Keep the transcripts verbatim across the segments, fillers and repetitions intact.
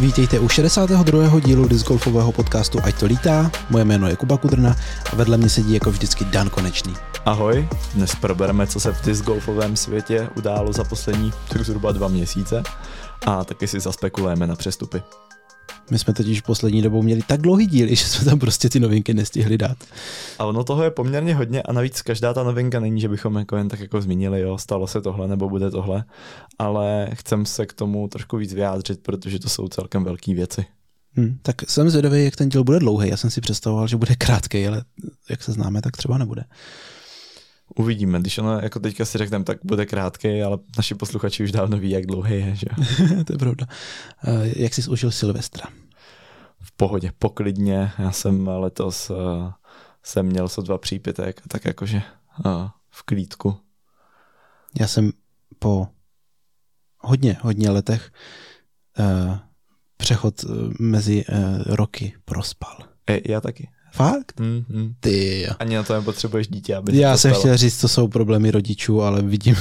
Vítejte u šedesátého druhého dílu discgolfového podcastu Ať to lítá. Moje jméno je Kuba Kudrna a vedle mě sedí jako vždycky Dan Konečný. Ahoj, dnes probereme, co se v discgolfovém světě událo za poslední tak zhruba dva měsíce a taky si zaspekulujeme na přestupy. My jsme totiž poslední dobou měli tak dlouhý díly, že jsme tam prostě ty novinky nestihli dát. A ono toho je poměrně hodně a navíc každá ta novinka není, že bychom jako jen tak jako zmínili, jo, stalo se tohle nebo bude tohle, ale chcem se k tomu trošku víc vyjádřit, protože to jsou celkem velké věci. Hmm, tak jsem zvědavý, jak ten díl bude dlouhý. Já jsem si představoval, že bude krátký, ale jak se známe, tak třeba nebude. Uvidíme, když ono jako teďka si řekneme, tak bude krátký, ale naši posluchači už dávno ví, jak dlouhý je, že? To je pravda. Jak jsi užil Silvestra? V pohodě, poklidně. Já jsem letos uh, jsem měl sotva přípitek, tak jakože uh, v klídku. Já jsem po hodně, hodně letech uh, přechod mezi uh, roky prospal. E, já taky. Fakt? Mm, mm. Ty. Ani na to nepotřebuješ dítě, aby Já to jsem stalo. chtěl říct, to jsou problémy rodičů, ale vidím,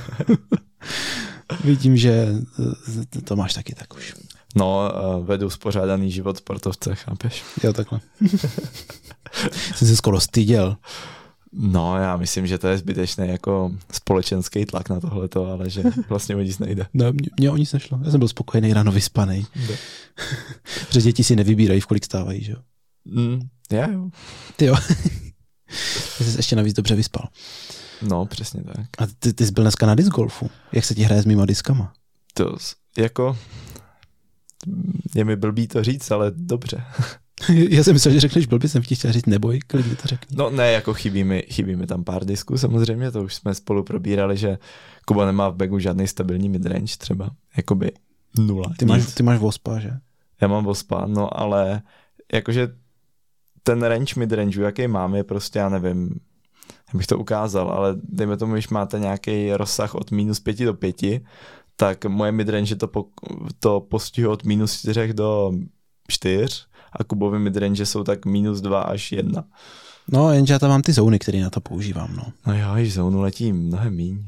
vidím, že to máš taky tak už. No, uh, vedu spořádaný život sportovce, chápeš? Jo, takhle. Jsem se skoro styděl. No, já myslím, že to je zbytečný jako společenský tlak na tohleto, ale že vlastně o nic nejde. No, mě, mě o nic nešlo. Já jsem byl spokojený, ráno vyspanej. Protože děti si nevybírají, v kolik stávají, že jo? Mm, já jo. Ty jo. Ty jsi ještě navíc dobře vyspal. No, přesně tak. A ty, ty jsi byl dneska na discgolfu. Jak se ti hraje s mýma diskama? To jako... Je mi blbý to říct, ale dobře. Já jsem myslel, že řekneš blbý, jsem ti chtěl říct neboj, klidně to řekni. No ne, jako chybí mi, chybí mi tam pár disků samozřejmě, to už jsme spolu probírali, že Kuba nemá v bagu žádný stabilní midrange třeba, jakoby nula. Ty máš, ty máš Vospa, že? Já mám Vospa, no ale jakože ten range midrange, jaký mám, je prostě, já nevím, já bych to ukázal, ale dejme tomu, když máte nějaký rozsah od minus pěti do pěti, tak moje midrange to, po, to postihuje od minus čtyřech do čtyř a Kubovy midrange jsou tak minus dva až jedna. No, jenže já tam mám ty zóny, které na to používám, no. No jo, již zónu letí mnohem míň.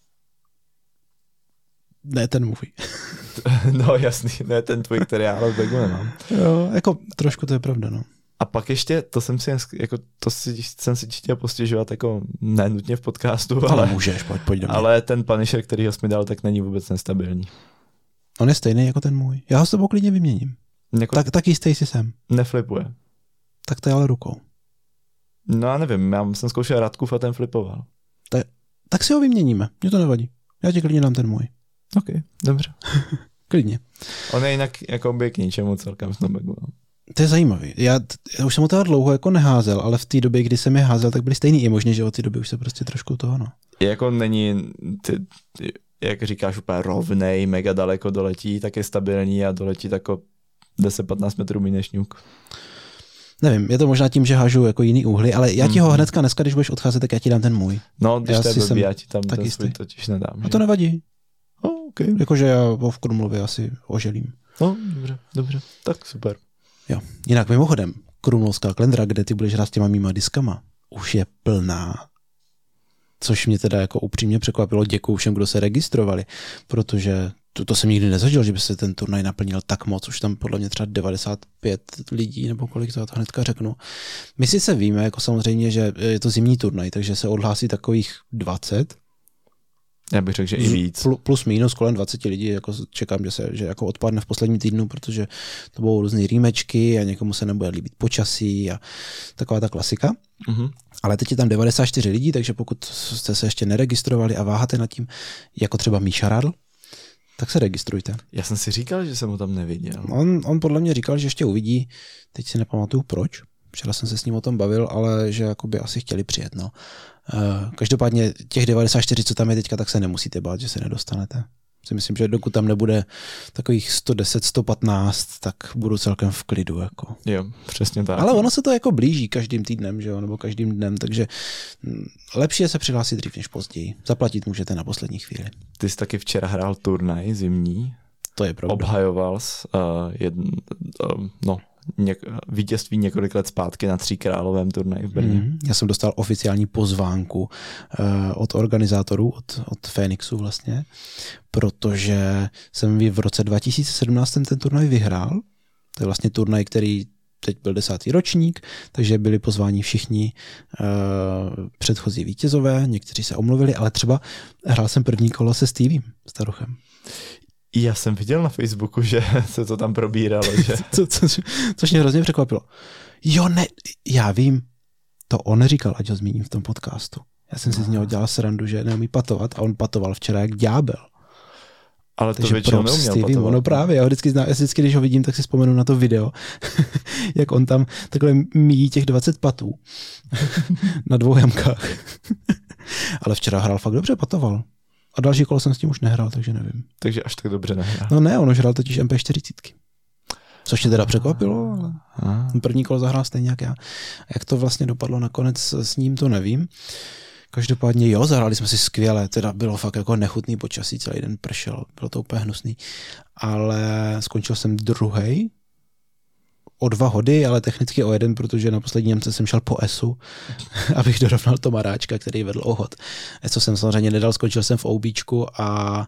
Ne ten můj. No jasný, ne ten tvůj, který já ale v bagu nemám. Jo, jako trošku to je pravda, no. A pak ještě, to jsem si, jako, to si, jsem si chtěl postěžovat, jako nenutně v podcastu, ale, ale můžeš, pojď, pojď do mě. Ale ten Punisher, který ho jsi mi dal, tak není vůbec nestabilní. On je stejný jako ten můj. Já ho s tebou klidně vyměním. Jako tak, tak jistý si jsem. Neflipuje. Tak to je ale rukou. No já nevím, já jsem zkoušel Radkův a ten flipoval. Tak, tak si ho vyměníme, mě to nevadí. Já ti klidně dám ten můj. Ok, dobře. Klidně. On je jinak jako by k ničemu celkem v tom bagu. To je zajímavý. Já, já už jsem ho teda dlouho jako neházel, ale v té době, kdy jsem je házel, tak byly stejný. Je možné, že od té doby už se prostě trošku toho, no. Jako není, ty, ty, jak říkáš, úplně rovnej, mega daleko doletí, tak je stabilní a doletí jako deset patnáct metrů méně než šňůk. Nevím, je to možná tím, že hážu jako jiný úhly, ale já ti ho hnedka dneska, když budeš odcházet, tak já ti dám ten můj. No, když já to je blbý, jsem já ti tam ten jistý. svůj totiž nedám. A to nevadí. Oh, okay. Jakože já ho v Krumlově asi oželím. No, dobře, dobře, tak super. Jo. Jinak mimochodem, Krumlovská klendra, kde ty budeš hrát s těma mýma diskama, už je plná. Což mě teda jako upřímně překvapilo. Děkuju všem, kdo se registrovali, protože to, to jsem nikdy nezažil, že by se ten turnaj naplnil tak moc. Už tam podle mě třeba devadesát pět lidí, nebo kolik to, to hnedka řeknu. My sice víme, jako samozřejmě, že je to zimní turnaj, takže se odhlásí takových dvacet. Já bych řekl, že i víc. Plus minus kolem dvacet lidí, jako čekám, že se že jako odpadne v posledním týdnu, protože to budou různý rýmečky a někomu se nebude líbit počasí a taková ta klasika. Mm-hmm. Ale teď je tam devadesát čtyři lidí, takže pokud jste se ještě neregistrovali a váháte nad tím, jako třeba Míša Radl, tak se registrujte. Já jsem si říkal, že jsem ho tam neviděl. On, on podle mě říkal, že ještě uvidí, teď si nepamatuju proč, včera jsem se s ním o tom bavil, ale že jakoby asi chtěli přijet. No. Každopádně těch devadesát čtyři, co tam je teďka, tak se nemusíte bát, že se nedostanete. Si myslím, že dokud tam nebude takových sto deset, sto patnáct, tak budu celkem v klidu. Jako. Jo, přesně tak. Ale ono se to jako blíží každým týdnem, že jo, nebo každým dnem, takže lepší je se přihlásit dřív než později. Zaplatit můžete na poslední chvíli. Ty jsi taky včera hrál turnaj zimní. To je pravda. Obhajoval jsi uh, jedn, uh, no, něk- vítězství několik let zpátky na Tříkrálovém turnaji v Brně. Mm, já jsem dostal oficiální pozvánku uh, od organizátorů, od, od Fénixu vlastně, protože jsem v roce dva tisíce sedmnáct ten turnaj vyhrál. To je vlastně turnaj, který teď byl desátý ročník, takže byli pozváni všichni uh, předchozí vítězové, někteří se omluvili, ale třeba hrál jsem první kolo se Steviem Staruchem. Já jsem viděl na Facebooku, že se to tam probíralo. Že... co, co, což mě hrozně překvapilo. Jo, ne, já vím, to on říkal, ať ho zmíním v tom podcastu. Já jsem si z něho dělal srandu, že neumí patovat a on patoval včera jak ďábel. Ale to většinou neuměl patovat. Ono právě, já vždycky, já vždycky, když ho vidím, tak si vzpomenu na to video, jak on tam takhle míjí těch dvacet patů na dvou jamkách. Ale včera hrál fakt dobře, patoval. A další kolo jsem s tím už nehrál, takže nevím. Takže až tak dobře nehrál. No ne, on už hrál totiž em pé čtyřicet. Což mě teda překvapilo, ale první kolo zahrál stejně jak já. Jak to vlastně dopadlo nakonec s ním, to nevím. Každopádně jo, zahráli jsme si skvěle, teda bylo fakt jako nechutný počasí, celý den pršel, bylo to úplně hnusný. Ale skončil jsem druhej, o dva hody, ale technicky o jeden, protože na poslední Němce jsem šel po esu, abych dorovnal Tomaráčka, který vedl o hod. Co jsem samozřejmě nedal, skončil jsem v OBčku a, a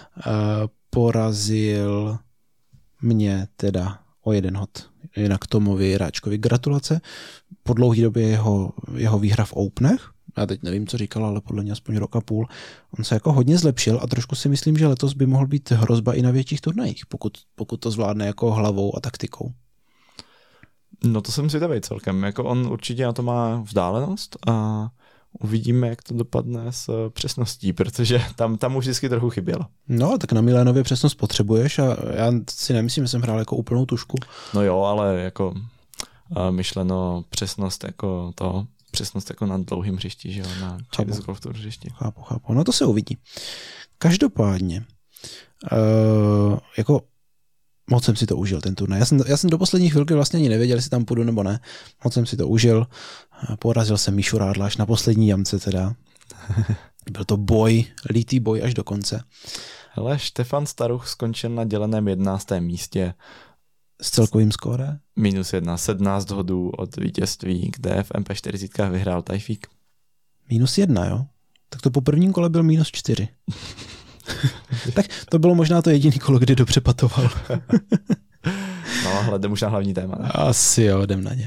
porazil mě teda o jeden hod. Jinak Tomovi Ráčkovi gratulace. Po dlouhé době jeho, jeho výhra v Openech, já teď nevím, co říkal, ale podle mě aspoň rok a půl, on se jako hodně zlepšil a trošku si myslím, že letos by mohl být hrozba i na větších turnajích, pokud, pokud to zvládne jako hlavou a taktikou. No to jsem zvědavý celkem. Jako on určitě na to má vzdálenost a uvidíme, jak to dopadne s přesností, protože tam, tam už vždycky trochu chybělo. No, tak na Milénově přesnost potřebuješ a já si nemyslím, že jsem hrál jako úplnou tušku. No jo, ale jako myšleno přesnost jako to, přesnost jako na dlouhým hřišti, že jo, na Champions Golf Tour hřišti. Chápu, chápu. No to se uvidí. Každopádně, uh, jako moc jsem si to užil, ten turnaj. Já jsem, já jsem do poslední chvilky vlastně ani nevěděl, jestli tam půjdu nebo ne. Moc jsem si to užil. Porazil jsem Míšu Rádla až na poslední jamce teda. Byl to boj, lítý boj až do konce. Hele, Štefan Staruch skončil na děleném jedenáctém místě. S celkovým skóre? Minus jedna, sedmnáct hodů od vítězství, kde v em pé čtyřicet vyhrál Tajfík. Minus jedna, jo? Tak to po prvním kole byl minus čtyři. Tak to bylo možná to jediný kolo, kdy dobře patoval. No, ale jdem už na hlavní téma. Ne? Asi jo, jdem na ně.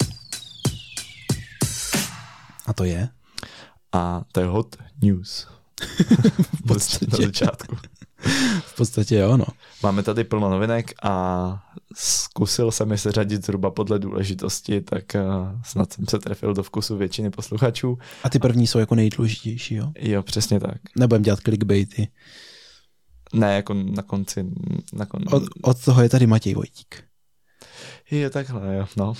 A to je? A to je hot news. V podstatě. Na začátku. V podstatě jo, no. Máme tady plno novinek a zkusil jsem je seřadit zhruba podle důležitosti, tak snad jsem se trefil do vkusu většiny posluchačů. A ty první jsou jako nejdůležitější, jo? Jo, přesně tak. Nebudem dělat clickbaity. Ne, jako na konci. Na kon... od, od toho je tady Matěj Vojtík. Je takhle, jo, no.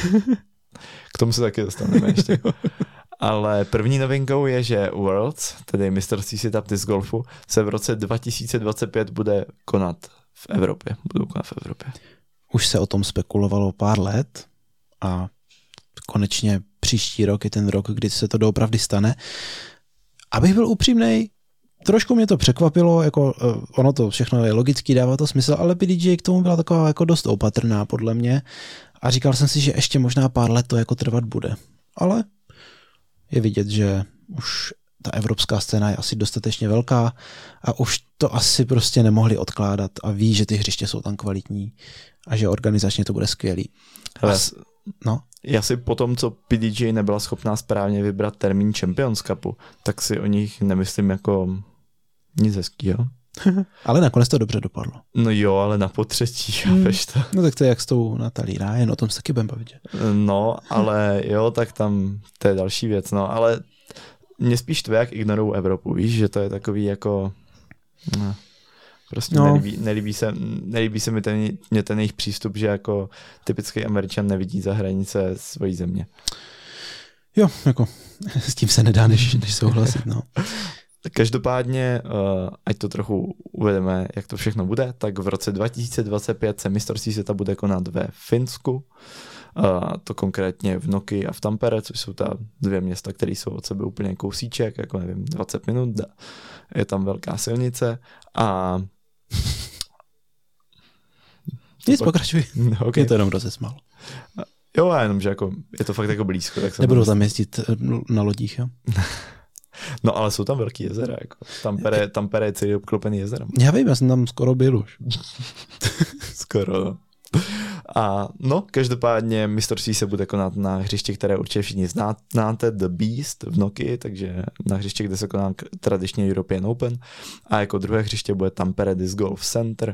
K tomu se taky dostaneme ještě. Ale první novinkou je, že Worlds, tedy mistrovství světa disc golfu, se v roce dva tisíce dvacet pět bude konat v Evropě. Budou konat v Evropě. Už se o tom spekulovalo pár let a konečně příští rok je ten rok, kdy se to doopravdy stane. Abych byl upřímnej, trošku mě to překvapilo, jako ono to všechno je logický, dává to smysl, ale P D G A k tomu byla taková jako dost opatrná podle mě a říkal jsem si, že ještě možná pár let to jako trvat bude. Ale je vidět, že už ta evropská scéna je asi dostatečně velká a už to asi prostě nemohli odkládat a ví, že ty hřiště jsou tam kvalitní a že organizačně to bude skvělý. Hele, As, no. Já si po tom, co P D G A nebyla schopná správně vybrat termín Champions Cupu, tak si o nich nemyslím jako nic hezkýho. Ale nakonec to dobře dopadlo. No jo, ale na potřetí, chápeš to. No tak to je jak s tou Natalí Ryan, o tom se taky budeme bavit. No, ale jo, tak tam to je další věc, no, ale mě spíš tvé, jak ignorují Evropu, víš, že to je takový jako, no, prostě no. nelíbí, nelíbí, se, nelíbí se mi ten, mě ten jejich přístup, že jako typický Američan nevidí za hranice svojí země. Jo, jako s tím se nedá než, než souhlasit, no. Každopádně, ať to trochu uvedeme, jak to všechno bude, tak v roce dva tisíce dvacet pět se mistrovství světa bude konat ve Finsku, to konkrétně v Noky a v Tampere, což jsou ta dvě města, které jsou od sebe úplně kousíček, jako nevím, dvacet minut, je tam velká silnice a Nic, pokračuj. Okay. Mě to jenom rozesmál. Jo, a jenom, že jako, je to fakt jako blízko. Tak Nebudou tam jezdit na lodích, jo? No, ale jsou tam velký jezera, jako. Tampere, Tampere je celý obklopený jezerem. Já vím, já jsem tam skoro byl už. Skoro. A no, každopádně mistrovství se bude konat na hřiště, které určitě všichni znáte, The Beast v Nokii, takže na hřiště, kde se koná tradičně European Open. A jako druhé hřiště bude Tampere Disc Golf Center,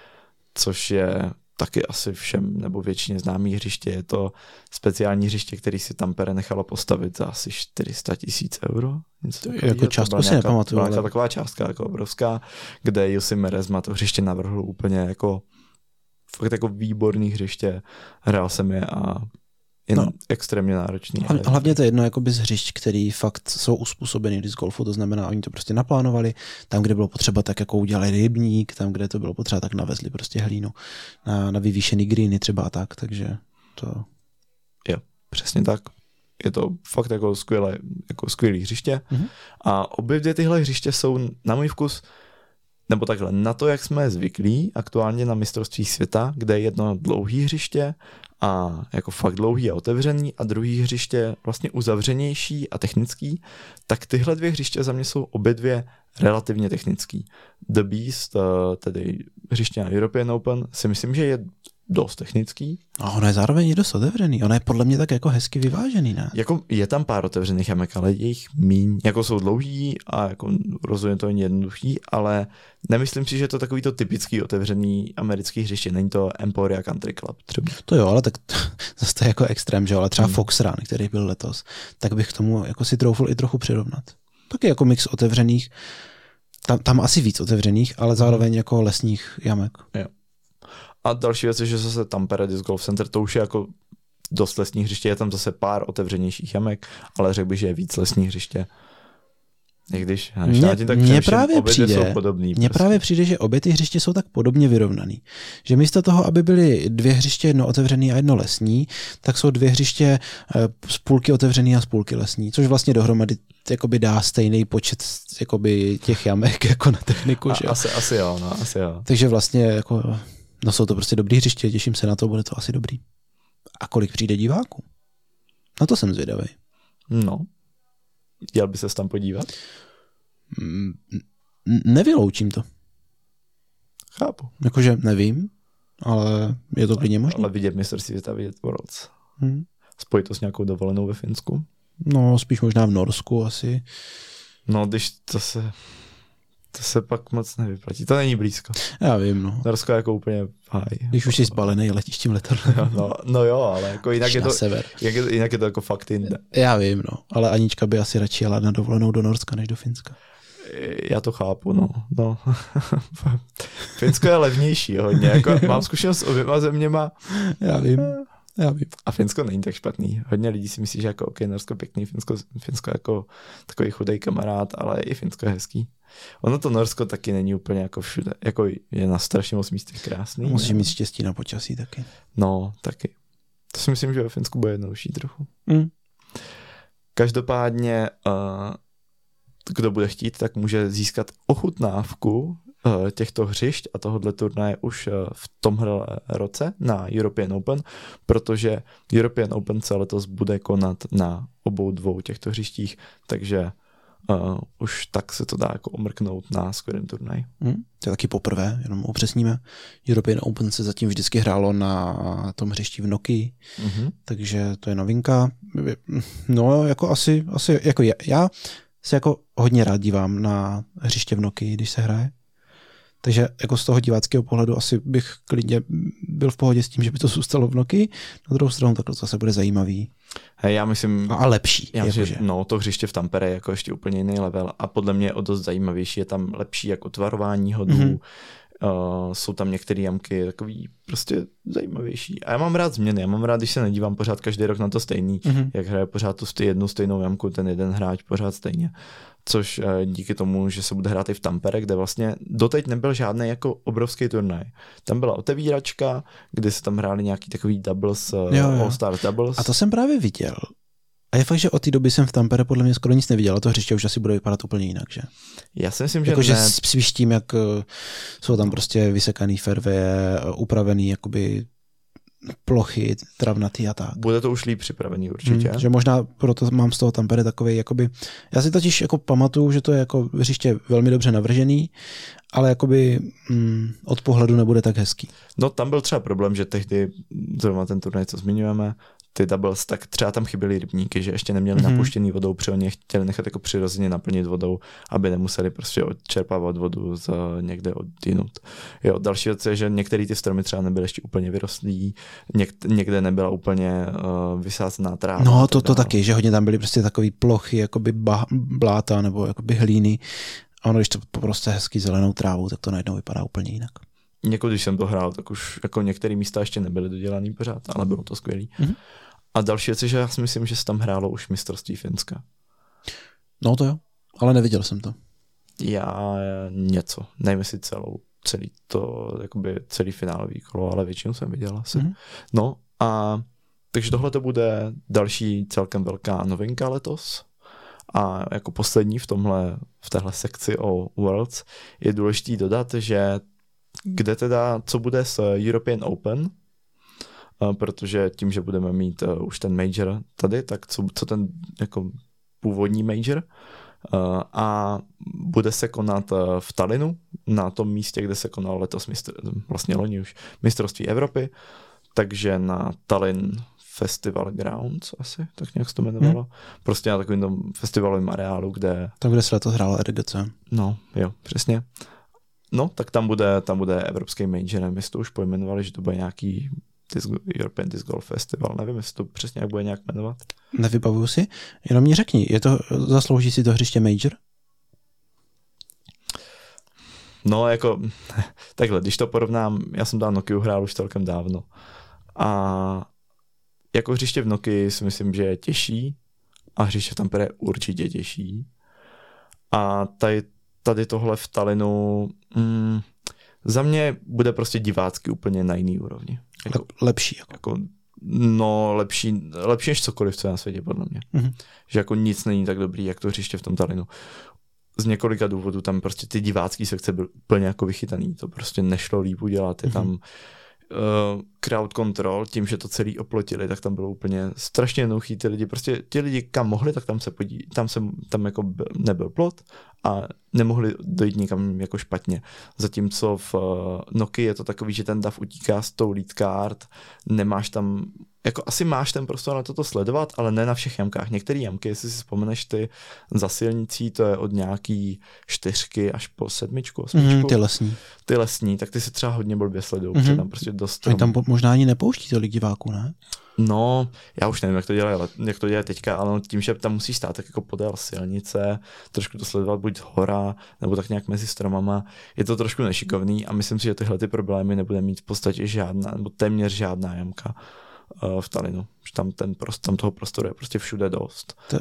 což je taky asi všem nebo většině známý hřiště. Je to speciální hřiště, který si Tampere nechala postavit za asi čtyři sta tisíc euro. Něco jako částku si nepamatuju. Byla ale... taková částka jako obrovská, kde Jussi Meiresma to hřiště navrhl úplně jako fakt jako výborný hřiště. Hrál jsem je a je no. extrémně náročný. A hlavně to je jedno jakoby z hřišť, který fakt jsou uspůsobeny disc golfu, to znamená, oni to prostě naplánovali, tam, kde bylo potřeba, tak jako udělali rybník, tam, kde to bylo potřeba, tak navezli prostě hlínu na, na vyvýšený greeny třeba a tak, takže to... Jo, přesně tak. Je to fakt jako skvělé, jako skvělý hřiště mm-hmm. a obě dvě tyhle hřiště jsou na můj vkus nebo takhle, na to, jak jsme zvyklí aktuálně na mistrovství světa, kde je jedno dlouhý hřiště a jako fakt dlouhý a otevřený a druhý hřiště vlastně uzavřenější a technický, tak tyhle dvě hřiště za mě jsou obě dvě relativně technický. The Beast, tedy hřiště na European Open, si myslím, že je dost technický. A ono je zároveň i dost otevřený. Ono je podle mě tak jako hezky vyvážený, ne? Jako je tam pár otevřených jamek, ale je jich míň. Jako jsou dlouhý a jako rozhodně to není jednoduchý, ale nemyslím si, že je to takový to typický otevřený americký hřiště. Není to Emporia Country Club třeba. To jo, ale tak to, zase to je jako extrém, že jo? Ale třeba hmm. Fox Run, který byl letos, tak bych k tomu jako si troufl i trochu přirovnat. Taky jako mix otevřených, tam, tam asi víc otevřených, ale zároveň jako lesních jamek. Jo. A další věc je, že zase Tampere Disc Golf Center, to už je jako dost lesní hřiště, je tam zase pár otevřenějších jamek, ale řekl bych, že je víc lesní hřiště. I když, mně, tak mně právě přijde, jsou podobný. Mně prostě. právě přijde, že obě ty hřiště jsou tak podobně vyrovnaný. Že místo toho, aby byly dvě hřiště, jedno otevřený a jedno lesní, tak jsou dvě hřiště z půlky otevřený a z půlky lesní, což vlastně dohromady jakoby dá stejný počet jakoby těch jamek jako na techniku. Že? Asi, asi jo, no, asi jo. Takže vlastně jako... No jsou to prostě dobrý hřiště, těším se na to, bude to asi dobrý. A kolik přijde diváků? Na to jsem zvědavý. No. Jel by ses tam podívat? Mm, nevyloučím to. Chápu. Jakože nevím, ale je to klidně možné. Ale vidět mistrovství světa, vidět Worlds. Hmm. Spojit to s nějakou dovolenou ve Finsku? No, spíš možná v Norsku asi. No, když to se... To se pak moc nevyplatí. To není blízko. Já vím, no. Norsko je jako úplně háj. Když už jsi zbalený, letíš tím letadlem. No, no jo, ale jako jinak je, to, sever. Jak je, jinak je to jako fakt jinde. Já vím, no. Ale Anička by asi radši jela na dovolenou do Norska, než do Finska. Já to chápu, no. no. Finsko je levnější hodně. Jako, mám zkušenost s oběma zeměma. Já vím. Já vím. A Finsko není tak špatný. Hodně lidí si myslí, že jako ok, Norsko pěkný, Finsko, Finsko jako takový chudej kamarád, ale i Finsko je hezký. Ono to Norsko taky není úplně jako všude. Jako je na strašně moc místech krásný. Musíš mít štěstí na počasí taky. No, taky. To si myslím, že ve Finsku bude jednodušší trochu. Mm. Každopádně, uh, kdo bude chtít, tak může získat ochutnávku uh, těchto hřišť a tohohle turnaje už uh, v tomhle roce na European Open, protože European Open se letos bude konat na obou dvou těchto hřištích, takže Uh, už tak se to dá jako omrknout na skvělém turnaji. Hmm, to je taky poprvé, jenom upřesníme. European Open se zatím vždycky hrálo na tom hřišti v Nokii, mm-hmm. takže to je novinka. No, jako asi, asi jako já, já se jako hodně rád dívám na hřiště v Nokii, když se hraje. Takže jako z toho diváckého pohledu asi bych klidně byl v pohodě s tím, že by to zůstalo v Nokii. Na druhou stranu tak to zase bude zajímavý. Hey, já myslím... A lepší. Já myslím, že no, to hřiště v Tampere je jako ještě úplně jiný level a podle mě o dost zajímavější. Je tam lepší jako tvarování hodů. Mm-hmm. Uh, jsou tam některé jamky takový prostě zajímavější. A já mám rád změny. Já mám rád, když se nedívám pořád každý rok na to stejný. Mm-hmm. Jak hraje pořád tu jednu stejnou jamku, ten jeden hráč pořád stejně. Což díky tomu, že se bude hrát i v Tampere, kde vlastně doteď nebyl žádný jako obrovský turnaj. Tam byla otevíračka, kde se tam hráli nějaký takový doubles, jo, jo. All Stars doubles. A to jsem právě viděl, A je fakt, že od té doby jsem v Tampere podle mě skoro nic neviděl, a to hřiště už asi bude vypadat úplně jinak, že? Já si myslím, že jako, ne. že spíš tím, jak jsou tam prostě vysekaný fairwaye, upravený jakoby plochy, travnatý a tak. Bude to už líp připravený určitě. Hmm, že možná proto mám z toho Tampere takovej, jakoby, já si totiž jako pamatuju, že to je jako hřiště velmi dobře navržený, ale jakoby mm, od pohledu nebude tak hezký. No tam byl třeba problém, že tehdy, zrovna ten turnaj, co zmiňujeme, ty doubles, tak třeba tam chyběly rybníky, že ještě neměli mm-hmm. napuštěný vodou, protože oni chtěli nechat jako přirozeně naplnit vodou, aby nemuseli prostě odčerpávat vodu z někde odinut. Jo, další věc je, že některé ty stromy třeba nebyly ještě úplně vyrostlý, něk- někde nebyla úplně uh, vysázená tráva. No to, to taky, že hodně tam byly prostě takový plochy, jakoby ba- bláta nebo jakoby hlíny. A ono, když to prostě hezky zelenou trávou, tak to najednou vypadá úplně jinak. Někoho, když jsem to hrál, tak už jako některé místa ještě nebyly dodělaný pořád, ale bylo to skvělý. Mm-hmm. A další věc je, že já si myslím, že se tam hrálo už mistrovství Finska. No to jo, ale neviděl jsem to. Já něco, nevím si celou, celý to, jakoby celý finálový kolo, ale většinu jsem viděl asi. Mm-hmm. No a takže tohle to bude další celkem velká novinka letos. A jako poslední v tomhle, v téhle sekci o Worlds je důležitý dodat, že kde teda, co bude s European Open, protože tím, že budeme mít už ten major tady, tak co, co ten jako původní major a bude se konat v Tallinnu, na tom místě, kde se konal letos mistr, vlastně loni už mistrovství Evropy, takže na Tallinn Festival Grounds asi, tak nějak se to jmenovalo. Hmm. Prostě na takovým tom festivalovém areálu, kde... Tam, kde se letos hrálo R G C. No, jo, přesně. No, tak tam bude, tam bude evropský major, my to už pojmenovali, že to bude nějaký Disc, European Disc Golf Festival, nevím, jestli to přesně jak bude nějak jmenovat. Nevybavuju si, jenom mi řekni, je to, zaslouží si to hřiště major? No, jako, takhle, když to porovnám, já jsem dal Nokiu hrál už celkem dávno a jako hřiště v Nokii si myslím, že je těžší a hřiště v Tampere určitě těžší a tady, tady tohle v Tallinnu mm, za mě bude prostě divácky úplně na jiný úrovni. Jako, lepší. Jako. Jako, no, lepší, lepší než cokoliv, co je na světě, podle mě. Mm-hmm. Že jako nic není tak dobrý, jak to hřiště v tom Tallinnu. Z několika důvodů tam prostě ty divácký sekce byly úplně jako vychytaný. To prostě nešlo líp udělat. Je mm-hmm. tam uh, crowd control, tím, že to celý oplotili, tak tam bylo úplně strašně jednoduchý. Ty lidi, prostě ti lidi kam mohli, tak tam se podí, tam se, tam jako byl, nebyl plot a nemohli dojít někam jako špatně. Zatímco v uh, Nokii je to takový, že ten dav utíká s tou lead card, nemáš tam, jako asi máš ten prostor na toto sledovat, ale ne na všech jamkách. Některé jamky, jestli si vzpomeneš ty za silnicí, to je od nějaký čtyřky až po sedmičku, osmičku. Mm, ty lesní. Ty lesní, tak ty se třeba hodně blbě sledují, mm-hmm. protože tam prostě dost... Oni tam možná ani nepouští tolik diváků, ne? No, já už nevím, jak to dělají, jak to dělají teďka, ale tím, že tam musíš stát tak jako podél silnice, trošku to sledovat buď hora, nebo tak nějak mezi stromama, je to trošku nešikovný a myslím si, že tyhle ty problémy nebude mít v podstatě žádná, nebo téměř žádná jamka uh, v Tallinnu. Tam, ten prost, tam toho prostoru je prostě všude dost. To...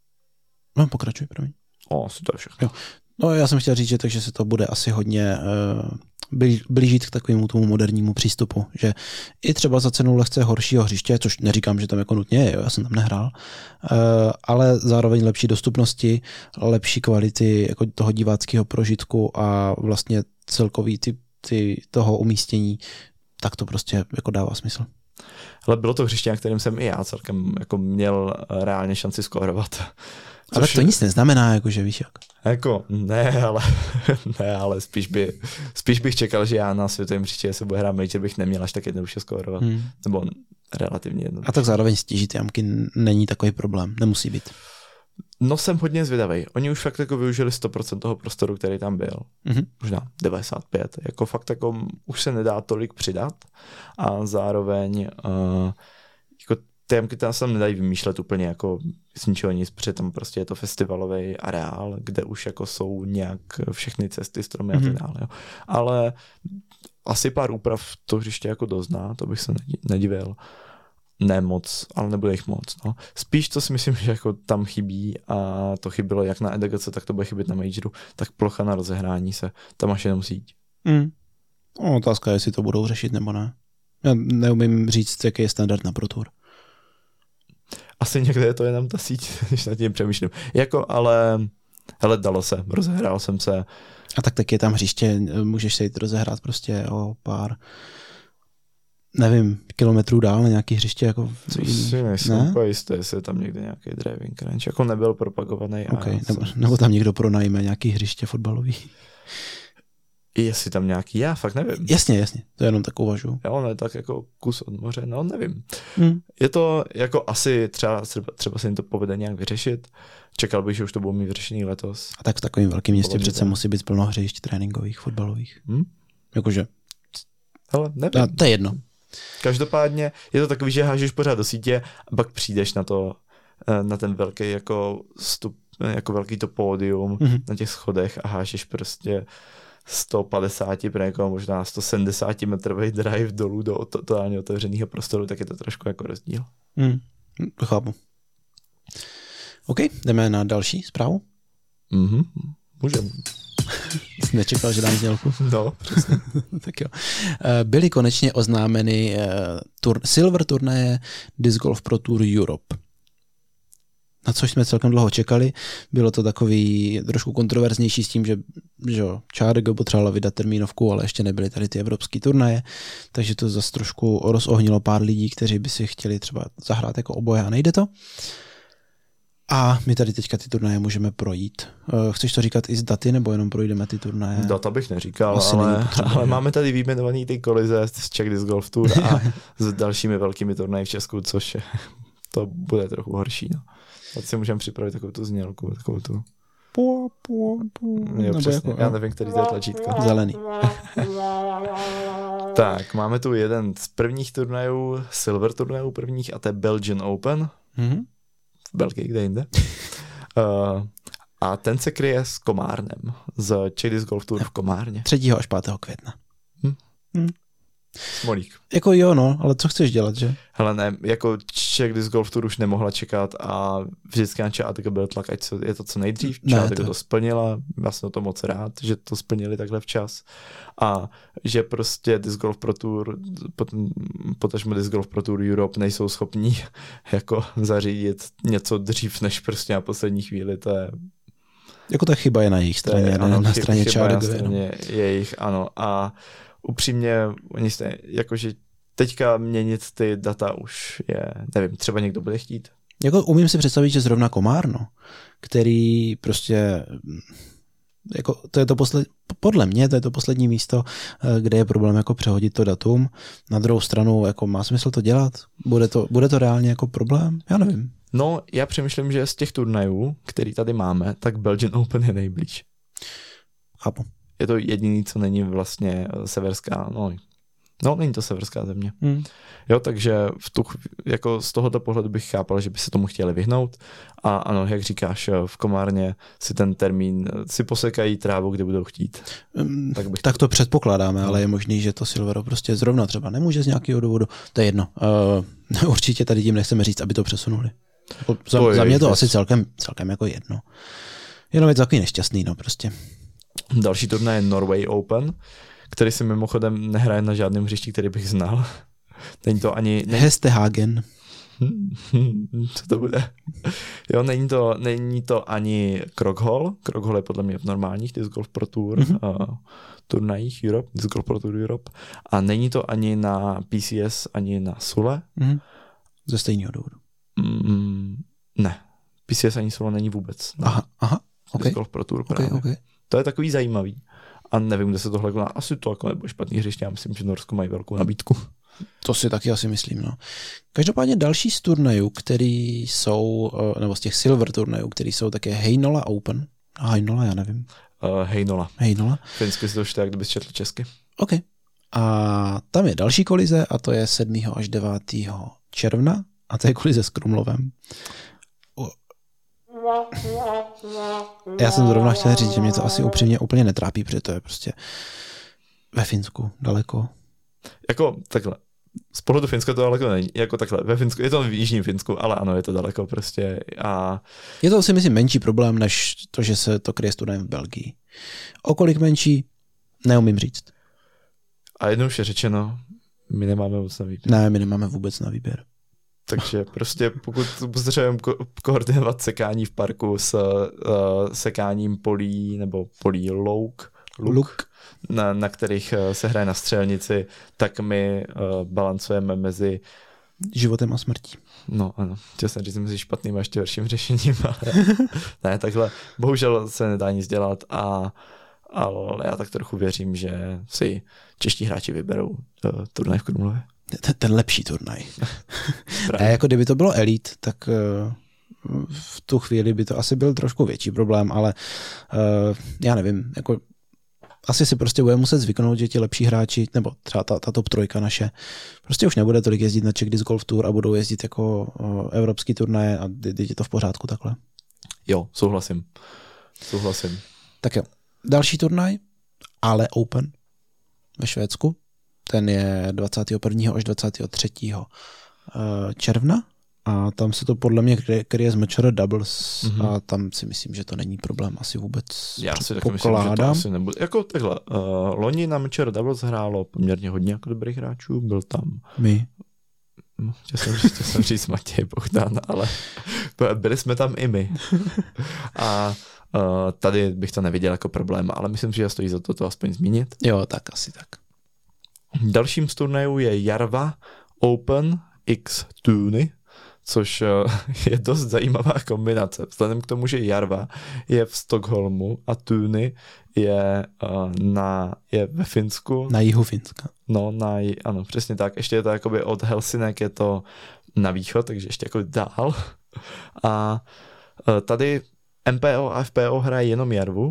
No, pokračuj, promiň. O, asi to je všechno. Jo. No, já jsem chtěl říct, že takže se to bude asi hodně uh, blížit k takovému tomu modernímu přístupu, že i třeba za cenu lehce horšího hřiště, což neříkám, že tam jako nutně je, jo, já jsem tam nehrál, uh, ale zároveň lepší dostupnosti, lepší kvality jako toho diváckého prožitku a vlastně celkový ty, ty toho umístění, tak to prostě jako dává smysl. Ale bylo to hřiště, na kterém jsem i já celkem jako měl reálně šanci skórovat. Což... Ale to nic neznamená, jako že víš jak. Jako, ne, ale, ne, ale spíš, by, spíš bych čekal, že já na světovém hřiště, jestli bude hrát major, bych neměl až tak jednoduše skórovat. Hmm. Nebo relativně jednoduše. A tak zároveň stížit jamky není takový problém, nemusí být. No jsem hodně zvědavej. Oni už fakt jako využili sto procent toho prostoru, který tam byl. Mm-hmm. Možná devadesát pět. Jako fakt jako už se nedá tolik přidat a zároveň uh, jako ty jamky tam se tam nedají vymýšlet úplně jako z ničeho nic, protože tam prostě je to festivalový areál, kde už jako jsou nějak všechny cesty, stromy mm-hmm. a tak dále. Jo. Ale asi pár úprav to hřiště jako dozná, to bych se nedivil. Ne moc, ale nebude jich moc. No. Spíš to si myslím, že jako tam chybí a to chybilo jak na E D G C, tak to bude chybět na majoru, tak plocha na rozehrání se, tam až jenom síť. Mm. No, otázka je, jestli to budou řešit nebo ne. Já neumím říct, jaký je standard na Pro Tour. asi někde je to jenom ta síť, když nad tím přemýšlím. Jako, ale hele, dalo se, rozehrál jsem se. A tak taky je tam hřiště, můžeš se jít rozehrát prostě o pár, nevím, kilometrů dál na nějaký hřiště. Jako co si nejsem úplně jistý, jestli je tam někde nějaký driving range, jako nebyl propagovaný. Okay, nebo, nebo tam někdo pronajme nějaký hřiště fotbalový. Jestli tam nějaký, já fakt nevím. Jasně, jasně, to jenom tak uvažuji. Jo, no je tak jako kus od moře, no nevím. Hmm. Je to jako asi třeba, třeba, třeba se jim to povede nějak vyřešit. Čekal bych, že už to budou mít vyřešený letos. A tak v takovém velkém městě přece tak musí být plno hřišť tréninkových, fotbalových. Hmm? Jakože. Hele, nevím. A to je jedno. Každopádně je to takový, že hážeš pořád do sítě a pak přijdeš na to, na ten velký jako stup, jako velký to pódium mm-hmm. na těch schodech a hážeš prostě sto padesát, jako možná sto sedmdesát metrový drive dolů do totálně otevřeného prostoru, tak je to trošku jako rozdíl. Mm, to chápu. OK, jdeme na další zprávu? Mhm, můžeme. Nečekal, že dám znělku? No, přesně. Tak jo. Byly konečně oznámeny tur- silver turnaje Disc Golf Pro Tour Europe. Na což jsme celkem dlouho čekali. Bylo to takový trošku kontroverznější s tím, že, že Čárgo potřebovala vydat termínovku, ale ještě nebyly tady ty evropský turnaje, takže to zase trošku rozohnilo pár lidí, kteří by si chtěli třeba zahrát jako oboje a nejde to. A my tady teďka ty turnaje můžeme projít. Chceš to říkat i z daty, nebo jenom projdeme ty turnaje? Data bych neříkal, ale, ale máme tady vyjmenovaný ty kolize z Czech Disc Golf Tour a s dalšími velkými turnaji v Česku, což je, to bude trochu horší. No. Teď si můžeme připravit takovou tu znělku, takovou tu... Po, po, po. Jo, přesně, jako, já nevím, který to je tlačítko. Zelený. Tak, máme tu jeden z prvních turnajů, silver turnajů prvních, a to je Belgian Open. Mm-hmm. V Belgii, kde jinde. uh, a ten se kryje s Komárnem, z Czech Disc Golf Tour v Komárně. třetího až pátého května. Hm? Hm. Smolík. Jako jo, no, ale co chceš dělat, že? Hele ne, jako Czech Disc Golf Tour už nemohla čekat a vždycky na ČATK byl tlak, ať je to co nejdřív. ČATK to... to splnila, já jsem o to moc rád, že to splnili takhle včas a že prostě Disc Golf Pro Tour, potažmo Disc Golf Pro Tour Europe nejsou schopní jako zařídit něco dřív než prostě na poslední chvíli, to je... Jako ta chyba je na jejich straně, je, ne ano, na straně ČATK. Na straně jejich, ano, a upřímně, oni jste, jakože teďka měnit ty data už je, nevím, třeba někdo bude chtít. Jako umím si představit, že zrovna Komárno, který prostě, jako to je to posled, podle mě to je to poslední místo, kde je problém jako přehodit to datum. Na druhou stranu, jako má smysl to dělat? Bude to, bude to reálně jako problém? Já nevím. No, já přemýšlím, že z těch turnajů, který tady máme, tak Belgian Open je nejblíž. Chápu. Je to jediný, co není vlastně severská, no, no není to severská země. Hmm. Jo, takže v tu, jako z tohoto pohledu bych chápal, že by se tomu chtěli vyhnout a ano, jak říkáš, v Komárně si ten termín, si posekají trávu, kde budou chtít. Um, tak, bych tak to předpokládáme, no. Ale je možný, že to Silvero prostě zrovna třeba nemůže z nějakého důvodu, to je jedno. Uh, určitě tady tím nechceme říct, aby to přesunuli. Za, to za mě to asi celkem, celkem jako jedno. Jenom je to takový nešťastný, no prostě. Další turnaj je Norway Open, který si mimochodem nehraje na žádném hřišti, který bych znal. Není to ani... Ne... Hestehagen. Co to bude? Jo, není to, není to ani Krockhall. Krockhall je podle mě v normálních Disc Golf Pro Tour mm-hmm. uh, turnajích Europe, Disc Golf Pro Tour Europe. A není to ani na P C S, ani na Sule. Mm-hmm. Ze stejného důvodu. Mm, ne. P C S ani Sule není vůbec. Ne. Aha, aha. Okay. Disc Golf Pro Tour právě. Okay, okay. To je takový zajímavý. A nevím, kde se tohle koná. Asi to jako nebo špatný hřiště. Já myslím, že Norsko mají velkou nabídku. To si taky asi myslím, no. Každopádně další z turnajů, který jsou, nebo z těch silver turnajů, který jsou také Heinola Open. A Heinola, já nevím. Uh, Heinola. Heinola. Finsky si to čte, jak kdybys četl česky. OK. A tam je další kolize a to je sedmého až devátého června a to je kolize s Krumlovem. Já jsem zrovna chtěl říct, že mě to asi upřímně úplně netrápí, protože to je prostě ve Finsku daleko. Jako takhle. Z pohledu Finska to daleko není. Jako takhle. Ve Finsku, je to v jižním Finsku, ale ano, je to daleko prostě. A... Je to si myslím menší problém, než to, že se to kryje s turnajem v Belgii. O kolik menší, neumím říct. A jednou už je řečeno, my nemáme moc na výběr. Ne, my nemáme vůbec na výběr. Takže prostě pokud potřebujeme ko- koordinovat sekání v parku s uh, sekáním polí nebo polí louk, luk, Luk. Na, na kterých uh, se hraje na střelnici, tak my uh, balancujeme mezi Životem a smrtí. No ano, chtěl jsem říct mezi špatným a ještě horším řešením, ale ne, takhle bohužel se nedá nic dělat a ale já tak trochu věřím, že si čeští hráči vyberou uh, turnaj v Krumlově. Ten, ten lepší turnaj. A jako kdyby to bylo Elite, tak uh, v tu chvíli by to asi byl trošku větší problém, ale uh, já nevím, jako asi si prostě bude muset zvyknout, že ti lepší hráči, nebo třeba ta, ta top trojka naše, prostě už nebude tolik jezdit na Czech Disc Golf Tour a budou jezdit jako uh, evropský turnaje a je to v pořádku takhle. Jo, souhlasím. Souhlasím. Tak jo. Další turnaj, ale Open ve Švédsku. Ten je dvacátého prvního až dvacátého třetího června a tam se to podle mě kryje z Matcher Doubles mm-hmm. a tam si myslím, že to není problém asi vůbec. Já si taky myslím, že to asi nebude. Jako takhle, uh, loni na Matcher Doubles hrálo poměrně hodně jako dobrých hráčů, byl tam my. No, chtěl jsem říct, chtěl jsem říct Matěj Bohdan, ale byli jsme tam i my. A uh, tady bych to neviděl jako problém, ale myslím, že stojí za to to aspoň zmínit. Jo, tak asi tak. Dalším z turnajů je Jarva Open X Tuny, což je dost zajímavá kombinace. Vzhledem k tomu, že Jarva je v Stockholmu a Tuny je, uh, na, je ve Finsku. Na jihu Finska. No, na, ano, přesně tak. Ještě je to jakoby od Helsinek je to na východ, takže ještě jako dál. A uh, tady M P O a F P O hraje jenom Jarvu,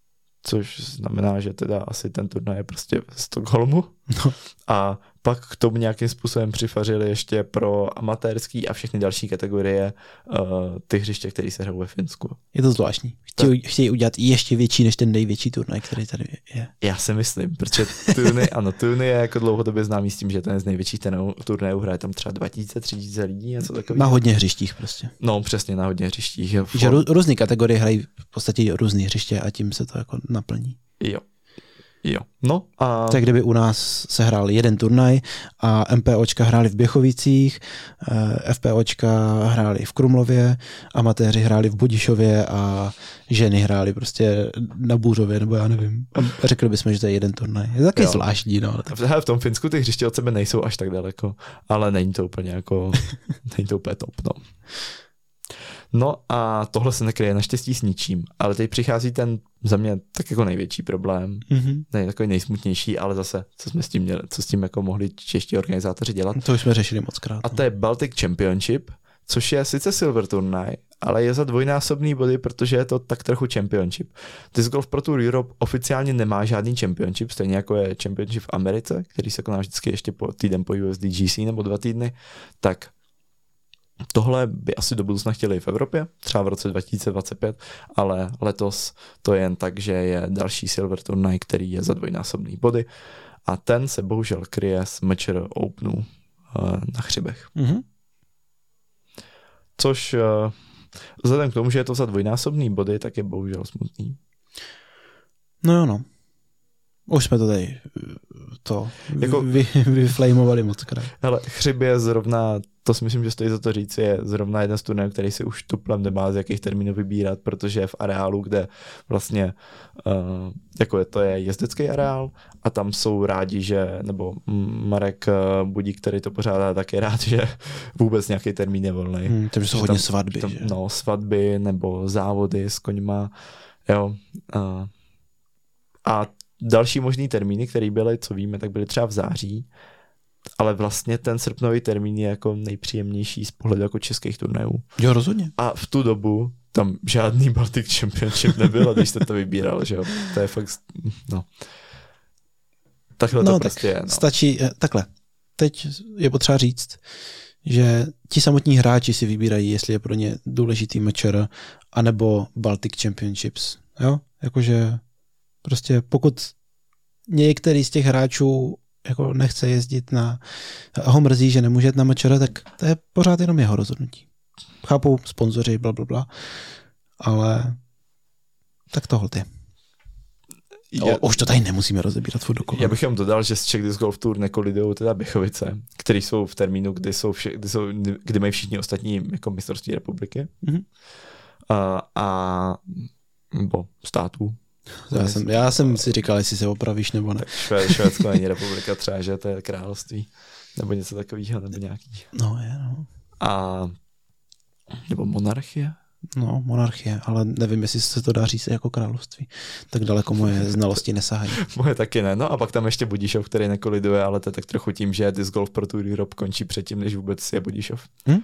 což znamená, že teda asi ten turnaj je prostě v Stockholmu. No. A pak k tomu nějakým způsobem přifařili ještě pro amatérský a všechny další kategorie uh, ty hřiště, které se hrajou ve Finsku. Je to zvláštní. Chtějí, chtějí udělat ještě větší než ten největší turnaj, který tady je. Já si myslím, protože turny, ano, turny je jako dlouhodobě známý s tím, že ten z největších turnajů hraje tam třeba dva tisíce, tři tisíce lidí, něco takového. Na hodně hřištích prostě. No, přesně, na hodně hřištích. Že rů, různé kategorie hrají v podstatě různé hřiště a tím se to jako naplní. Jo. Jo. No a... Tak kdyby u nás se hrál jeden turnaj a MPOčka hráli v Běchovicích, FPOčka hráli v Krumlově, amatéři hráli v Budišově a ženy hráli prostě na Bůřově, nebo já nevím. A řekli bychom, že to je jeden turnaj. Je taky jo. Zvláštní, no. V tom Finsku ty hřiště od sebe nejsou až tak daleko, ale není to úplně jako, není to úplně top, no. No a tohle se nekryje naštěstí s ničím, ale teď přichází ten za mě tak jako největší problém, mm-hmm. ne takový nejsmutnější, ale zase, co jsme s tím měli, co s tím jako mohli čeští organizátoři dělat. To už jsme řešili moc krát. A to je Baltic Championship, což je sice silver turnaj, ale je za dvojnásobný body, protože je to tak trochu championship. Disc Golf Pro Tour Europe oficiálně nemá žádný championship, stejně jako je championship v Americe, který se koná vždycky ještě po týden po U S D G C nebo dva týdny, tak tohle by asi do budoucna chtěli i v Evropě, třeba v roce dva tisíce dvacet pět, ale letos to je jen tak, že je další silver turnaj, který je za dvojnásobný body a ten se bohužel kryje s Matcher Openu uh, na Hřibech. Mm-hmm. Což uh, vzhledem k tomu, že je to za dvojnásobný body, tak je bohužel smutný. No jo, no. Už jsme to tady to jako, vy, vyflamovali moc krát. Hele, Hřib je zrovna, to si myslím, že stojí za to říct, je zrovna jeden z turnajů, který si už tuplem nemá z jakých termínů vybírat, protože je v areálu, kde vlastně uh, jako je, to je jezdecký areál a tam jsou rádi, že, nebo Marek uh, Budík, který to pořádá, tak je rád, že vůbec nějaký termín je volný. Hmm, takže jsou hodně tam, svatby. Tam, no, svatby nebo závody s koňma, jo. Uh, a další možný termíny, které byly, co víme, tak byly třeba v září, ale vlastně ten srpnový termín je jako nejpříjemnější z pohledu jako českých turnajů. Jo, rozhodně. A v tu dobu tam žádný Baltic Championship nebyl, když jste to vybíral, že jo. To je fakt, no. Takhle no, to tak prostě je. No. Stačí, takhle. Teď je potřeba říct, že ti samotní hráči si vybírají, jestli je pro ně důležitý Matcher anebo Baltic Championships. Jo, jakože prostě pokud některý z těch hráčů jako nechce jezdit na, ho mrzí, že nemůže jít na Matcher, tak to je pořád jenom jeho rozhodnutí. Chápu, sponzoři, blablabla, ale tak tohle ty. je, o, už to tady nemusíme rozebírat furt dokola. Já bych jenom dodal, že z Czech Disc Golf Tour nekolidují teda Běchovice, který jsou v termínu, kdy, jsou vše, kdy, jsou, kdy mají všichni ostatní jako mistrovství republiky. Mm-hmm. A, a bo států. Já jsem, já jsem si říkal, jestli se opravíš nebo ne. Tak Švéd, Švédsko není republika třeba, že to je království. Nebo něco takového, nebo nějaký. No je, no. A nebo monarchie. No, monarchie, ale nevím, jestli se to dá říct jako království. Tak daleko moje znalosti nesahají. Moje taky ne. No a pak tam ještě Budišov, který nekoliduje, ale to je tak trochu tím, že Disc Golf Pro Tour Europe končí předtím, než vůbec je Budišov. Hm?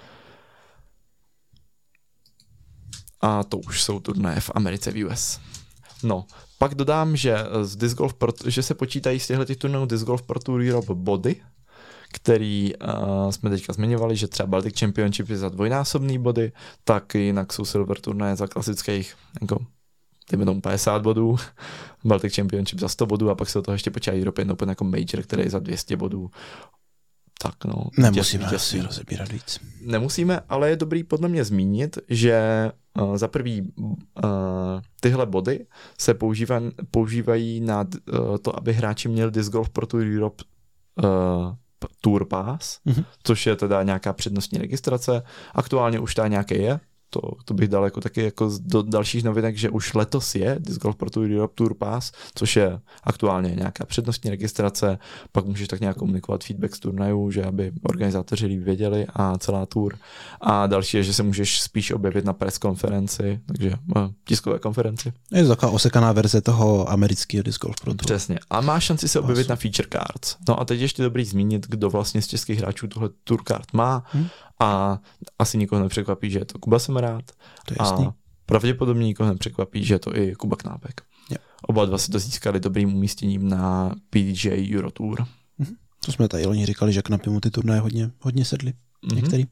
A to už jsou turnaje v Americe, v U S. No, pak dodám, že z Disc Golf Pro, že se počítají z těchto turnajů Disc Golf Pro Tour Europe body, který uh, jsme teďka zmiňovali, že třeba Baltic Championship je za dvojnásobný body, tak jinak jsou Silver turnaje za klasických jako dejme tomu padesát bodů, Baltic Championship za sto bodů a pak se do toho ještě počítá European Open jako major, který je za dvě stě bodů. Tak no. Nemusíme asi rozebírat víc. Nemusíme, ale je dobrý podle mě zmínit, že uh, za prvý uh, tyhle body se používají, používají na uh, to, aby hráči měli Disc Golf Pro Tour Europe uh, Tour Pass, mm-hmm. což je teda nějaká přednostní registrace. Aktuálně už ta nějaké je. To, to bych dal jako taky jako do dalších novinek, že už letos je Disc Golf Pro Tour Europe Tour Pass, což je aktuálně nějaká přednostní registrace, pak můžeš tak nějak komunikovat feedback z turnajů, že aby organizátoři líp věděli a celá tour. A další je, že se můžeš spíš objevit na press konferenci, takže tiskové konferenci. Je to taková osekaná verze toho amerického Disc Golf Pro Tour. Přesně. A máš šanci se objevit na feature cards. No a teď ještě dobrý zmínit, kdo vlastně z českých hráčů tohle tour card má. Hmm. A asi nikoho nepřekvapí, že je to Kuba Semerát. To je jasný. A pravděpodobně nikoho nepřekvapí, že je to i Kuba Knápek. Jo. Oba dva si to získali dobrým umístěním na P D G Euro Tour. Mm-hmm. To jsme tady loni říkali, že Knapimu ty turnaje hodně, hodně sedly. Mm-hmm. Některý.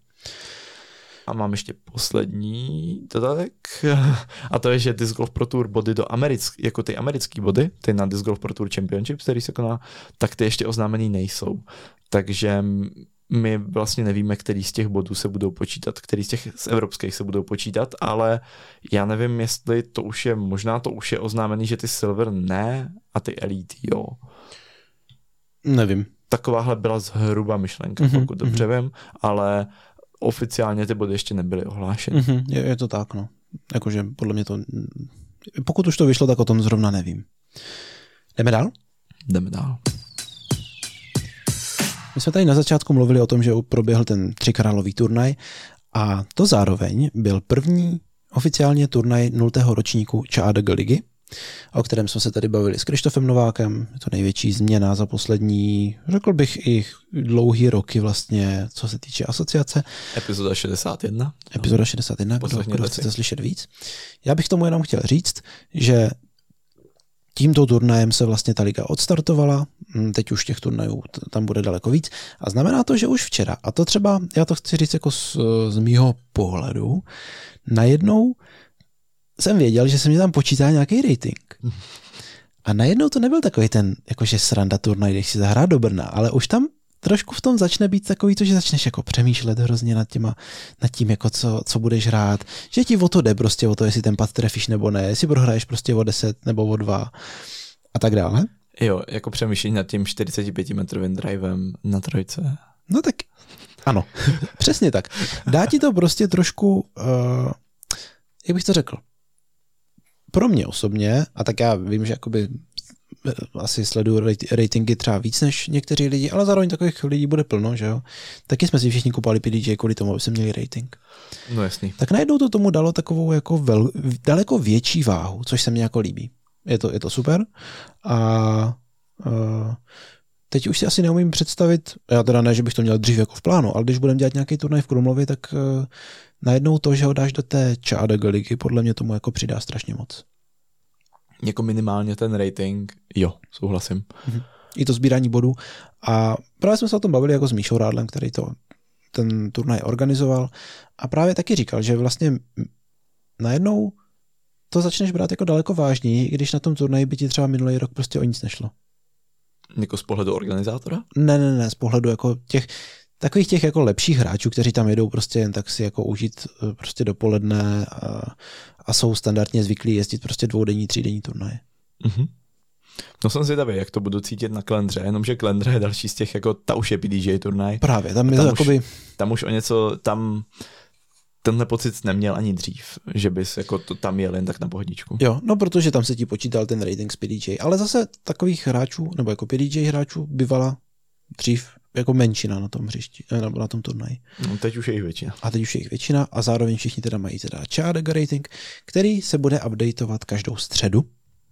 A mám ještě poslední dodatek. A to je, že Disc Golf Pro Tour body do americk, jako ty americký body, ty na Disc Golf Pro Tour Championship, který se koná, tak ty ještě oznámený nejsou. Takže my vlastně nevíme, který z těch bodů se budou počítat, který z těch z evropských se budou počítat, ale já nevím, jestli to už je, možná to už je oznámený, že ty Silver ne a ty Elite jo. Nevím. Takováhle byla zhruba myšlenka, mm-hmm, pokud dobře mm-hmm. vím, ale oficiálně ty body ještě nebyly ohlášeny. Mm-hmm, je, je to tak, no. Jakože podle mě to, pokud už to vyšlo, tak o tom zrovna nevím. Jdeme dál? Jdeme dál. My jsme tady na začátku mluvili o tom, že proběhl ten třikrálový turnaj a to zároveň byl první oficiálně turnaj nultého ročníku Č A D G ligy, o kterém jsme se tady bavili s Krištofem Novákem. Je to největší změna za poslední, řekl bych, i dlouhý roky vlastně, co se týče asociace. Epizoda šedesát jedna. Epizoda šedesát jedna, kdo, kdo chcete slyšet víc. Já bych tomu jenom chtěl říct, že tímto turnajem se vlastně ta liga odstartovala, teď už těch turnajů tam bude daleko víc a znamená to, že už včera, a to třeba, já to chci říct jako z, z mýho pohledu, najednou jsem věděl, že se mě tam počítá nějaký rating. A najednou to nebyl takový ten, jakože sranda turnaj, když si zahrát do Brna, ale už tam trošku v tom začne být takový to, že začneš jako přemýšlet hrozně nad těma, nad tím, jako co, co budeš hrát, že ti o to jde prostě o to, jestli ten pad trefíš nebo ne, jestli prohraješ prostě o deset nebo o dva a tak dále. Jo, jako přemýšlení nad tím čtyřicetipětimetrovým drivem na trojce. No tak ano, přesně tak. Dá ti to prostě trošku, uh, jak bych to řekl, pro mě osobně, a tak já vím, že jakoby asi sleduju ratingy třeba víc než někteří lidi, ale zároveň takových lidí bude plno, že jo. Taky jsme si všichni kupovali P D J kvůli tomu, aby jsme měli rating. No jasný. Tak najednou to tomu dalo takovou jako vel, daleko větší váhu, což se mně jako líbí. Je to, je to super. A uh, teď už si asi neumím představit, já teda ne, že bych to měl dřív jako v plánu, ale když budeme dělat nějaký turnaj v Krumlově, tak uh, najednou to, že ho dáš do té Č A D G ligy, podle mě tomu jako přidá strašně moc. Jako minimálně ten rating, jo, souhlasím. Mm-hmm. I to sbírání bodů. A právě jsme se o tom bavili jako s Míšou Rádlem, který to, ten turnaj organizoval a právě taky říkal, že vlastně najednou to začneš brát jako daleko vážněji, když na tom turnaji by ti třeba minulý rok prostě o nic nešlo. Jako z pohledu organizátora? Ne, ne, ne, z pohledu jako těch takových těch jako lepších hráčů, kteří tam jedou prostě jen tak si jako užít prostě dopoledne a, a jsou standardně zvyklí jezdit prostě dvoudenní, třídenní turnaje. Mm-hmm. No jsem zvědavý, jak to budu cítit na Klendře, jenomže Klendra je další z těch, jako ta už je P D J turnaj. Právě, tam je to tam jakoby... Už, tam už o něco, tam tenhle pocit neměl ani dřív, že bys jako to tam jel jen tak na pohodičku. Jo, no protože tam se ti počítal ten rating z P D J, ale zase takových hráčů, nebo jako P D J hráčů bývala dřív jako menšina na tom hřišti, nebo na tom turnaji. No, teď už je jich většina. A teď už je jich většina a zároveň všichni teda mají teda C A D G rating, který se bude updateovat každou středu.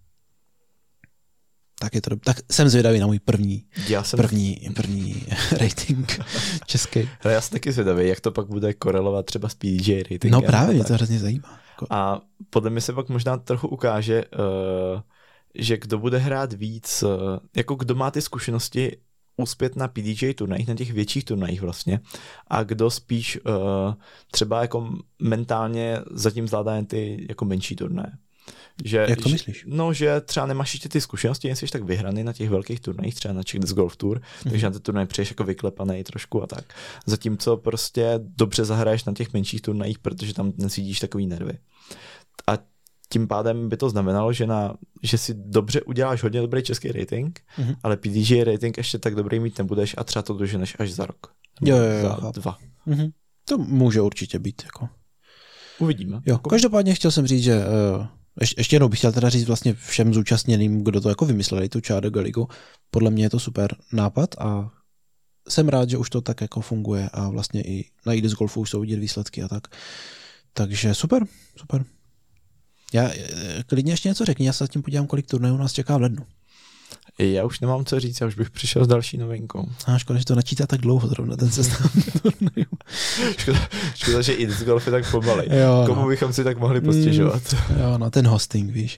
Tak, je to, tak jsem zvědavý na můj první, já jsem... první, první rating český. Ale já jsem taky zvědavý, jak to pak bude korelovat třeba s P D J ratingem. No právě, mě to hrozně zajímá. A podle mě se pak možná trochu ukáže, uh, že kdo bude hrát víc, uh, jako kdo má ty zkušenosti uspět na P D J turnajích, na těch větších turnajích vlastně, a kdo spíš uh, třeba jako mentálně zatím zvládá jen ty jako menší turnaje. Že, Jak to že, myslíš? No, že třeba nemáš ještě ty zkušenosti, jen jsi tak vyhraný na těch velkých turnajích, třeba na Czech Disc Golf Tour, mm-hmm. takže na ten turnaj přijdeš jako vyklepaný trošku a tak. Zatímco prostě dobře zahraješ na těch menších turnajích, protože tam necítíš takový nervy. A tím pádem by to znamenalo, že, na, že si dobře uděláš hodně dobrý český rating, mm-hmm. ale P D J rating ještě tak dobrý mít nebudeš a třeba to doženeš až za rok. Jo, jo, jo, za dva. Mm-hmm. To může určitě být. Jako. Uvidíme. Jo, každopádně chtěl jsem říct, že uh, ještě, ještě jednou bych chtěl teda říct vlastně všem zúčastněným, kdo to jako vymysleli, tu C A D G ligu. Podle mě je to super nápad a jsem rád, že už to tak jako funguje a vlastně i na iDisc Golfu už jsou vidět výsledky a tak. Takže super, super. Já klidně ještě něco řekni, já se tím podívám, kolik turnajů nás čeká v lednu. Já už nemám co říct, já už bych přišel s další novinkou. A škoda, že to načítá tak dlouho zrovna ten seznam turnajů. škoda, škoda, že iDisc Golf je tak pomalej. Jo, Komu no. bychom si tak mohli postěžovat? Mm, jo, no ten hosting, víš.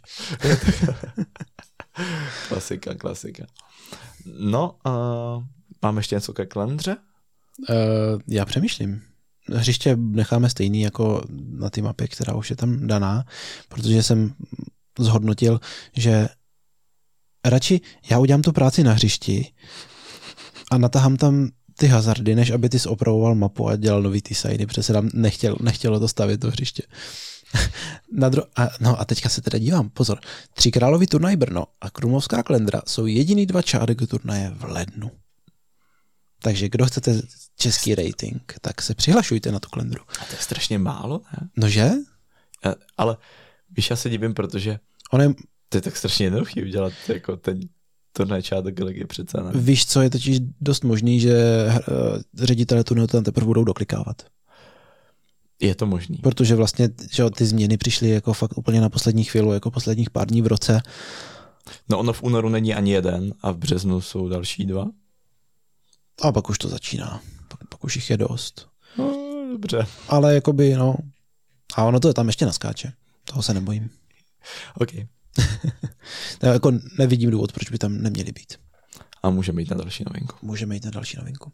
Klasika, klasika. No, uh, máme ještě něco ke Klendře? Uh, já přemýšlím. Hřiště necháme stejný jako na té mapě, která už je tam daná, protože jsem zhodnotil, že radši já udělám tu práci na hřišti a natahám tam ty hazardy, než aby ty zopravoval mapu a dělal nový ty sajdy, protože se tam nechtěl, nechtělo to stavit do hřiště. Na dro- a, no a teďka se teda dívám, pozor, Třikrálový turnaj Brno a Krumlovská Klendra jsou jediný dva C A D G turnaje v lednu. Takže kdo chcete český rating, tak se přihlašujte na tu Klendru. A to je strašně málo, ne? Nože? Ale víš, já se divím, protože On je... to je tak strašně jednoduchý udělat jako ten turnaj C A D G ligy přece, ne? Víš co, je totiž dost možný, že ředitelé turnaje tam teprve budou doklikávat. Je to možný. Protože vlastně že ty změny přišly jako fakt úplně na poslední chvíli, jako posledních pár dní v roce. No ono v únoru není ani jeden a v březnu jsou další dva. A pak už to začíná. Pak, pak už jich je dost. No, dobře. Ale jakoby, no. A ono to je tam ještě naskáče. Toho se nebojím. OK. jako nevidím důvod, proč by tam neměli být. A můžeme jít na další novinku. Můžeme jít na další novinku.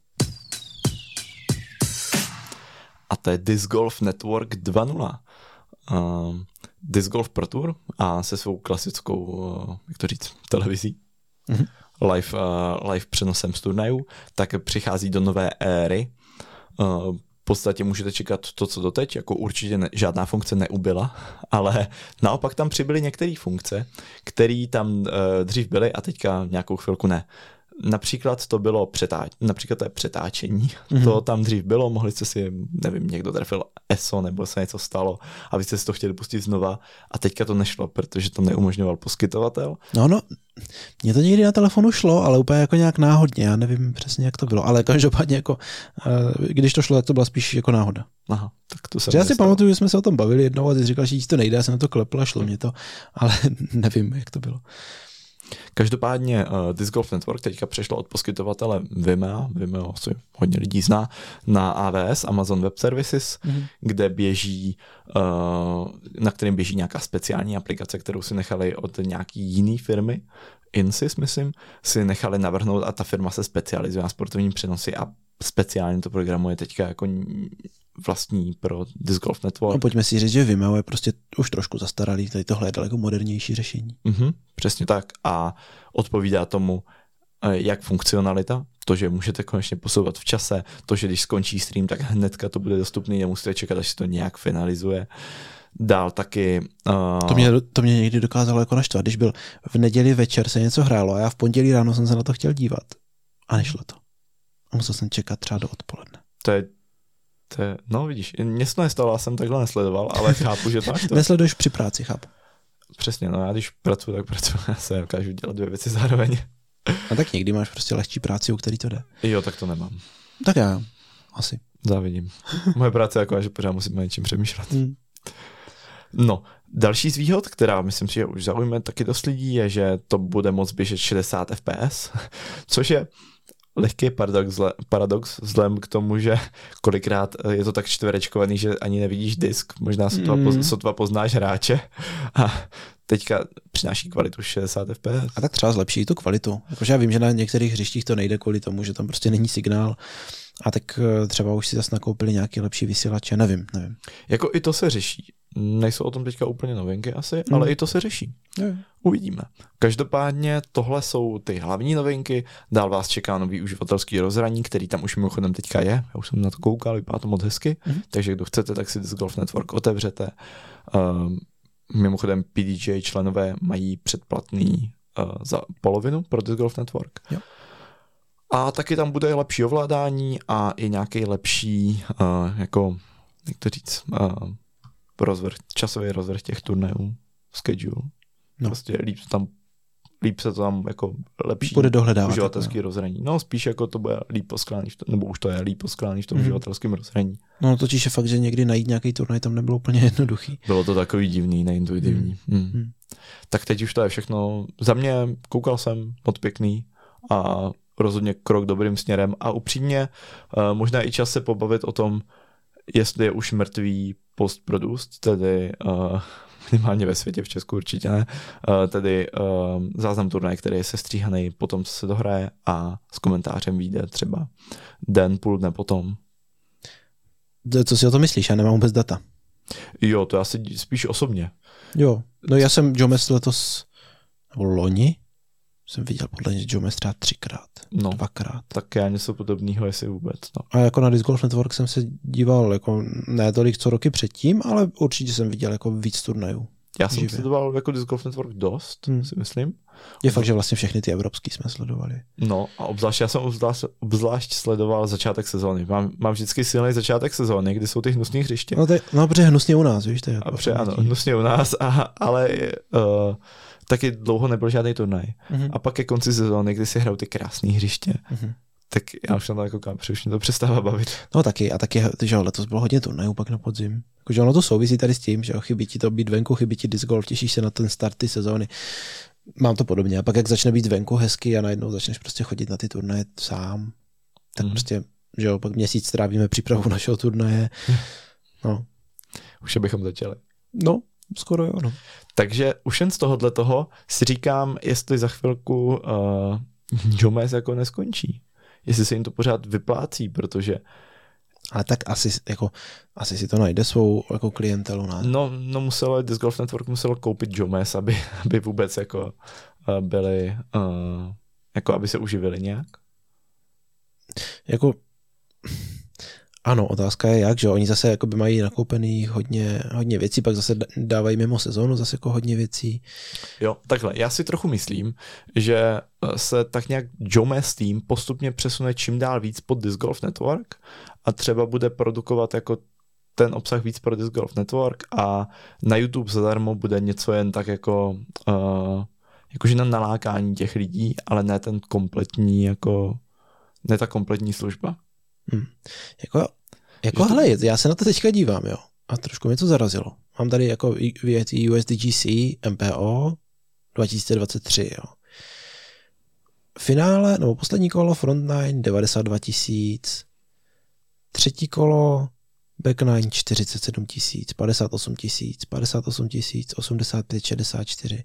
A to je Disc Golf Network dva tečka nula. Uh, Disc Golf Pro Tour a se svou klasickou, uh, jak to říct, televizí. Mm-hmm. Live, uh, live přenosem z turnajů, tak přichází do nové éry. Uh, v podstatě můžete čekat to, co doteď, jako určitě ne, žádná funkce neubyla, ale naopak tam přibyly některé funkce, které tam uh, dřív byly a teďka nějakou chvilku ne. Například to bylo přetáč, například to je přetáčení. Mm-hmm. To tam dřív bylo, mohli jste si, nevím, někdo trefil E S O nebo se něco stalo a vy jste si to chtěli pustit znova a teďka to nešlo, protože to neumožňoval poskytovatel. No, no, mně to někdy na telefonu šlo, ale úplně jako nějak náhodně, já nevím přesně, jak to bylo, ale každopádně jako, když to šlo, tak to byla spíš jako náhoda. Aha, tak to se Já si pamatuju, že jsme se o tom bavili jednou a ty jsi říkal, že ti to nejde, já jsem na to klepl a šlo mě to, ale nevím, jak to bylo. Každopádně uh, Disc Golf Network teďka přešlo od poskytovatele Vimeo, Vimeo asi hodně lidí zná, na A W S, Amazon Web Services, mm-hmm. kde běží, uh, na kterém běží nějaká speciální aplikace, kterou si nechali od nějaký jiný firmy, Insys, myslím, si nechali navrhnout a ta firma se specializuje na sportovní přenosy a speciálně to programuje teďka jako vlastní pro Disc Golf Network. No, pojďme si říct, že Vimeo je prostě už trošku zastaralý, tady tohle je daleko modernější řešení. Mm-hmm, přesně tak a odpovídá tomu jak funkcionalita, to, že můžete konečně posouvat v čase, to, že když skončí stream, tak hnedka to bude dostupný, nemusíte čekat, až se to nějak finalizuje. Dál taky... Uh... To, mě, to mě někdy dokázalo jako naštvat, když byl v neděli večer se něco hrálo a já v pondělí ráno jsem se na to chtěl dívat a nešlo to. A musel jsem čekat třeba do odpoledne. To je, to je no vidíš, mně se to nestalo, já jsem takhle nesledoval, ale chápu, že to máš to. Nesleduješ při práci, chápu. Přesně, no já když pracuji, tak pracuji, já se dokážu dělat dvě věci zároveň. A tak někdy máš prostě lehčí práci, u který to jde. Jo, tak to nemám. Tak já, asi. Závidím. Moje práce je jako, že pořád musím na něčím přemýšlet. Hmm. No, další z výhod, která myslím si, že už zaujme taky dost lidí, je, že to bude moct běžet šedesát F P S, což je lehký paradox, paradox vzhledem k tomu, že kolikrát je to tak čtverečkovaný, že ani nevidíš disk, možná sotva, mm. sotva poznáš hráče a teďka přináší kvalitu šedesát F P S. A tak třeba zlepší tu kvalitu. Jakože já vím, že na některých hřištích to nejde kvůli tomu, že tam prostě není signál. A tak třeba už si zase nakoupili nějaký lepší vysílače, nevím, nevím. Jako i to se řeší. Nejsou o tom teďka úplně novinky asi, mm. ale i to se řeší. Je. Uvidíme. Každopádně tohle jsou ty hlavní novinky, dál vás čeká nový uživatelský rozhraní, který tam už mimochodem teďka je. Já už jsem na to koukal, vypadá to moc hezky, mm. takže kdo chcete, tak si Disc Golf Network otevřete. Um, mimochodem P D J členové mají předplatný uh, za polovinu pro Disc Golf Network. Jo. A taky tam bude lepší ovládání a i nějaký lepší, uh, jako, jak to říct, uh, rozvrh, časový rozvrh těch turnajů, schedule. No. Prostě líp, tam, líp se to tam jako lepší bude dohledávat uživatelský jako, rozhraní. No spíš jako to bude líp poskládaný, nebo už to je líp poskládaný v tom mm. uživatelském rozhraní. No totiž je fakt, že někdy najít nějaký turnaj tam nebylo úplně jednoduchý. Bylo to takový divný, neintuitivní. Mm. Mm. Mm. Tak teď už to je všechno. Za mě koukal jsem, moc pěkný a rozhodně krok dobrým směrem a upřímně uh, možná i čas se pobavit o tom, jestli je už mrtvý post-produced, tedy uh, minimálně ve světě, v Česku určitě ne, uh, tedy uh, záznam turnaje, který je sestříhaný po tom, co se dohraje a s komentářem vyjde třeba den, půl dne potom. Co si o to myslíš? Já nemám vůbec data. Jo, to já si spíš osobně. Jo, no já jsem Jomez letos, nebo loni, jsem viděl podle mě Jomez třeba třikrát, no, dvakrát. Tak já něco podobného, jestli vůbec. No. A jako na Disc Golf Network jsem se díval jako ne tolik co roky předtím, ale určitě jsem viděl jako víc turnajů. Já jsem sledoval jako Disc Golf Network dost, hmm. si myslím. Je fakt, že vlastně všechny ty evropský jsme sledovali. No a obzvlášť, já jsem obzvlášť, obzvlášť sledoval začátek sezóny. Mám, mám vždycky silný začátek sezóny, kdy jsou ty hnusný hřiště. No, te, no protože hnusně u nás, víš? To je a pře, ano, hnusně u nás, a, ale uh, taky dlouho nebyl žádný turnaj. Mm-hmm. A pak ke konci sezóny, kdy si hrajou ty krásné hřiště, mm-hmm. tak já už na to jako kam, už mě to přestává bavit. No taky, a taky, že letos bylo hodně turnajů pak na podzim. Jakože ono to souvisí tady s tím, že chybí ti to být venku, chybí ti disc golf, těšíš se na ten start ty sezóny. Mám to podobně. A pak jak začne být venku hezky a najednou začneš prostě chodit na ty turnaje sám, tak mm. prostě, že jo, pak měsíc strávíme přípravu našeho turnaje. No. Už bychom začali. No, skoro jo, no. Takže už jen z tohohle toho si říkám, jestli za chvilku uh, Jomez jako neskončí. Jestli se jim to pořád vyplácí, protože... Ale tak asi, jako, asi si to najde svou jako klientelu, ne? No, no muselo, Disc Golf Network muselo koupit Jomez, aby, aby vůbec jako uh, byli, uh, jako aby se uživili nějak. Jako... Ano, otázka je jak, že oni zase jakoby mají nakoupený hodně, hodně věcí, pak zase dávají mimo sezónu zase jako hodně věcí. Jo, takhle, já si trochu myslím, že se tak nějak Jomez tým postupně přesune čím dál víc pod Disc Golf Network a třeba bude produkovat jako ten obsah víc pro Disc Golf Network a na YouTube zadarmo bude něco jen tak jako uh, jakože na nalákání těch lidí, ale ne ten kompletní jako, ne ta kompletní služba. Hmm. Jako, jako hele, to... já se na to teďka dívám, jo. A trošku mě to zarazilo. Mám tady jako věci U S D G C, M P O dva tisíce dvacet tři, jo. Finále, nebo poslední kolo Frontline devadesát dva tisíc, třetí kolo Backline čtyřicet sedm tisíc, padesát osm tisíc, padesát osm tisíc, osmdesát pět, šedesát čtyři.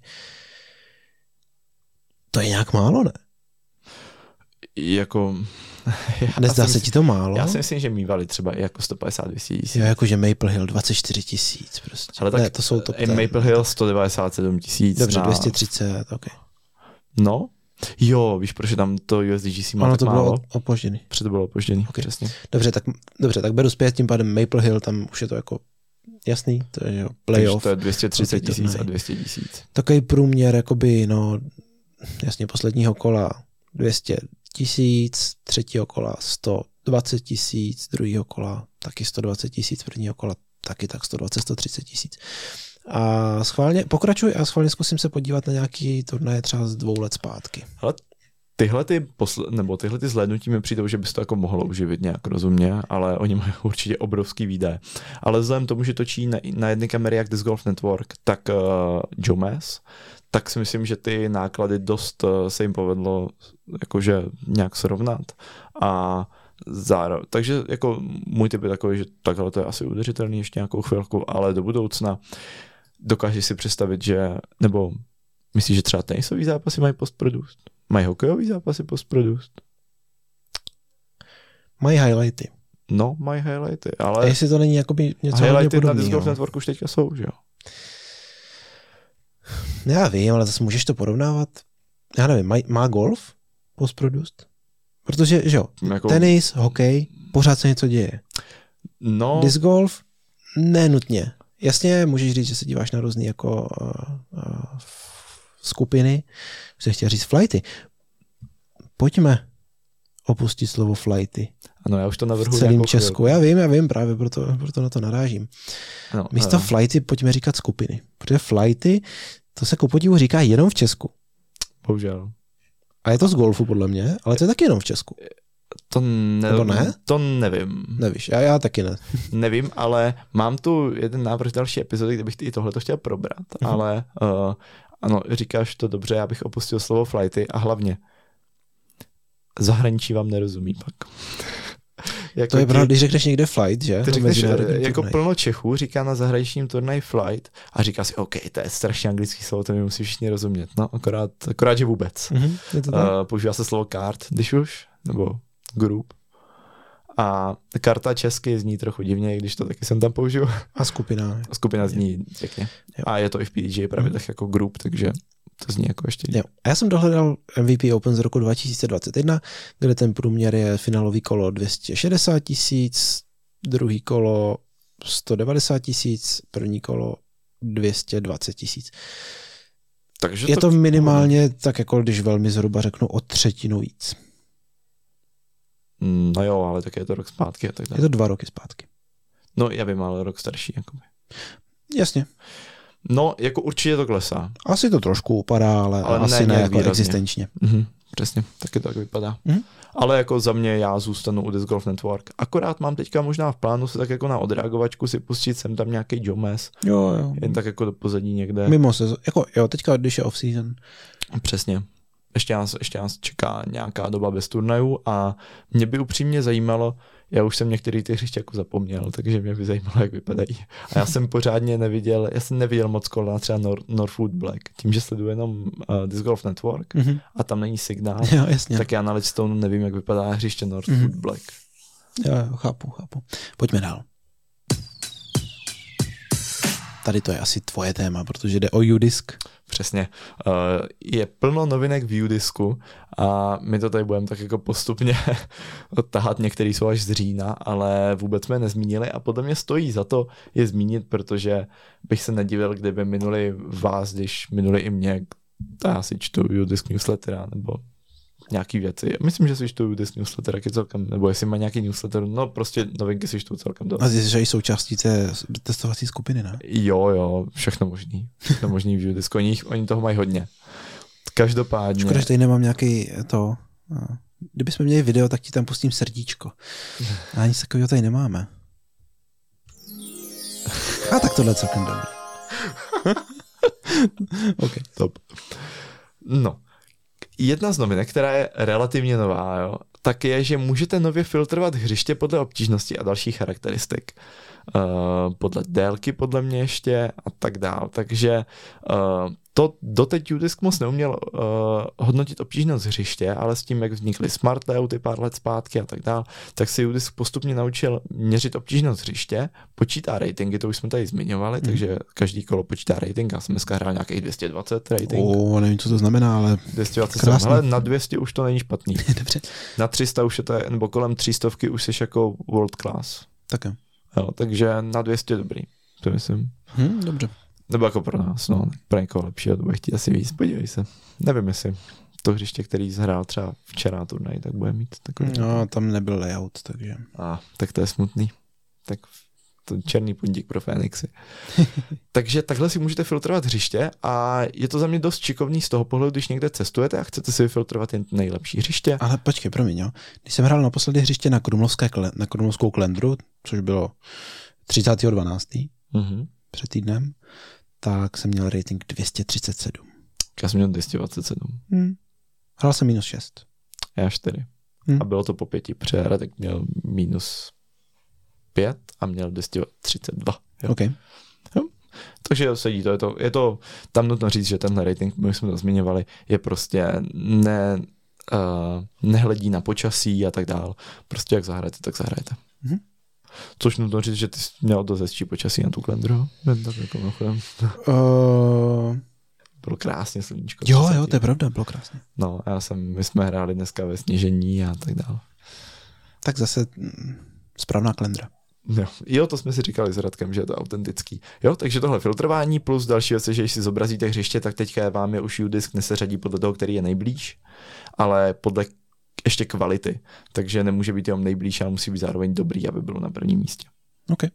To je nějak málo, ne? Jako... Nezdá se ti to málo? Já si myslím, že mývali třeba i jako sto padesát tisíc. Jo, jakože Maple Hill dvacet čtyři tisíc prostě. Ale tak ne, to jsou to i Maple Hill sto devadesát sedm tisíc. Dobře, na... dvě stě třicet, ok. No, Jo, víš, proč tam to U S D G C má Ono tak to málo? bylo opožděný. Protože to bylo opožděný, Okay. přesně. Dobře, tak, dobře, tak beru zpět, tím pádem Maple Hill, tam už je to jako jasný, to je jo, playoff. Takže to je dvě stě třicet tisíc a dvě stě tisíc. Takový průměr, jakoby, no, jasně, posledního kola dvě stě tisíc, třetího kola sto dvacet tisíc, druhého kola taky sto dvacet tisíc, prvního kola taky tak sto dvacet sto třicet tisíc. A schválně, pokračuj a schválně zkusím se podívat na nějaký turnaje třeba z dvou let zpátky. Ale tyhle ty, posl- nebo tyhle ty zhlédnutí mi přijdou, že by se to jako mohlo uživit nějak rozumně, ale oni mají určitě obrovský výdaje. Ale vzhledem tomu, že točí na, na jedné kameře jak Disc Golf Network, tak uh, Jomez, tak si myslím, že ty náklady dost uh, se jim povedlo jakože nějak srovnat. A zároveň, takže jako můj typ je takový, že takhle to je asi udržitelný ještě nějakou chvilku, ale do budoucna dokážeš si představit, že, nebo myslíš, že třeba tenisový zápasy mají postprodukce? Mají hokejový zápasy postprodukce? Mají highlighty. No, mají highlighty, ale... A jestli to není jakoby něco hodně highlighty podobného. na Disc Golf Networku už teďka jsou, že jo? Já vím, ale zase můžeš to porovnávat. Já nevím, má, má golf postprodukce? Protože, že jo, jako... tenis, hokej, pořád se něco děje. No... Disc golf? Nenutně. Jasně, můžeš říct, že se díváš na různý jako uh, uh, skupiny. Už jsem chtěl říct flighty. Pojďme opustit slovo flighty. Ano, já už to navrhuji. V celém Česku. Chvíli. Já vím, já vím, právě proto, proto na to narážím. No, Místo uh... flighty pojďme říkat skupiny. Protože flighty, to se ku podivu říká jenom v Česku. Bohužel. A je to z golfu podle mě, ale to je taky jenom v Česku. To, ne, ne? to nevím. Nevíš, já, já taky ne. Nevím, ale mám tu jeden návrh další epizody, kde bych i tohle to chtěl probrat, mm-hmm. ale uh, ano, říkáš to dobře, já bych opustil slovo flighty a hlavně zahraničí vám nerozumí pak. Jako to je pravda, když řekneš někde flight, že? Ty řekneš, jako turnaj. Plno Čechů říká na zahraničním turnaji flight a říká si, OK, to je strašně anglický slovo, to mi musí všichni rozumět. No, akorát, akorát že vůbec. Mm-hmm, je to uh, používá se slovo card, když už, nebo group. A karta česky zní trochu divně, když to taky jsem tam použil. A skupina. A skupina zní pěkně. A je to i v P D G A pravidlech mm. jako group, takže to zní jako ještě líp. A já jsem dohledal M V P Open z roku dva tisíce dvacet jedna, kde ten průměr je finálový kolo dvě stě šedesát tisíc, druhý kolo sto devadesát tisíc, první kolo dvě stě dvacet tisíc. Takže je to, to minimálně tak jako když velmi zhruba řeknu o třetinu víc. No jo, ale tak je to rok zpátky a tak dále. Je to dva roky zpátky. No já vím, ale rok starší. Jakoby. Jasně. No, jako určitě to klesá. Asi to trošku upadá, ale, ale asi ne, ne jako výrazně. Existenčně. Mhm, přesně, taky to tak vypadá. Mhm. Ale jako za mě já zůstanu u Disc Golf Network. Akorát mám teďka možná v plánu se tak jako na odreagovačku si pustit sem tam nějaký Jomez. Jo, jo. Jen tak jako do pozadí někde. Mimo se, jako jo, teďka když je off-season. Přesně. Ještě nás, ještě nás čeká nějaká doba bez turnajů a mě by upřímně zajímalo, já už jsem některý ty hřiště jako zapomněl, takže mě by zajímalo, jak vypadají. A já jsem pořádně neviděl, já jsem neviděl moc kola třeba Nor- Northwood Black. Tím, že sleduju jenom uh, Disc Golf Network mm-hmm. a tam není signál, jo, jasně. tak já na Ledgestone nevím, jak vypadá hřiště Northwood mm-hmm. Black. Jo, jo, chápu, chápu. Pojďme dál. Tady to je asi tvoje téma, protože jde o U-Disc. Přesně. Uh, je plno novinek v U-Discu a my to tady budeme tak jako postupně odtahat, některý jsou až z října, ale vůbec jsme nezmínili a podle mě stojí za to je zmínit, protože bych se nedivil, kdyby minuli vás, když minuli i mě, já si čtu U-Disc newslettera nebo nějaký věci. Myslím, že si čtu U-Disc newsletter, jak je celkem, nebo jestli má nějaký newsletter, no prostě novinky si čtu celkem dost. A zjistíš, že i součástí té testovací skupiny, ne? Jo, jo, všechno možný. Všechno možný v U-Discu, oni, oni toho mají hodně. Každopádně. Škoda, že tady nemám nějaký to, kdybychom měli video, tak ti tam pustím srdíčko. A nic takového tady nemáme. A tak tohle je celkem dobrý. OK, top. No. Jedna z novinek, která je relativně nová, jo, tak je, že můžete nově filtrovat hřiště podle obtížnosti a dalších charakteristik. Uh, podle délky, podle mě ještě a tak dál. Takže uh, to doteď Udisk moc neuměl uh, hodnotit obtížnost hřiště, ale s tím, jak vznikly smart layouty pár let zpátky a tak dál, tak se Udisk postupně naučil měřit obtížnost hřiště, počítá ratingy, to už jsme tady zmiňovali, mm. takže každý kolo počítá rating, já jsem dneska hrál nějakých dvě stě dvacet rating. O, nevím, co to znamená, ale dvě stě dvacet, ale na dvě stě už to není špatný. Dobře. Na tři sta už je to, nebo kolem tři stovky už jsi jako world class. Tak jo. Jo, takže na dvě stě dobrý, to myslím. Hmm, dobře. Nebo jako pro nás, no, pro někoho lepšího, to bude chtít asi víc, podívej se. Nevím, jestli to hřiště, který zhrál třeba včera turnaj, tak bude mít takový. No, tam nebyl layout, takže. A, tak to je smutný. Tak to černý pundík pro Fénixy. Takže takhle si můžete filtrovat hřiště a je to za mě dost šikovný z toho pohledu, když někde cestujete a chcete si vyfiltrovat jen nejlepší hřiště. Ale počkej, promiň, jo. Když jsem hrál naposledy hřiště na Krumlovské, na Krumlovskou Klendru, což bylo třicátého dvanáctého Mm-hmm. před týdnem, tak jsem měl rating dvě stě třicet sedm. Já jsem měl dvě stě dvacet sedm. Hmm. Hrál jsem minus šest. Já čtyři. Hmm. A bylo to po pěti, protože Radek měl minus pět a měl dvě stě třicet dva. Jo. Okay. Jo. Takže sedí to je, to. je to, tam nutno říct, že tenhle rating, my jsme to zmiňovali, je prostě ne, uh, nehledí na počasí a tak dál. Prostě jak zahrajete, tak zahrajete. Hmm. Což nutno říct, že ty jsi měl dost hezčí počasí na tu Klendru. Tak jako uh... Bylo krásně sluníčko. Jo, jo, to je pravda, bylo krásně. No, já jsem, my jsme hráli dneska ve sněžení a tak dále. Tak zase m, správná Klendra. Jo. jo, to jsme si říkali s Radkem, že je to autentický. Jo, takže tohle filtrování plus další věc, že když si zobrazíte hřiště, tak teďka vám je už Udisk neseřadí podle toho, který je nejblíž, ale podle ještě kvality. Takže nemůže být jenom nejblíž, ale musí být zároveň dobrý, aby bylo na prvním místě. Okay.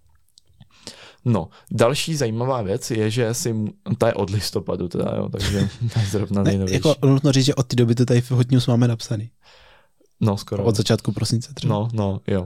No, další zajímavá věc je, že si, ta je od listopadu teda, jo, takže to je zrovna nejnovější. Jako nutno říct, že od té doby to tady v Hot News máme napsaný. No, skoro. Od začátku prosince třeba. No, no, jo.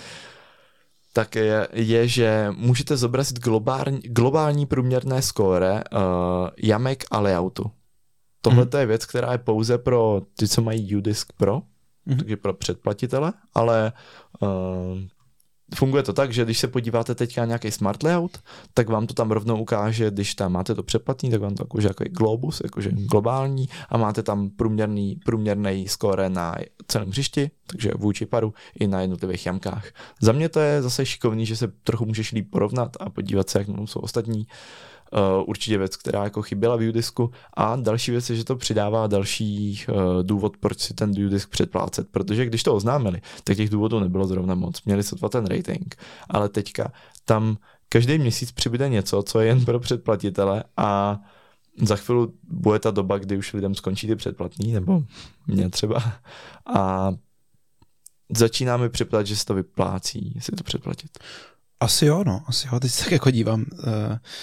Tak je, je že můžete zobrazit globální, globální průměrné skóre uh, jamek a layoutu. Tohle hmm. je věc, která je pouze pro ty, co mají Udisk Pro, hmm. takže pro předplatitele, ale uh, funguje to tak, že když se podíváte teďka na nějaký smart layout, tak vám to tam rovnou ukáže, když tam máte to předplatný, tak vám to ukáže jako globus, jakože globální a máte tam průměrný, průměrný skóre na celém hřišti, takže vůči paru i na jednotlivých jamkách. Za mě to je zase šikovný, že se trochu můžeš líp porovnat a podívat se, jak na jsou ostatní. Uh, určitě věc, která jako chyběla v Udisku a další věc je, že to přidává další uh, důvod, proč si ten Udisk předplácet, protože když to oznámili, tak těch důvodů nebylo zrovna moc, měli sotva ten rating, ale teďka tam každý měsíc přibude něco, co je jen pro předplatitele a za chvíli bude ta doba, kdy už lidem skončí ty předplatný, nebo mě třeba a začíná mi připadat, že se to vyplácí si to předplatit. Asi jo, no, asi jo, teď se tak jako dívám uh...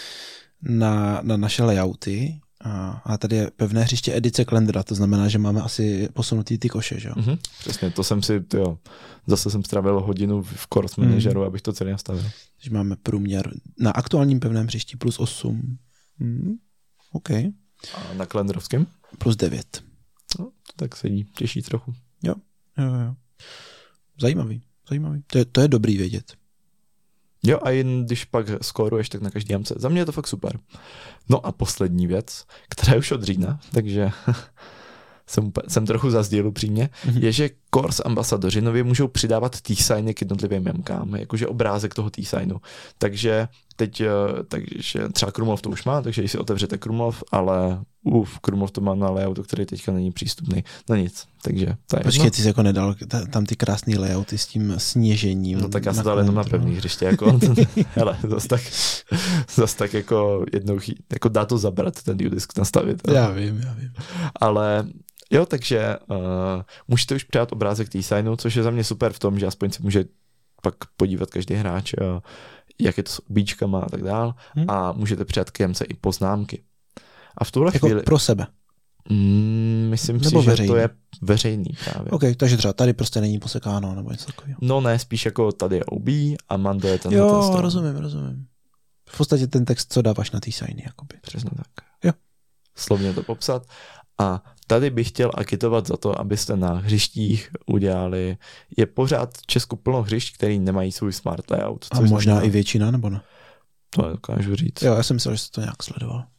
Na, na naše layouty a, a tady je pevné hřiště edice Klendra, to znamená, že máme asi posunutý ty koše, že jo? Mm-hmm, přesně, to jsem si, jo, zase jsem strávil hodinu v course manageru, mm. abych to celé nastavil. Takže máme průměr na aktuálním pevném hřišti plus osm. Mm, OK. A na Klendrovském? Plus devět. No, tak sedí, těší trochu. Jo, jo, jo. Zajímavý, zajímavý. To je, to je dobrý vědět. Jo, a jen když pak skóruješ, tak na každý jamce. Za mě je to fakt super. No a poslední věc, která je už od října, takže jsem, jsem trochu zazdíl upřímně, mm-hmm. je, že course ambasadoři nově můžou přidávat T-signy k jednotlivým jamkám, jakože obrázek toho T-signu. Takže teď, takže třeba Krumlov to už má, takže když si otevřete Krumlov, ale uf, Krumlov to má na layoutu, který teďka není přístupný. No nic, takže to je Počkej, jedno. Ty jsi jako nedal tam ty krásný layouty s tím sněžením. No tak já jsem dal jenom na pevný hřiště, jako, hele, zase tak, zas tak jako jednou, chý, jako dá to zabrat, ten Udisk nastavit. Já vím, já vím. Ale jo, takže uh, můžete už přidat obrázek T-signu, což je za mě super v tom, že aspoň se může pak podívat každý hráč, uh, jak je to s ubíčkama a tak dál. Hmm. A můžete přidat k jamce i poznámky. A v tuhle jako chvíli... pro sebe? Mm, myslím nebo si, veřejný. Že to je veřejný právě. OK, takže třeba tady prostě není posekáno nebo něco takového. No ne, spíš jako tady je O B a Mando je ten. Jo, ten rozumím, rozumím. V podstatě ten text, co dáváš na T-signy, jakoby. Přesně tak. Jo. Slovně to popsat. A tady bych chtěl agitovat za to, abyste na hřištích udělali, je pořád v Česku plno hřišť, který nemají svůj smart layout. A možná znamená, i většina, nebo ne? To dokážu říct. Jo, já jsem myslel, že jsi to nějak sledoval.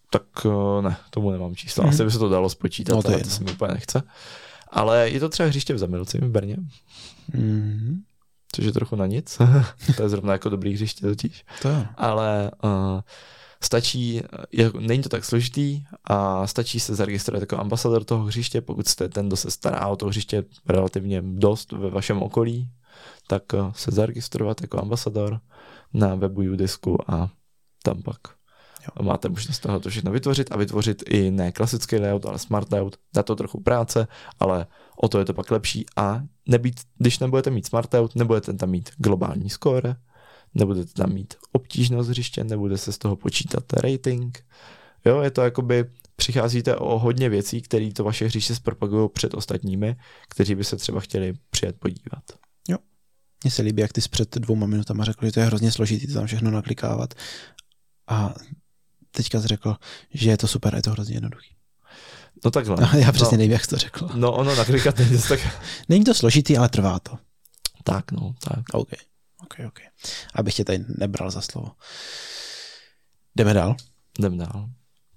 Tak ne, tomu nemám číslo. Asi by se to dalo spočítat, no to, ale to se mi úplně nechce. Ale je to třeba hřiště v Zamilci v Brně. Mm. Což je trochu na nic. To je zrovna jako dobrý hřiště totiž. To je. Ale uh, stačí, je, není to tak složitý a stačí se zaregistrovat jako ambasador toho hřiště, pokud jste ten, kdo se stará o to hřiště relativně dost ve vašem okolí, tak uh, se zaregistrovat jako ambasador na webu Udisku a tam pak jo. máte možnost toho to všechno vytvořit a vytvořit i ne klasický layout, ale smart layout. Dá to trochu práce, ale o to je to pak lepší a nebýt, když nebudete mít smart layout, nebudete tam mít globální score, nebudete tam mít obtížnost hřiště, nebude se z toho počítat rating. Jo, je to jakoby, přicházíte o hodně věcí, které to vaše hřiště zpropagují před ostatními, kteří by se třeba chtěli přijet podívat. Jo. Mně se líbí, jak ty jsi před dvouma minutama řekl, že to je hrozně složitý to tam všechno naklikávat. A teďka jsi řekl, že je to super, je to hrozně jednoduchý. No takhle. No, já přesně no, nevím, jak jsi to řekl. No ono naklikat není tak... Není to složitý, ale trvá to. Tak, no, tak. OK, OK, OK. Abych tě tady nebral za slovo. Jdeme dál? Jdeme dál.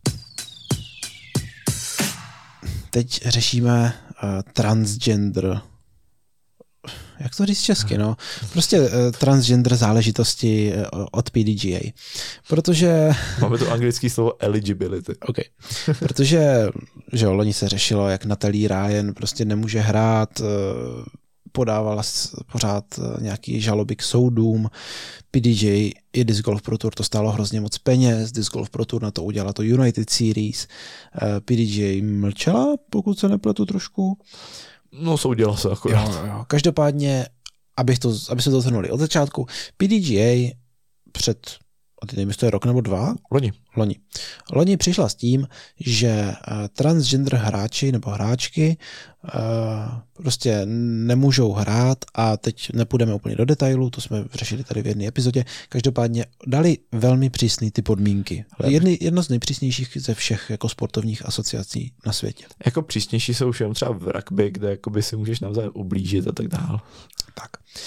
Teď řešíme uh, transgender... Jak to říct česky, no? Prostě uh, transgender záležitosti uh, od P D G A. Protože... Máme to anglické slovo eligibility. OK. Protože, že jo, loni se řešilo, jak Natalie Ryan prostě nemůže hrát, uh, podávala pořád uh, nějaký žaloby k soudům. P D G A i Disc Golf Pro Tour to stálo hrozně moc peněz. Disc Golf Pro Tour na to udělala to United Series. Uh, P D G A mlčela, pokud se nepletu trošku. No, soudila se akorát. Jo, jo. Každopádně, abych to, aby se to zhrnuli od začátku, P D G A před, a teď nevím, jestli to je rok nebo dva? Loni. Loni. Loni přišla s tím, že uh, transgender hráči nebo hráčky uh, prostě nemůžou hrát a teď nepůjdeme úplně do detailu, to jsme řešili tady v jedné epizodě. Každopádně dali velmi přísný ty podmínky. Jedny, jedno z nejpřísnějších ze všech jako sportovních asociací na světě. Jako přísnější jsou všem třeba v rugby, kde jakoby si můžeš navzájem ublížit a tak dál. Tak.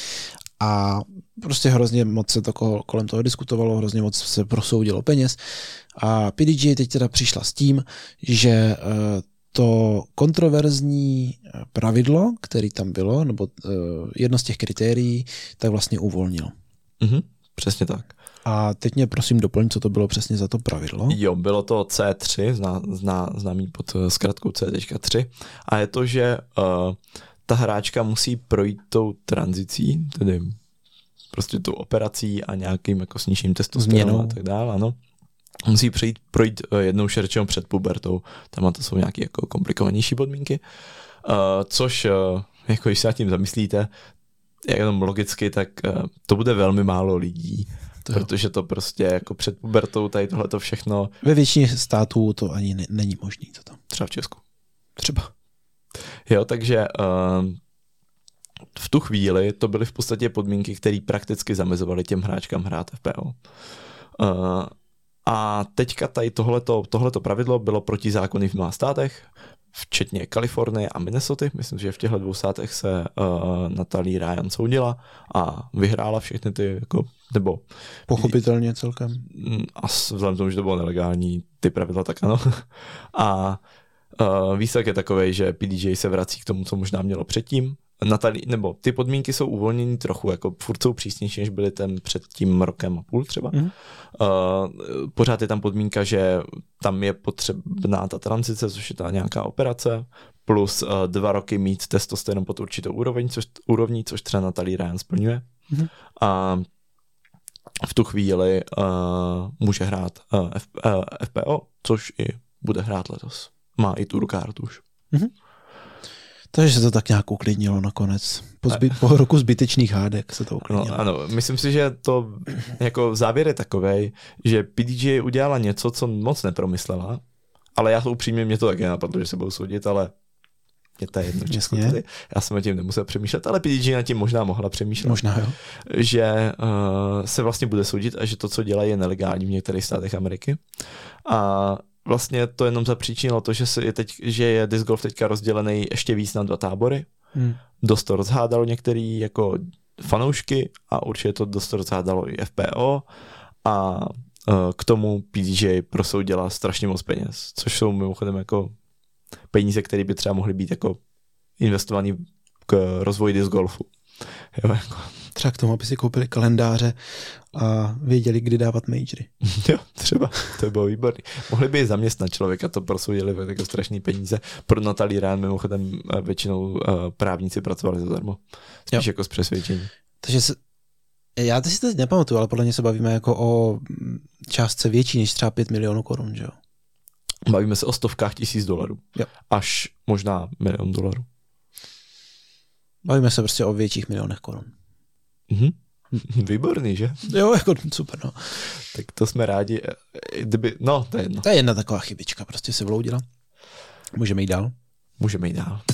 A prostě hrozně moc se to kolem toho diskutovalo, hrozně moc se prosoudilo peněz a P D G A teď teda přišla s tím, že to kontroverzní pravidlo, který tam bylo, nebo jedno z těch kritérií, tak vlastně uvolnil. Mhm, přesně tak. A teď mě prosím doplň, co to bylo přesně za to pravidlo. Jo, bylo to C tři, zná, zná, známý pod zkratkou C tři a je to, že uh, ta hráčka musí projít tou tranzicí, tedy prostě tou operací a nějakým jako snížením testosteronu a tak dále, ano. Musí přejít, projít jednou šerčenou před pubertou, tam to jsou nějaké jako komplikovanější podmínky, uh, což, uh, jako když se nad tím zamyslíte, jenom logicky, tak uh, to bude velmi málo lidí, to protože to prostě jako před pubertou tady tohleto všechno... Ve většině států to ani ne, není možný toto. Třeba v Česku. Třeba. Jo, takže uh, v tu chvíli to byly v podstatě podmínky, které prakticky zamezovaly těm hráčkám hrát F P O. Uh, a teďka tady tohleto, tohleto pravidlo bylo protizákonné v mnoha státech, včetně Kalifornie a Minnesota. Myslím, že v těchto dvou státech se uh, Natalie Ryan soudila a vyhrála všechny ty, jako, nebo... Pochopitelně celkem. A vzhledem k tomu, že to bylo nelegální, ty pravidla, tak ano. A Uh, výsledek je takovej, že P D G A se vrací k tomu, co možná mělo předtím. Natalie, nebo ty podmínky jsou uvolněny trochu, jako furt jsou přísnější, než byly ten před tím rokem a půl třeba. Mm. Uh, pořád je tam podmínka, že tam je potřebná ta tranzice, což je ta nějaká operace, plus uh, dva roky mít testosteron pod určitou úroveň, což, úrovní, což třeba Natalie Ryan splňuje. Mm. A v tu chvíli uh, může hrát uh, F, uh, F P O, což i bude hrát letos. Má i tu kartu už. Mm-hmm. Takže se to tak nějak uklidnilo nakonec. Po, zby, po roku zbytečných hádek se to uklidnilo. No, ano, myslím si, že to jako závěr je takovej, že P D G A udělala něco, co moc nepromyslela, ale já to upřímně, mě to taky napadlo, že se budou soudit, ale je to jedno Česko tady. Já jsem o tím nemusel přemýšlet, ale P D G A na tím možná mohla přemýšlet. Možná, jo. Že uh, se vlastně bude soudit a že to, co dělají, je nelegální v některých státech Ameriky. A vlastně to jenom zapříčinilo to, že, se je, teď, že je disc golf teďka rozdělený ještě víc na dva tábory. Hmm. Dost to rozhádalo některý jako fanoušky a určitě to dost rozhádalo i F P O a k tomu P D J prosoudila strašně moc peněz, což jsou mimochodem jako peníze, které by třeba mohly být jako investovaný k rozvoji disc golfu. Jo, jako. Třeba k tomu, aby si koupili kalendáře a věděli, kdy dávat majory. Jo, třeba. To bylo výborný. Mohli by zaměstnat člověka, to prosoudili jako strašný peníze. Pro Natalie Ryan mimochodem většinou právníci pracovali zadarmo. Spíš jo. Jako z přesvědčení. Takže se, já to si teď nepamatuju, ale podle mě se bavíme jako o částce větší než třeba pět milionů korun, že jo? Bavíme se o stovkách tisíc dolarů. Jo. Až možná milion dolarů. Bavíme se prostě o větších milionech korun. Mhm. Výborný, že? Jo, jako super, no. Tak to jsme rádi. Kdyby, no, to je jedno. To je jedna taková chybička, prostě se vloudila. Můžeme jít dál? Můžeme jít dál.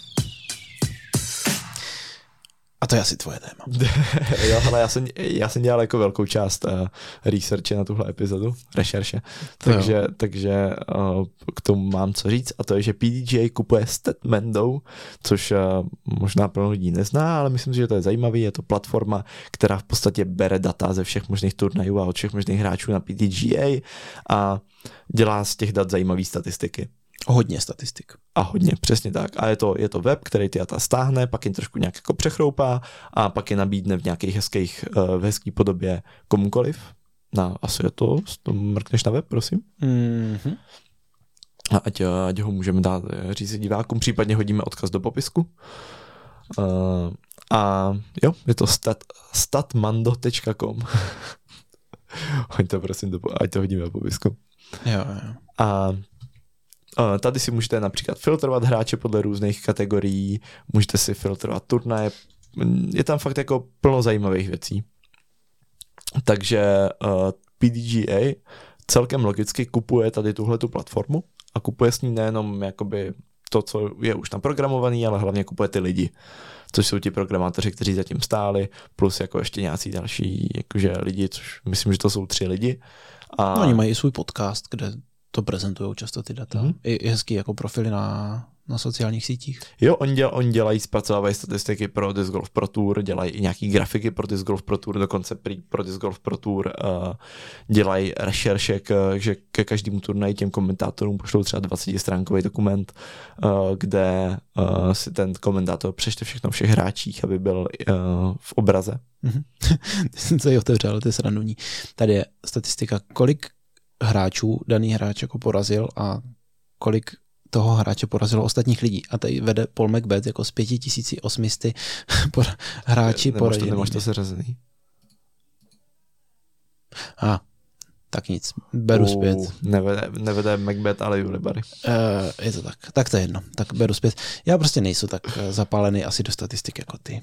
A to je asi tvoje téma. Jo, ale já jsem, já jsem dělal jako velkou část uh, researche na tuhle epizodu, rešerše, takže, takže uh, k tomu mám co říct a to je, že P D J kupuje Statmando, což uh, možná pro lidí nezná, ale myslím si, že to je zajímavý, je to platforma, která v podstatě bere data ze všech možných turnajů a od všech možných hráčů na P D G A a dělá z těch dat zajímavé statistiky. Hodně statistik. A hodně, přesně tak. A je to, je to web, který ty data stáhne, pak je trošku nějak jako přechroupá a pak je nabídne v nějakých hezkých, v hezký podobě komukoliv. Na, asi je to, to mrkneš na web, prosím. Mm-hmm. A ať, ať ho můžeme dát říct divákům, případně hodíme odkaz do popisku. Uh, a jo, je to stat, statmando tečka com. Hoď to prosím, do, ať to hodíme do popisku. Jo, jo. A tady si můžete například filtrovat hráče podle různých kategorií, můžete si filtrovat turnaje, je tam fakt jako plno zajímavých věcí. Takže uh, P D G A celkem logicky kupuje tady tuhletu platformu a kupuje s ní nejenom jakoby to, co je už naprogramovaný, ale hlavně kupuje ty lidi, což jsou ti programátoři, kteří zatím stáli, plus jako ještě nějací další jakože lidi, což myslím, že to jsou tři lidi. A... No, oni mají i svůj podcast, kde to prezentují často ty data. Mm-hmm. I hezký jako profily na, na sociálních sítích. Jo, oni, děl, oni dělají, zpracovávají statistiky pro Disc Golf Pro Tour, dělají i nějaký grafiky pro Disc Golf Pro Tour, dokonce pro Disc Golf Pro Tour uh, dělají rešerše, k, že ke každému turnaji těm komentátorům pošlou třeba dvacetistránkový dokument, uh, kde uh, si ten komentátor přečte všechno o všech hráčích, aby byl uh, v obraze. Mm-hmm. Ty jsem se ji otevřel, to je srandovní. Tady je statistika, kolik hráčů daný hráč jako porazil a kolik toho hráče porazilo ostatních lidí. A tady vede Paul McBeth jako z pět tisíc osm set hráči poražených. Nemáš to seřazený? A, tak nic, beru uh, zpět. Nevede, nevede McBeth, ale Julibary. Uh, je to tak, tak to je jedno, tak beru zpět. Já prostě nejsou tak zapálený asi do statistik jako ty.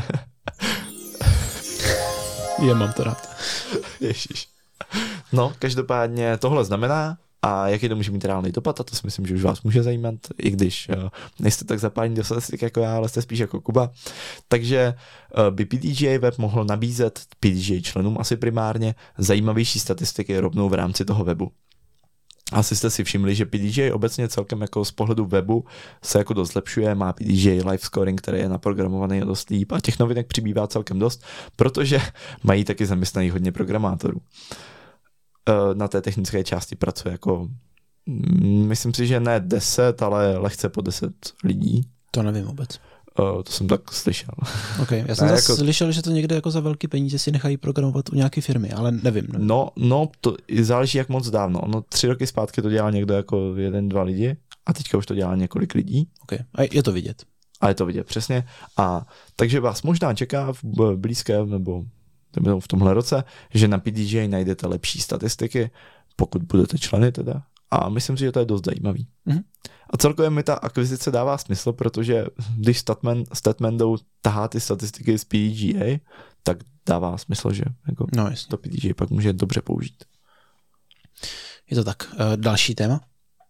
Já mám to rád. Ježiš. No, každopádně tohle znamená, a jaký to může mít reálný dopad, a to si myslím, že už vás může zajímat, i když uh, nejste tak zapálení do statistik jako já, ale jste spíš jako Kuba. Takže uh, by P D G A web mohl nabízet P D G A členům asi primárně zajímavější statistiky rovnou v rámci toho webu. Asi jste si všimli, že P D G A obecně celkem jako z pohledu webu se jako dost zlepšuje, má P D G A live scoring, který je naprogramovaný a dost líp a těch novinek přibývá celkem dost, protože mají taky zaměstnaných hodně programátorů. Na té technické části pracuje jako, myslím si, že ne deset, ale lehce po deset lidí. To nevím vůbec. Uh, to jsem tak slyšel. Okay, já jsem ne, jako... slyšel, že to někde jako za velký peníze si nechají programovat u nějaké firmy, ale nevím. nevím. No, no, to záleží jak moc dávno. Ono tři roky zpátky to dělal někdo jako jeden, dva lidi a teďka už to dělá několik lidí. Okay. A je to vidět. A je to vidět, přesně. A takže vás možná čeká v blízkém nebo v tomhle roce, že na P D G A najdete lepší statistiky, pokud budete členy teda. A myslím si, že to je dost zajímavý. Mm-hmm. A celkově mi ta akvizice dává smysl, protože když Statman, Statmando tahá ty statistiky z P D G A, tak dává smysl, že jako no, to P D G A pak může dobře použít. Je to tak. Další téma?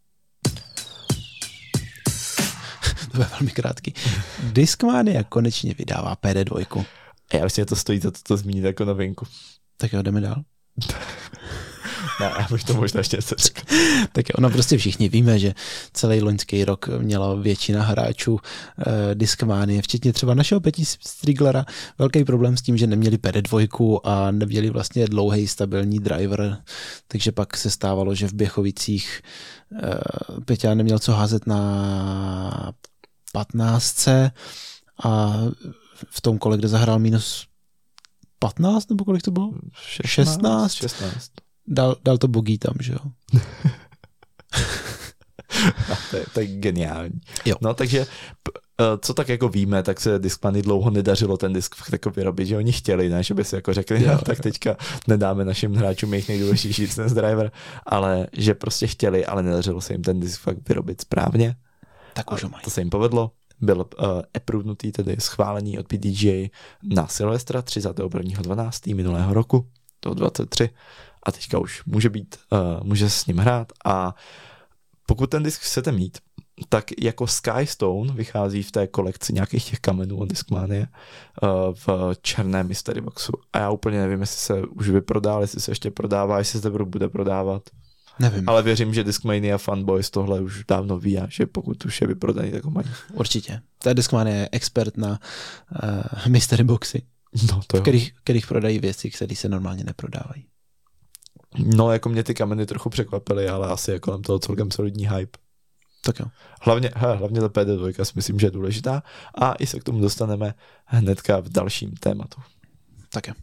To bude velmi krátký. Discmania konečně vydává P D dva. A já myslím, že to stojí za to, to zmínit jako novinku. Tak jo, jdeme dál. Ne, já bych to možná ještě něco řekl. Tak ono prostě všichni víme, že celý loňský rok měla většina hráčů eh, Discmanie, včetně třeba našeho Peti Striglera, velký problém s tím, že neměli P D dva a neměli vlastně dlouhý stabilní driver, takže pak se stávalo, že v Běchovicích eh, Peťa neměl co házet na patnáctce a v tom kole, kde zahrál minus patnáct, nebo kolik to bylo? šestnáct? šestnáct. Dal, dal to bogey tam, že jo? No, to, je, to je geniální. Jo. No takže, co tak jako víme, tak se Discmanii dlouho nedařilo ten disk fakt jako vyrobit, že oni chtěli, ne, že by si jako řekli, jo, no, tak teďka nedáme našim hráčům jejich nejdůležitější dnes driver, ale že prostě chtěli, ale nedařilo se jim ten disk fakt vyrobit správně. Tak už ho mají. To se jim povedlo. Byl uh, approvenutý, tedy schválený od P D G A na Silvestra třicátého prvního dvanáctého minulého roku, toho dvacet tři, a teďka už může být, uh, může s ním hrát a pokud ten disk chcete mít, tak jako Skystone vychází v té kolekci nějakých těch kamenů od Discmanie uh, v černém mystery boxu a já úplně nevím, jestli se už vyprodál, jestli se ještě prodává, jestli se bude prodávat. Nevím. Ale věřím, že Discmania Fanboys tohle už dávno ví a že pokud už je vyprodaný, tak ho mají. Určitě. Ta Discmania je expert na uh, mystery boxy, no, to v kterých, kterých prodají věci, které se normálně neprodávají. No, jako mě ty kameny trochu překvapily, ale asi je kolem toho celkem solidní hype. Tak jo. Hlavně, he, hlavně ta P D dva si myslím, že je důležitá a i se k tomu dostaneme hnedka v dalším tématu. Tak jo.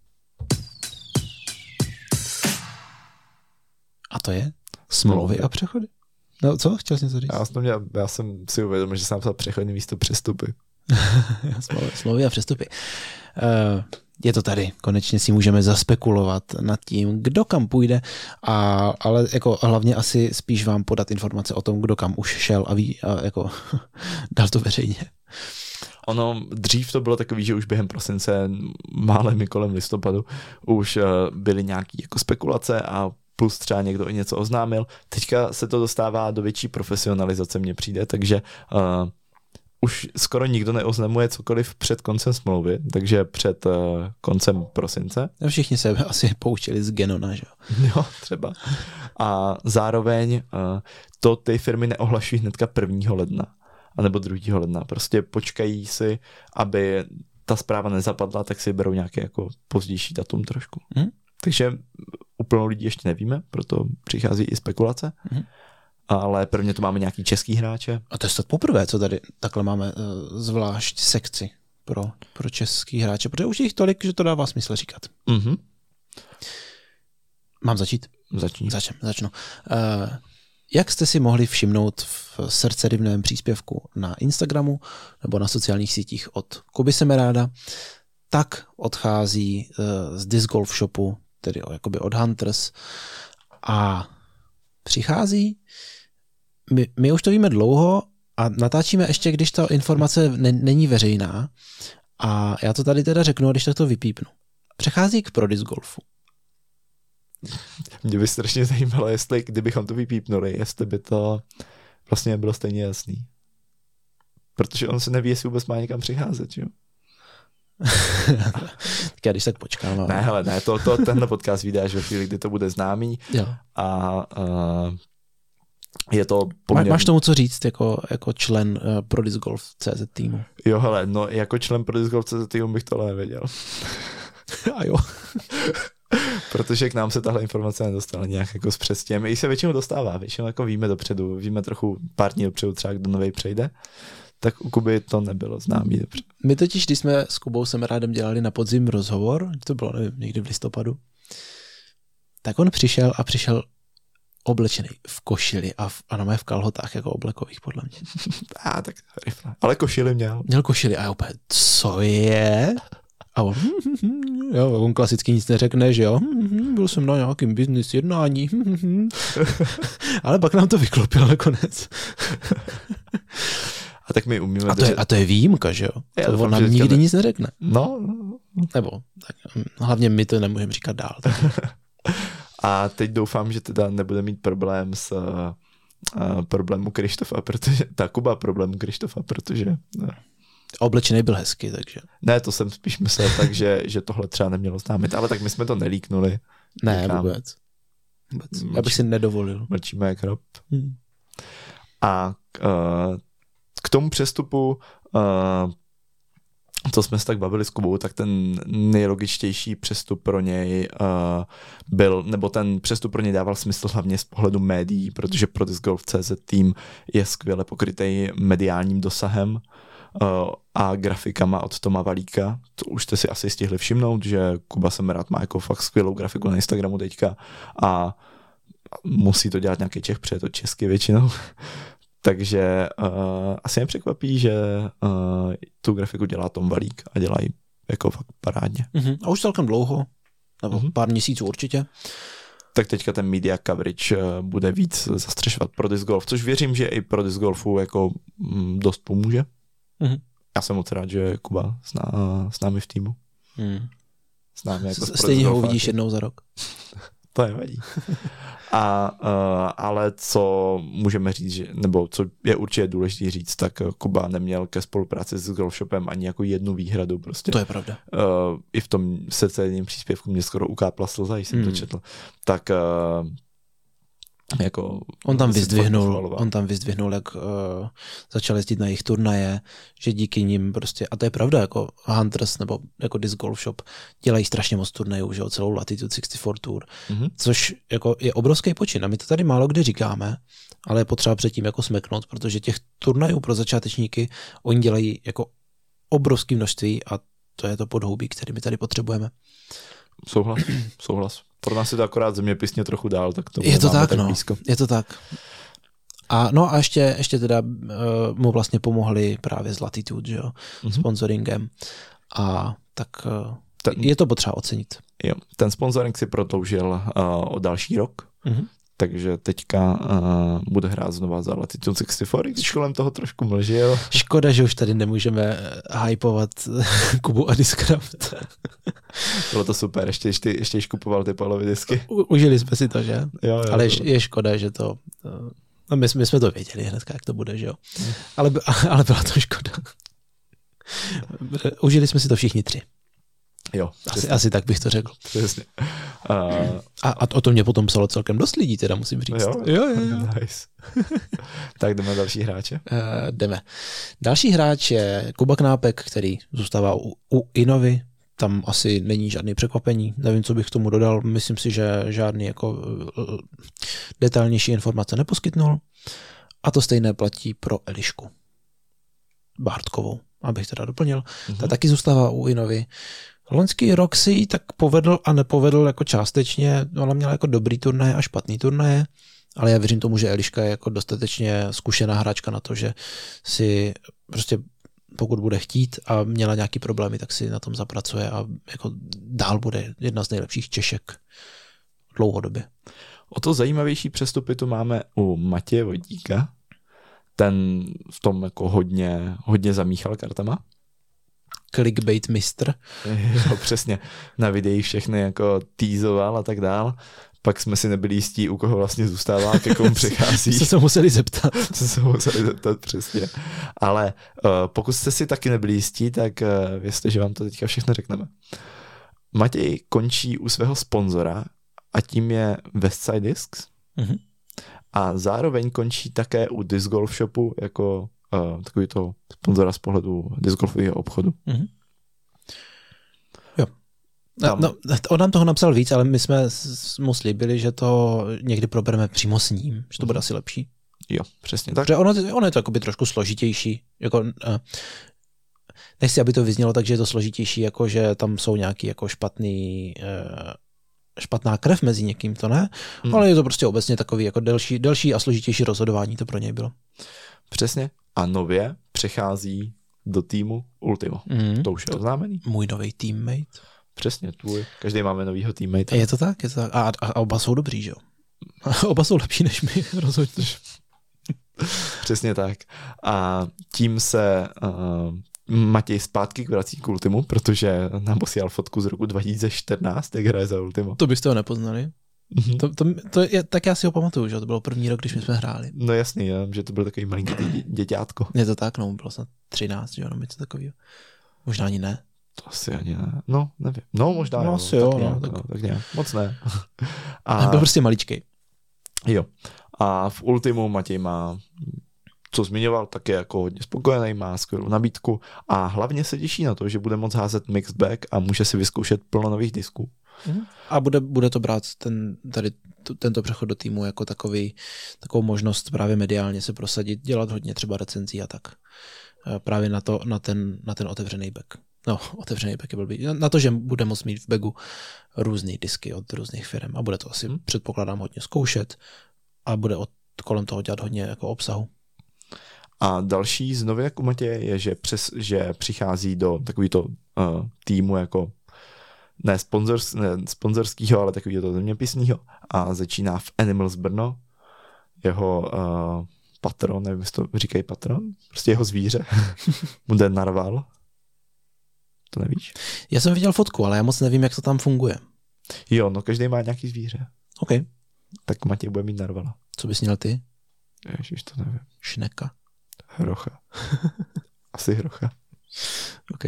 A to je? Smlouvy a přechody. No co? Chtěl jsi něco říct? Já jsem, měl, já jsem si uvědomil, že jsem napsal přechodný místo přestupy. smlouvy, smlouvy a přestupy. Uh, je to tady. Konečně si můžeme zaspekulovat nad tím, kdo kam půjde, a, ale jako hlavně asi spíš vám podat informace o tom, kdo kam už šel a ví, a jako dal to veřejně. Ono, dřív to bylo takový, že už během prosince, málem i kolem listopadu, už uh, byly nějaké jako spekulace a plus třeba někdo i něco oznámil. Teďka se to dostává do větší profesionalizace, mně přijde, takže uh, už skoro nikdo neoznamuje cokoliv před koncem smlouvy, takže před uh, koncem prosince. Všichni se asi poučili z Genona, že jo? Jo, třeba. A zároveň uh, to ty firmy neohlašují hnedka prvního ledna, anebo druhého ledna. Prostě počkají si, aby ta zpráva nezapadla, tak si berou nějaké jako pozdější datum trošku. Hmm? Takže úplnou lidí ještě nevíme, proto přichází i spekulace. Hmm. Ale prvně tu máme nějaký český hráče. A to je to poprvé, co tady takhle máme uh, zvlášť sekci pro, pro český hráče, protože už je jich tolik, že to dává smysl říkat. Mm-hmm. Mám začít? Začni. Začnu. začnu. Uh, jak jste si mohli všimnout v srdcerivném příspěvku na Instagramu nebo na sociálních sítích od Kuby Semeráda, tak odchází uh, z Disc Golf Shopu, tedy jakoby od Hunters, a přichází. My, my už to víme dlouho a natáčíme ještě, když ta informace ne, není veřejná, a já to tady teda řeknu, když tak to vypípnu. Přechází k Pro Disc Golfu. Mě by strašně zajímalo, jestli kdybychom to vypípnuli, jestli by to vlastně bylo stejně jasný. Protože on se neví, jestli vůbec má někam přicházet, jo? Tak já když tak počkám. Ale... Ne, hele, ne, to, to, tenhle podcast vyjde až ve chvíli, kdy to bude známý. Jo. A uh, je to poměrně... Máš tomu co říct jako, jako člen uh, Pro Disc Golf C Z týmu? Jo, hele, no jako člen Pro Disc Golf C Z týmu bych tohle nevěděl. A jo. Protože k nám se tahle informace nedostala nějak jako s předstihem. I se většinou dostává, většinou jako víme dopředu, víme trochu pár dní dopředu třeba, kdo novej přejde. Tak u Kuby to nebylo známý dobře. My totiž, když jsme s Kubou Semerádem dělali na podzim rozhovor, to bylo nevím, někdy v listopadu, tak on přišel a přišel oblečený v košili a, v, a na mé v kalhotách jako oblekových, podle mě. A tak rifle. Ale košili měl. Měl košili a já úplně, co je? A on, jo, on klasicky nic neřekne, že jo, byl jsem na nějakým business jednání, ale pak nám to vyklopil nakonec. A tak my umíme... A to, je, a to je výjimka, že jo? To doufám, on nám nikdy ne... nic neřekne. No. Nebo tak, hlavně my to nemůžeme říkat dál. A teď doufám, že teda nebude mít problém s uh, problému Krištofa, protože ta Kuba problému Krištofa, protože... Ne. Oblečený byl hezky, takže... Ne, to jsem spíš myslel tak, že, že tohle třeba nemělo známit, ale tak my jsme to nelíknuli. Ne, někam. vůbec. Vůbec. Já bych si nedovolil. Mlčíme jak hrob. Hmm. A uh, k tomu přestupu, uh, co jsme se tak bavili s Kubou, tak ten nejlogičtější přestup pro něj uh, byl, nebo ten přestup pro něj dával smysl hlavně z pohledu médií, protože pro Disc Golf tečka cé zet tým je skvěle pokrytý mediálním dosahem uh, a grafikama od Toma Valíka. To už jste si asi stihli všimnout, že Kuba Semerád má jako fakt skvělou grafiku na Instagramu teďka a musí to dělat nějaký Čech, protože je to česky většinou. Takže uh, asi nepřekvapí, že uh, tu grafiku dělá Tom Valík a dělá ji jako fakt parádně. Uh-huh. A už celkem dlouho, nebo uh-huh. pár měsíců určitě. Tak teďka ten media coverage uh, bude víc zastřešovat pro Disc Golf, což věřím, že i pro Disc Golfu jako mm, dost pomůže. Uh-huh. Já jsem moc rád, že Kuba s, ná, s námi v týmu. Uh-huh. S námi jako Stejně ho uvidíš jednou za rok. To nevadí. A, uh, ale co můžeme říct, že, nebo co je určitě důležité říct, tak Kuba neměl ke spolupráci s Golf Shopem ani jako jednu výhradu. Prostě. To je pravda. Uh, I v tom srdcerním příspěvku mě skoro ukápla slza, když jsem mm. to četl. Tak uh, jako... On tam vyzdvihnul, on tam vyzdvihnul, jak uh, začal jezdit na jejich turnaje, že díky nim prostě, a to je pravda, jako Hunters nebo jako Disc Golf Shop dělají strašně moc turnajů, že jo, celou Latitude šedesát čtyři Tour, mm-hmm. což jako je obrovský počin a my to tady málo kde říkáme, ale je potřeba předtím jako smeknout, protože těch turnajů pro začátečníky oni dělají jako obrovské množství a to je to podhoubí, který my tady potřebujeme. Souhlas, souhlas. Pro nás je to akorát zeměpisně trochu dál, tak to je to tak, tak no. blízko. Je to tak. A no a ještě, ještě teda uh, mu vlastně pomohli právě s Latitude, že jo, mm-hmm. sponsoringem. A tak uh, ten, je to potřeba ocenit. Jo, ten sponsoring si prodloužil uh, o další rok, mm-hmm. takže teďka uh, bude hrát znova za Latitude šedesát čtyři, když kolem toho trošku mlžil. Škoda, že už tady nemůžeme hypovat Kubu a Discraft. Bylo to super, ještě, ještě, ještě již kupoval ty palové disky. U, užili jsme si to, že? Jo, jo, ale je, to... je škoda, že to... No my, my jsme to věděli hnedka, jak to bude, že jo? Hmm. Ale, ale byla to škoda. Užili jsme si to všichni tři. Jo, asi, asi tak bych to řekl. Přesně. Uh... A, a o tom mě potom psalo celkem dost lidí, teda musím říct. Jo, jo, jo. jo. Nice. Tak jdeme další hráče? Uh, jdeme. Další hráč je Kuba Knápek, který zůstává u, u Inovy. Tam asi není žádný překvapení. Nevím, co bych k tomu dodal. Myslím si, že žádný jako detailnější informace neposkytnul. A to stejné platí pro Elišku Bártkovou, abych teda doplnil. Mm-hmm. Ta taky zůstává u Inovy. Loňský rok si ji tak povedl a nepovedl jako částečně. Ona měla jako dobrý turnaje a špatný turnaje, ale já věřím tomu, že Eliška je jako dostatečně zkušená hráčka na to, že si prostě pokud bude chtít a měla nějaký problémy, tak si na tom zapracuje a jako dál bude jedna z nejlepších Češek dlouhodobě. O to zajímavější přestupy tu máme u Matěje Vodíka. Ten v tom jako hodně, hodně zamíchal kartama. Clickbait mistr. Jo, přesně. Na videích všechny jako teasoval a tak dál. Pak jsme si nebyli jistí, u koho vlastně zůstává, ke komu přechází. Co se museli zeptat. Co se museli zeptat, přesně. Ale uh, pokud jste si taky nebyli jistí, tak uh, vězte, že vám to teďka všechno řekneme. Matěj končí u svého sponzora a tím je Westside Discs. Mm-hmm. A zároveň končí také u Disc Golf Shopu jako uh, takový to sponzora z pohledu disc golfového obchodu. Mm-hmm. Jo. Tam. No, on nám toho napsal víc, ale my jsme mu slíbili, že to někdy probereme přímo s ním, že to bude asi lepší. Jo, přesně tak. Protože ono, ono je to jakoby trošku složitější. Jako, uh, nechci, aby to vyznělo tak, že je to složitější, jako že tam jsou nějaký jako špatný... Uh, špatná krev mezi někým, to ne, hmm. ale je to prostě obecně takový jako delší, delší a složitější rozhodování to pro něj bylo. Přesně. A nově přechází do týmu Ultimo. Hmm. To už je oznámený. Můj nový teammate. Přesně, tvůj. Každý máme novýho teammate. Je to tak, je to tak. A, a oba jsou dobrý, že jo? Oba jsou lepší než my, rozhodně. Přesně tak. A tím se uh, Matěj zpátky vrací k Ultimu, protože nám posílal fotku z roku dva tisíce čtrnáct, jak hraje za Ultimo. To byste ho nepoznali. Mm-hmm. To, to, to je, tak já si ho pamatuju, že to bylo první rok, když my jsme hráli. No jasný, já, že to byl takový malinký dě, děťátko. Je to tak, no, bylo snad třináct, že jo, no, něco takového. Možná ani ne. To asi ani ne. No, nevím. No, možná No, jo. asi jo, tak no, nějak, tak- no, tak nějak. Moc ne. A byl prostě maličkej. Jo. A v Ultimu Matěj má, co zmiňoval, tak je jako hodně spokojený, má skvělou nabídku a hlavně se těší na to, že bude moct házet mixed bag a může si vyzkoušet plno nových disků. A bude, bude to brát ten, tady t- tento přechod do týmu jako takový, takovou možnost právě mediálně se prosadit, dělat hodně třeba recenzí a tak. E, Právě na, to, na, ten, na ten otevřený back. No, otevřený back je blbý. Na- Na to, že bude moct mít v bagu různý disky od různých firm a bude to asi, hmm. předpokládám, hodně zkoušet a bude od, kolem toho dělat hodně jako obsahu. A další z novinek u Matěje je, že, přes, že přichází do takovýto uh, týmu jako ne, sponzors, ne sponzorskýho, ale takovýho zeměpisního a začíná v Animals Brno. Jeho uh, patron, nevím, jestli to říkají patron, prostě jeho zvíře, bude narval. To nevíš? Já jsem viděl fotku, ale já moc nevím, jak to tam funguje. Jo, no každý má nějaký zvíře. OK. Tak Matěj bude mít narvala. Co bys měl ty? Ježiš, to nevím. Šneka. Hrocha. Asi hrocha. OK.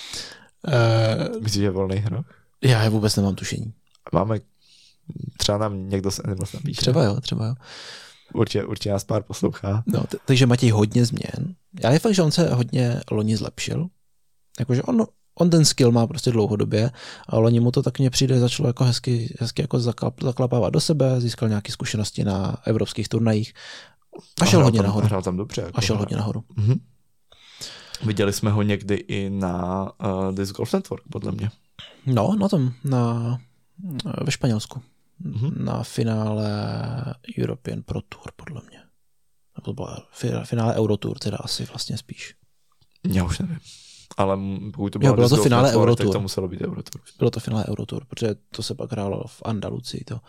Uh, Myslíš, že je volný hroch? já vůbec nemám tušení. Máme, třeba nám někdo se Animals napíše. Třeba jo, třeba jo. Určitě, určitě nás pár poslouchá. No, t- takže Matěj hodně změn. Já je fakt, že on se hodně loni zlepšil. Jakože on, on ten skill má prostě dlouhodobě a loni mu to tak mně přijde, začalo jako hezky, hezky jako zaklap, zaklapávat do sebe, získal nějaké zkušenosti na evropských turnajích a šel hrál hodně tam, nahoru. Hrál tam dobře. Jako A šel hrál. hodně nahoru. Mhm. Viděli jsme ho někdy i na uh, Disc Golf Network, podle mě. No, na tom, na, ve Španělsku. Mhm. Na finále European Pro Tour, podle mě. Nebo to bylo fi- finále Eurotour, teda asi vlastně spíš. Já už nevím. Ale m- pokud to bylo, Jo, bylo Disc to Golf finále Network, Eurotour. tak to muselo být Eurotour. Bylo to finále Eurotour, protože to se pak hrálo v Andalucii. To.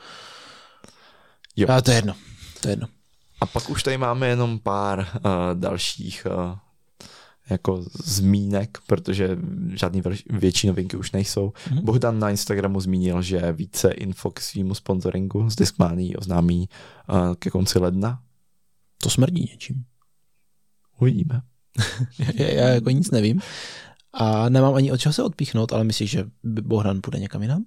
Jo. A to je jedno. To je jedno. A pak už tady máme jenom pár uh, dalších uh, jako zmínek, protože žádný velš- větší novinky už nejsou. Mhm. Bohdan na Instagramu zmínil, že více info k svýmu sponsoringu z Discmanii oznámí uh, ke konci ledna. To smrdí něčím. Uvidíme. já, já jako nic nevím. A nemám ani od čeho se odpíchnout, ale myslíš, že Bohdan půjde někam jinam?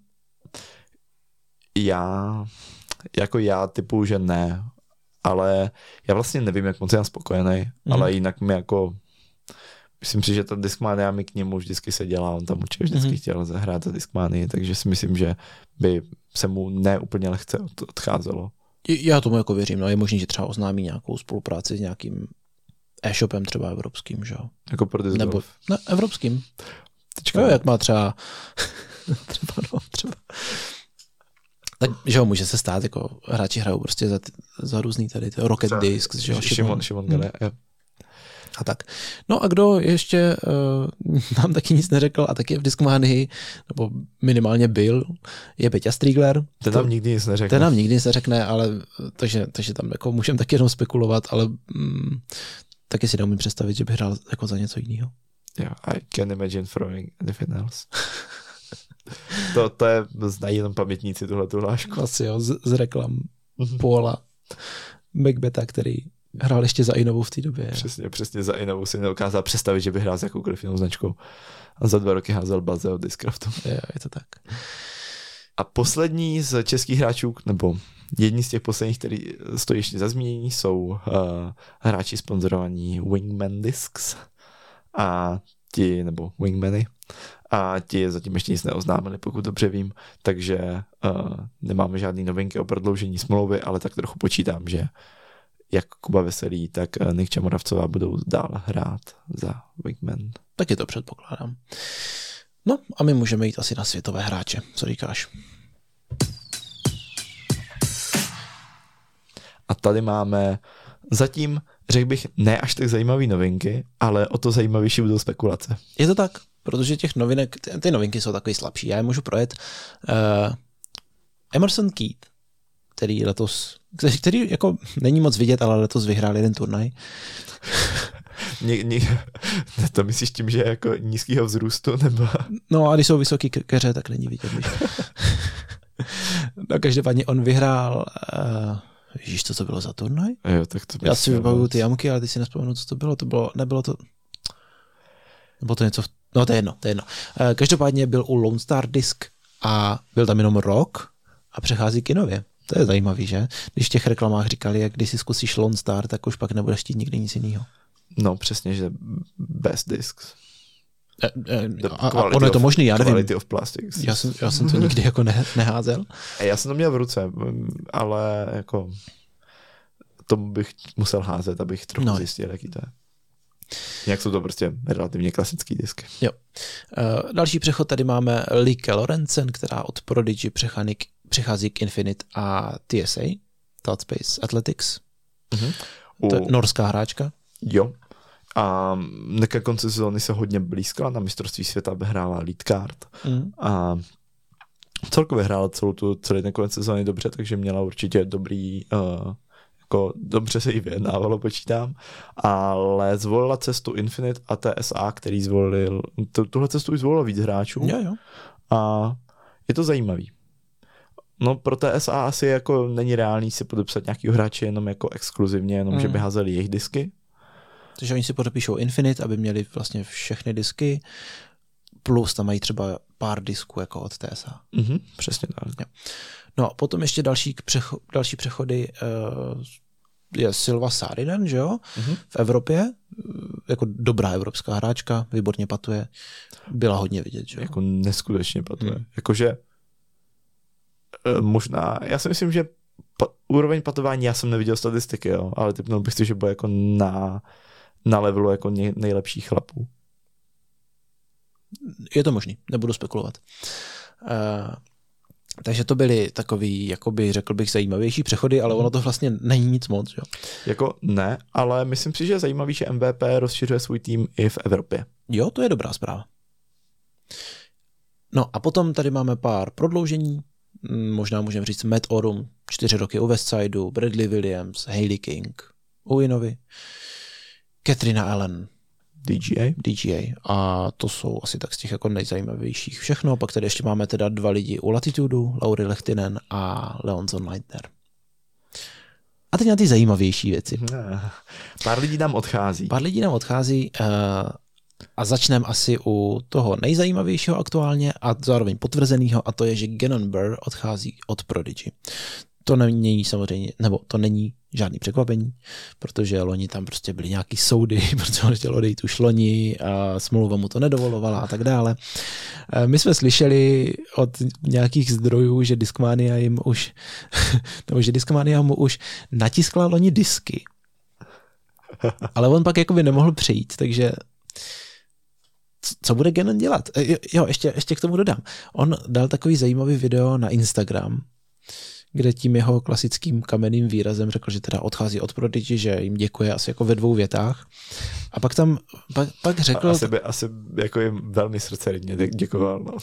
Já, jako já typu, že ne, ale já vlastně nevím, jak moc jsem spokojený, Mhm. ale jinak mi jako myslím si, že ta Discmania mi k němu vždycky se dělá, on tam určitě vždycky Mhm. chtěl zahrát za Discmanii, takže si myslím, že by se mu neúplně lehce od- odcházelo. Já tomu jako věřím. No, je možný, že třeba oznámí nějakou spolupráci s nějakým e-shopem třeba evropským, že jo? Jako pro Disc Nebo Golf. ne, evropským. Teďka, Jo, jak má třeba třeba, no, třeba. Tak, že jo, může se stát, jako hráči hrajou prostě za, ty, za různý tady ty Rocket Třeba Discs, že jo, Šimon, Šimon Hmm. Gale, jo. A tak. No a kdo ještě uh, nám taky nic neřekl a taky je v Discmanii, nebo minimálně byl, je Peťa Strigler. Ten To- nám nikdy nic neřekl. Ten nám nikdy nic neřekne, ale takže, takže tam jako můžeme taky jenom spekulovat, ale mm, taky si neumím představit, že by hrál jako za něco jiného. Jo, I can imagine throwing anything else. to, to je, znají jenom pamětníci tuhle tu hlášku. Asi jo, z, z reklam Paula Macbeta, který hrál ještě za Inovu v té době. Přesně, přesně za Inovu si nedokázal představit, že by hrál s jakoukoliv jinou značkou. A za dva roky házel baze od Discraftu. Je, je to tak. A poslední z českých hráčů, nebo jedni z těch posledních, který stojí ještě za zmínění, jsou uh, hráči sponzorovaní Wingman Discs a ti, nebo Wingmany, a ti zatím ještě nic neoznámili, pokud dobře vím, takže uh, nemáme žádný novinky o prodloužení smlouvy, ale tak trochu počítám, že jak Kuba Veselý, tak uh, Nikča Moravcová budou dál hrát za Wingman. Taky to předpokládám. No a my můžeme jít asi na světové hráče. Co říkáš? A tady máme zatím, řekl bych, ne až tak zajímavé novinky, ale o to zajímavější budou spekulace. Je to tak, protože těch novinek, ty, ty novinky jsou takový slabší. Já je můžu projet. Uh, Emerson Keith, který letos, který jako není moc vidět, ale letos vyhrál jeden turnaj. Ně, ně, to myslíš tím, že je jako nízkýho vzrůstu, nebo? No a když jsou vysoký ke- keře, tak není vidět. Víš. No každopádně on vyhrál, uh, víš, co to bylo za turnaj? Jo, tak to Já si vybavuju ty jamky, ale ty si nespomenu, co to bylo. To bylo, nebylo to, nebo to něco, v, No to je jedno, to je jedno. Každopádně byl u Lone Star Disk a byl tam jenom rok a přechází k Innově. To je zajímavý, že? Když v těch reklamách říkali, jak když si zkusíš Lone Star, tak už pak nebudeš chtít nikdy nic jiného. No přesně, že best discs. E, e, a, a ono je to možný, já nevím. Quality of plastics. Já jsem, já jsem to nikdy jako ne, neházel. Já jsem to měl v ruce, ale jako to bych musel házet, abych trochu no. zjistil, jaký to je. Jak jsou to prostě relativně klasický disky. Jo. Uh, další přechod tady máme Lieke Lorentzen, která od Prodigy přechází, přechází k Infinite a T S A, Thought Space Athletics. Uh-huh. To je U... norská hráčka. Jo. A na konci sezóny se hodně blízkala na mistrovství světa, aby hrála lead card. Uh-huh. A celkově hrála celou tu, celý ten konec sezóny dobře, takže měla určitě dobrý... Uh, jako dobře se jí vyjednávalo, počítám, ale zvolila cestu Infinite a T S A, který zvolil, tuhle cestu už zvolilo víc hráčů jo, jo. A je to zajímavý. No pro T S A asi jako není reálný si podepsat nějakýho hráče jenom jako exkluzivně, jenom mm. že by házeli jejich disky. Takže oni si podepíšou Infinite, aby měli vlastně všechny disky, plus tam mají třeba pár disků jako od T S A. Mm-hmm, přesně tak. Jo. No a potom ještě další, přecho, další přechody uh, je Silva Saarinen, že jo, mm-hmm. v Evropě, jako dobrá evropská hráčka, výborně patuje, byla hodně vidět, že jo. Jako neskutečně patuje. Hmm. Jakože možná, já si myslím, že pa, úroveň patování, já jsem neviděl statistiky, jo, ale typnul bych si, že bude jako na, na levelu jako nej, nejlepších chlapů. Je to možný, nebudu spekulovat. Uh, Takže to byly takový, jakoby řekl bych, zajímavější přechody, ale ono to vlastně není nic moc. Jo? Jako ne, ale myslím si, že je zajímavý, že M V P rozšiřuje svůj tým i v Evropě. Jo, to je dobrá zpráva. No a potom tady máme pár prodloužení, možná můžeme říct Matt Orum, čtyři roky u Westsideu, Bradley Williams, Hailey King, u Inovi, Katrina Allen, D G A. D G A. A to jsou asi tak z těch jako nejzajímavějších všechno. Pak tady ještě máme teda dva lidi u Latitudu, Lauri Lehtinen a Leonson Leitner. A teď na ty zajímavější věci. Pár lidí nám odchází. Pár lidí nám odchází uh, a začneme asi u toho nejzajímavějšího aktuálně a zároveň potvrzeného, a to je, že Gannon Buhr odchází od Prodigy. To není samozřejmě, nebo to není žádný překvapení, protože loni tam prostě byly nějaký soudy, protože on chtěl odejít už loni a smlouva mu to nedovolovala a tak dále. My jsme slyšeli od nějakých zdrojů, že Discmania jim už, nebo že Discmania mu už natiskla loni disky. Ale on pak jakoby nemohl přejít, takže co bude Gannon dělat? Jo, ještě, ještě k tomu dodám. On dal takový zajímavý video na Instagram, kde tím jeho klasickým kamenným výrazem řekl, že teda odchází od Prodigy, že jim děkuje asi jako ve dvou větách. A pak tam, pak, pak řekl... Asi by, asi jako jim velmi srdceryvně děkoval. No.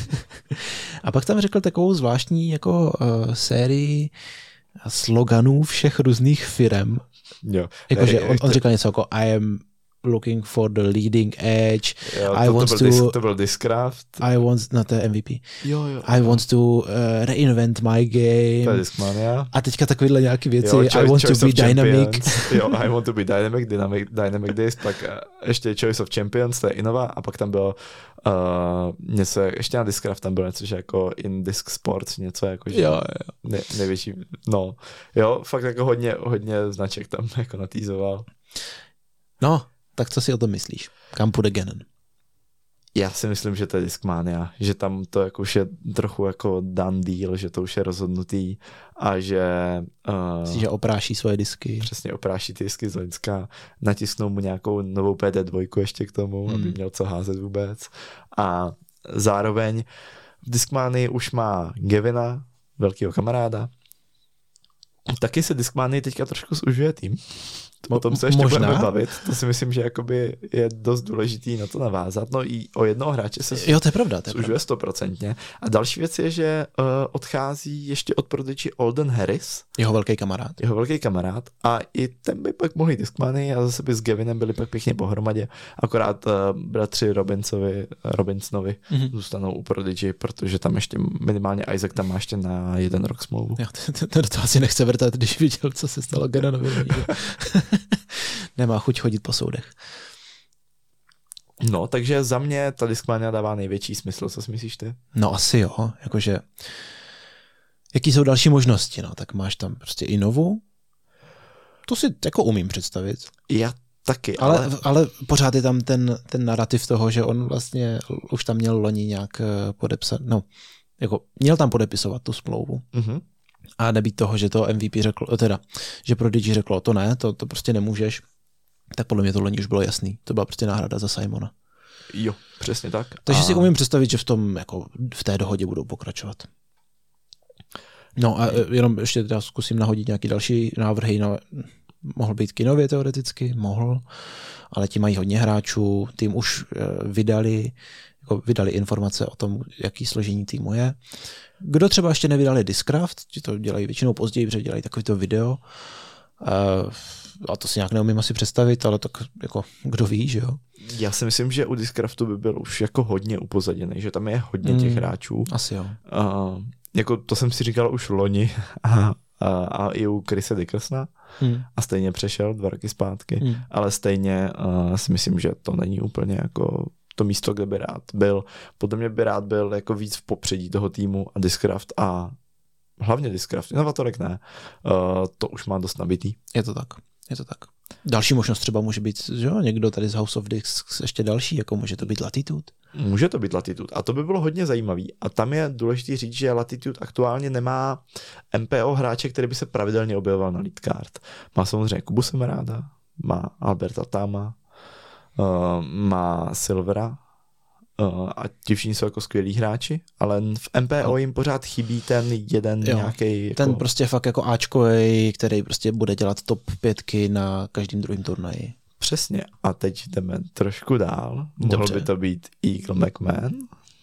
A pak tam řekl takovou zvláštní jako uh, sérii sloganů všech různých firem. Jo. Jakože on, on říkal něco jako I am looking for the leading edge. Jo, I to, want to, byl to, disk, to byl Discraft. I want, no to je M V P. Jo, jo. I want to uh, reinvent my game. To je Discmania. A teďka takovýhle nějaký věci. Jo, choice, I want to be dynamic. Jo, I want to be dynamic, dynamic, dynamic disc, pak ještě Choice of Champions, to je Innova, a pak tam bylo uh, něco, ještě na Discraft tam bylo něco, že jako in disc sports, něco jako, že jo, jo. Ne, největší, no, jo, fakt jako hodně, hodně značek tam jako natýzoval. No, tak co si o tom myslíš? Kam půjde Gannon? Já si myslím, že to je Discmania, že tam to jako už je trochu jako done deal, že to už je rozhodnutý a že... Uh, Myslíš, že opráší svoje disky? Přesně, opráší ty disky z Loňska, natisknou mu nějakou novou P D dva ještě k tomu, hmm. aby měl co házet vůbec. A zároveň v Discmanii už má Gavina, velkýho kamaráda. Taky se Discmanii teďka trošku zužuje tým. O tom se ještě Možná. budeme bavit. To si myslím, že jakoby je dost důležitý na to navázat. No i o jednoho hráče se jo, to je pravda, to je zužuje stoprocentně. A další věc je, že uh, odchází ještě od Prodigy Alden Harris. Jeho velký kamarád. Jeho velký kamarád. A i ten by pak mohli Discmanii a zase by s Gavinem byli pak pěkně pohromadě. Akorát uh, bratři Robinsovi, Robinsonovi mm-hmm. zůstanou u Prodigy, protože tam ještě minimálně Isaac tam má ještě na jeden rok smlouvu. Jo, ten to asi nechce vrtat, když viděl, co se stalo Gannonovi. Nemá chuť chodit po soudech. No, takže za mě ta Discmania dává největší smysl, co si myslíš ty? No asi jo, jakože jaký jsou další možnosti, no, tak máš tam prostě i novou, to si jako umím představit. Já taky, ale... ale... Ale pořád je tam ten, ten narrativ toho, že on vlastně už tam měl loni nějak podepsat, no, jako měl tam podepisovat tu smlouvu. Mm-hmm. A nebýt toho, že to M V P řeklo, teda, že Prodigy řeklo, to ne, to, to prostě nemůžeš, tak podle mě to loni už bylo jasný. To byla prostě náhrada za Simona. Jo, přesně tak. Takže a... si umím představit, že v tom, jako v té dohodě budou pokračovat. No a jenom ještě teda zkusím nahodit nějaký další návrhy. No, mohl být kinově teoreticky, mohl, ale ti mají hodně hráčů, tým už vydali, jako vydali informace o tom, jaký složení týmu je. Kdo třeba ještě nevydali Discraft, ti to dělají většinou později, protože dělají takovýto video. A to si nějak neumím asi představit, ale tak jako kdo ví, že jo? Já si myslím, že u Discraftu by byl už jako hodně upozaděný, že tam je hodně těch hráčů. Asi jo. A, jako to jsem si říkal už loni a, a, a i u Chrisa Dickersona hmm. a stejně přešel dva roky zpátky, hmm. ale stejně a, si myslím, že to není úplně jako to místo, kde by rád byl. Podle mě by rád byl jako víc v popředí toho týmu a Discraft a hlavně Discraft, Innovatorek ne, uh, to už má dost nabitý. Je to tak, je to tak. Další možnost třeba může být, že jo, někdo tady z House of Discs ještě další, jako může to být Latitude. Může to být Latitude a to by bylo hodně zajímavý. A tam je důležité říct, že Latitude aktuálně nemá M P O hráče, který by se pravidelně objevoval na lead card. Má samozřejmě Kubu Semeráda, má Alberta Tama, uh, má Silvera, Uh, a ti všichni jsou jako skvělí hráči, ale v M P O jim pořád chybí ten jeden nějaký. Jako... Ten prostě fakt jako Ačkovej, který prostě bude dělat top pětky na každém druhém turnaji. Přesně. A teď jdeme trošku dál. Mohl dobře. by to být Eagle McMahon?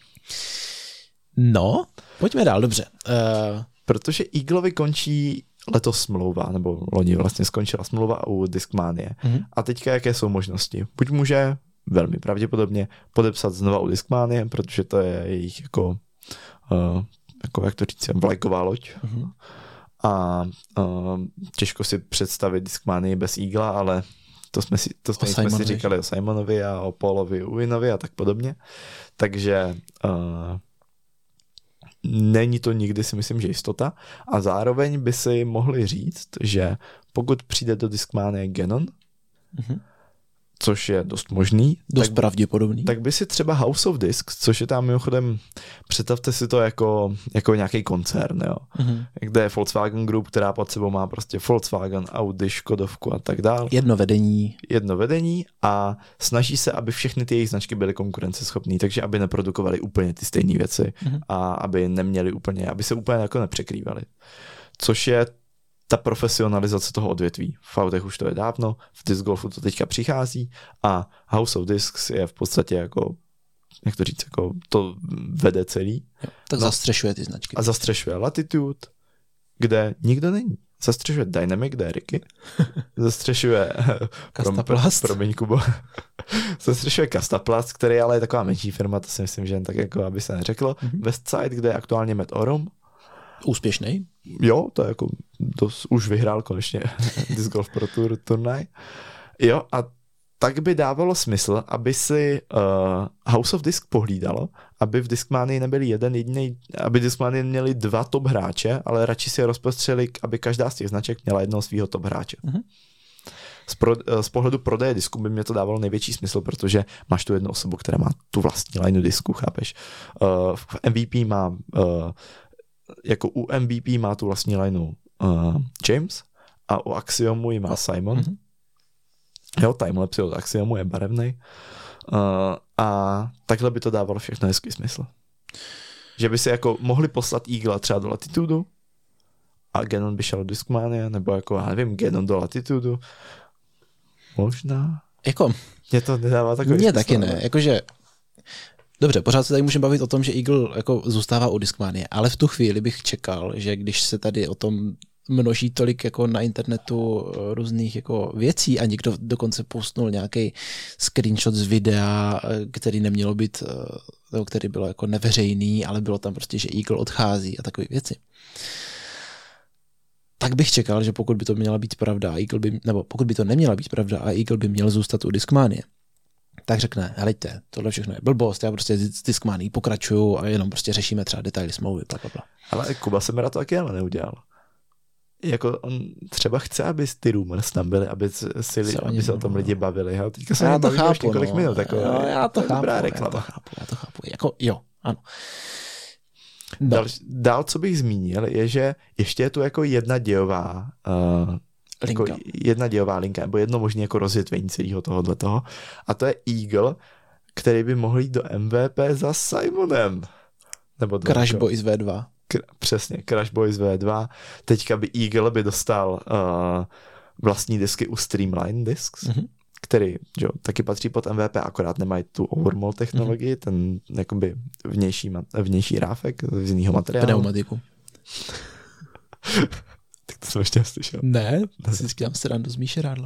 No, pojďme dál, dobře. Uh... Protože Eagleovi končí letos smlouva, nebo loni vlastně skončila smlouva u Discmanie. Mm-hmm. A teďka jaké jsou možnosti? Buď může velmi pravděpodobně podepsat znova u Discmanie, protože to je jejich jako, uh, jako jak to říct, vlajková loď. Mm-hmm. A uh, těžko si představit Discmanii bez Eagla, ale to jsme si, to jsme, jsme si říkali o Simonovi a o Paulovi Uinovi a tak podobně. Takže uh, není to nikdy, si myslím, že jistota. A zároveň by si mohli říct, že pokud přijde do Discmanie Ganon, mm-hmm. což je dost možný. Dost tak, pravděpodobný. Tak by si třeba House of Discs, což je tam mimochodem, představte si to jako, jako nějaký koncern, jo. Mm-hmm. Kde je Volkswagen Group, která pod sebou má prostě Volkswagen, Audi, Škodovku a tak dál. Jedno vedení. Jedno vedení a snaží se, aby všechny ty jejich značky byly konkurenceschopné, takže aby neprodukovali úplně ty stejné věci mm-hmm. a aby neměli úplně, aby se úplně jako nepřekrývali. Což je ta profesionalizace toho odvětví. V autech už to je dávno, v disc golfu to teďka přichází a House of Discs je v podstatě jako, jak to říct, jako to vede celý. Jo, tak no, zastřešuje ty značky. A zastřešuje Latitude, kde nikdo není. Zastřešuje Dynamic, kde je Ricky. Zastřešuje Kastaplast. Pro, promiň, Kubo. Zastřešuje Kastaplast, který ale je taková menší firma, to si myslím, že jen tak jako, aby se neřeklo. Mm-hmm. Westside, kde je aktuálně Matt Orom. Úspěšný. Jo, to je jako, to už vyhrál konečně Disc Golf Pro Tour turnaj. Jo, a tak by dávalo smysl, aby si uh, House of Disc pohlídalo, aby v Discmanii nebyli jeden jediný, aby Discmanii měli dva top hráče, ale radši si je rozprostřeli, aby každá z těch značek měla jednoho svého top hráče. Mm-hmm. Z, pro, z pohledu prodeje disku by mě to dávalo největší smysl, protože máš tu jednu osobu, která má tu vlastní lineu disku, chápeš? Uh, v M V P má uh, jako u M V P má tu vlastní lineu uh, James a u Axiomu ji má Simon. Mm-hmm. Jo, timelapse od Axiomu je barevnej. Uh, a takhle by to dávalo všechno hezký smysl. Že by si jako mohli poslat Eagle třeba do Latitudu a Ganon by šel do Discmania, nebo jako, já nevím, Ganon do Latitudu. Možná. Jako, mě to nedává takový Mně smysl. taky ne, jakože dobře, pořád se tady můžeme bavit o tom, že Eagle jako zůstává u Discmanie, ale v tu chvíli bych čekal, že když se tady o tom množí tolik jako na internetu různých jako věcí a někdo dokonce postnul nějaký screenshot z videa, který nemělo být, který bylo jako neveřejný, ale bylo tam prostě, že Eagle odchází a takové věci. Tak bych čekal, že pokud by to měla být pravda, Eagle by, nebo pokud by to neměla být pravda a Eagle by měl zůstat u Discmanie, tak řekne, helejte, tohle všechno je blbost, já prostě s Discmany pokračuju a jenom prostě řešíme třeba detaily smlouvy, bla, bla, bla. Ale Kuba Semera to taky ale neudělal. Jako on třeba chce, aby ty rumors tam byly, aby, si, se, aby se o tom lidi bavili. A teďka se já to chápu, několik no. minut. Jako, jo, já to, to chápu, dobrá reklama. Já to chápu, já to chápu. Jako, jo, ano. No. Dal, dál, co bych zmínil, je, že ještě je tu jako jedna dějová uh, jako jedna dějová linka, nebo jedno možné jako rozvětvení celého tohohle toho. A to je Eagle, který by mohl jít do M V P za Simonem. Nebo Crash Boys V dva. K- přesně, Crash Boys V dva. Teďka by Eagle by dostal uh, vlastní disky u Streamline Discs, mm-hmm. který jo, taky patří pod M V P, akorát nemají tu overmall technologii, mm-hmm. ten jakoby vnější, vnější ráfek z jiného materiálu. Pneumatiku. Tak to jsem ještě slyšel. Ne, to si dělám srandu z Míše Rádla.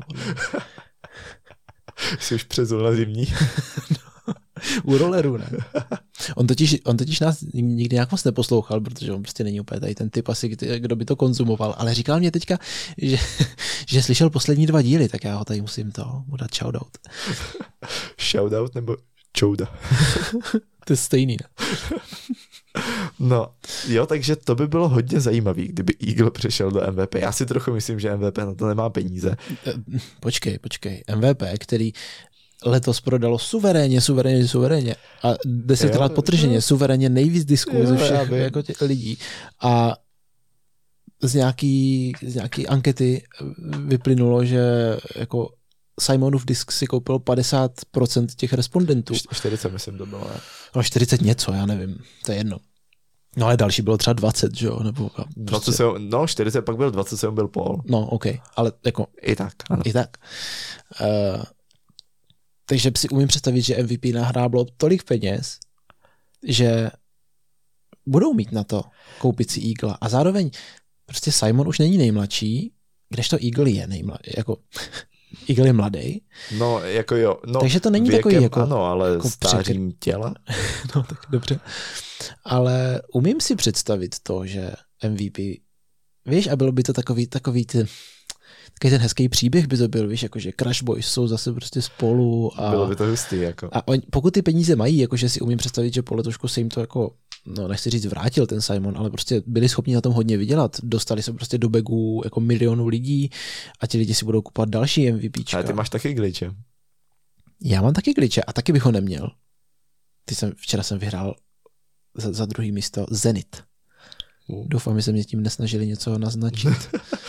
Jsi už přezul na zimní. No, u rolleru, ne? On totiž, on totiž nás nikdy nějak moc neposlouchal, protože on prostě není úplně tady ten typ asi, kdo by to konzumoval, ale říkal mě teďka, že, že slyšel poslední dva díly, tak já ho tady musím to mu dát shoutout. Shoutout nebo čouda? To je stejný, ne? No, jo, takže to by bylo hodně zajímavý, kdyby Eagle přešel do M V P. Já si trochu myslím, že M V P na to nemá peníze. Počkej, počkej. M V P, který letos prodalo suverénně, suverénně, suverénně a desetkrát potrženě, suverénně nejvíc disků jo, ze všech jako těch lidí. A z nějaký, z nějaký ankety vyplynulo, že jako Simonův disk si koupilo padesát procent těch respondentů. čtyřicet myslím to bylo, ne? No čtyřicet něco, já nevím, to je jedno. No ale další bylo třeba dvacet, že jo? Nebo prostě... dvacet sedm, no čtyřicet, pak byl dvacet sedm, byl Paul. No, OK, ale jako... I tak, ano. I tak. Uh, takže si umím představit, že M V P nahráblo tolik peněz, že budou mít na to koupit si Eagle. A zároveň prostě Simon už není nejmladší, kdežto Eagle je nejmladší. Jako... Eagle je mladý. No, jako jo. No, takže to není věkem, takový jako... ano, ale jako stářím překr... těla. No, tak dobře. Ale umím si představit to, že M V P, víš, a bylo by to takový, takový ten, takový ten hezký příběh by to byl, víš, jakože Crash Boys jsou zase prostě spolu a... Bylo by to hustý, jako. A on, pokud ty peníze mají, jakože si umím představit, že po letošku se jim to jako, no nechci říct vrátil ten Simon, ale prostě byli schopni na tom hodně vydělat. Dostali se prostě do bagu jako milionů lidí a ti lidi si budou kupovat další MVPčka. Ale ty máš taky glitche. Já mám taky glitche a taky bych ho neměl. Ty jsem, včera jsem vyhrál za, za druhý místo Zenit. Uh. Doufám, že se mě tím nesnažili něco naznačit.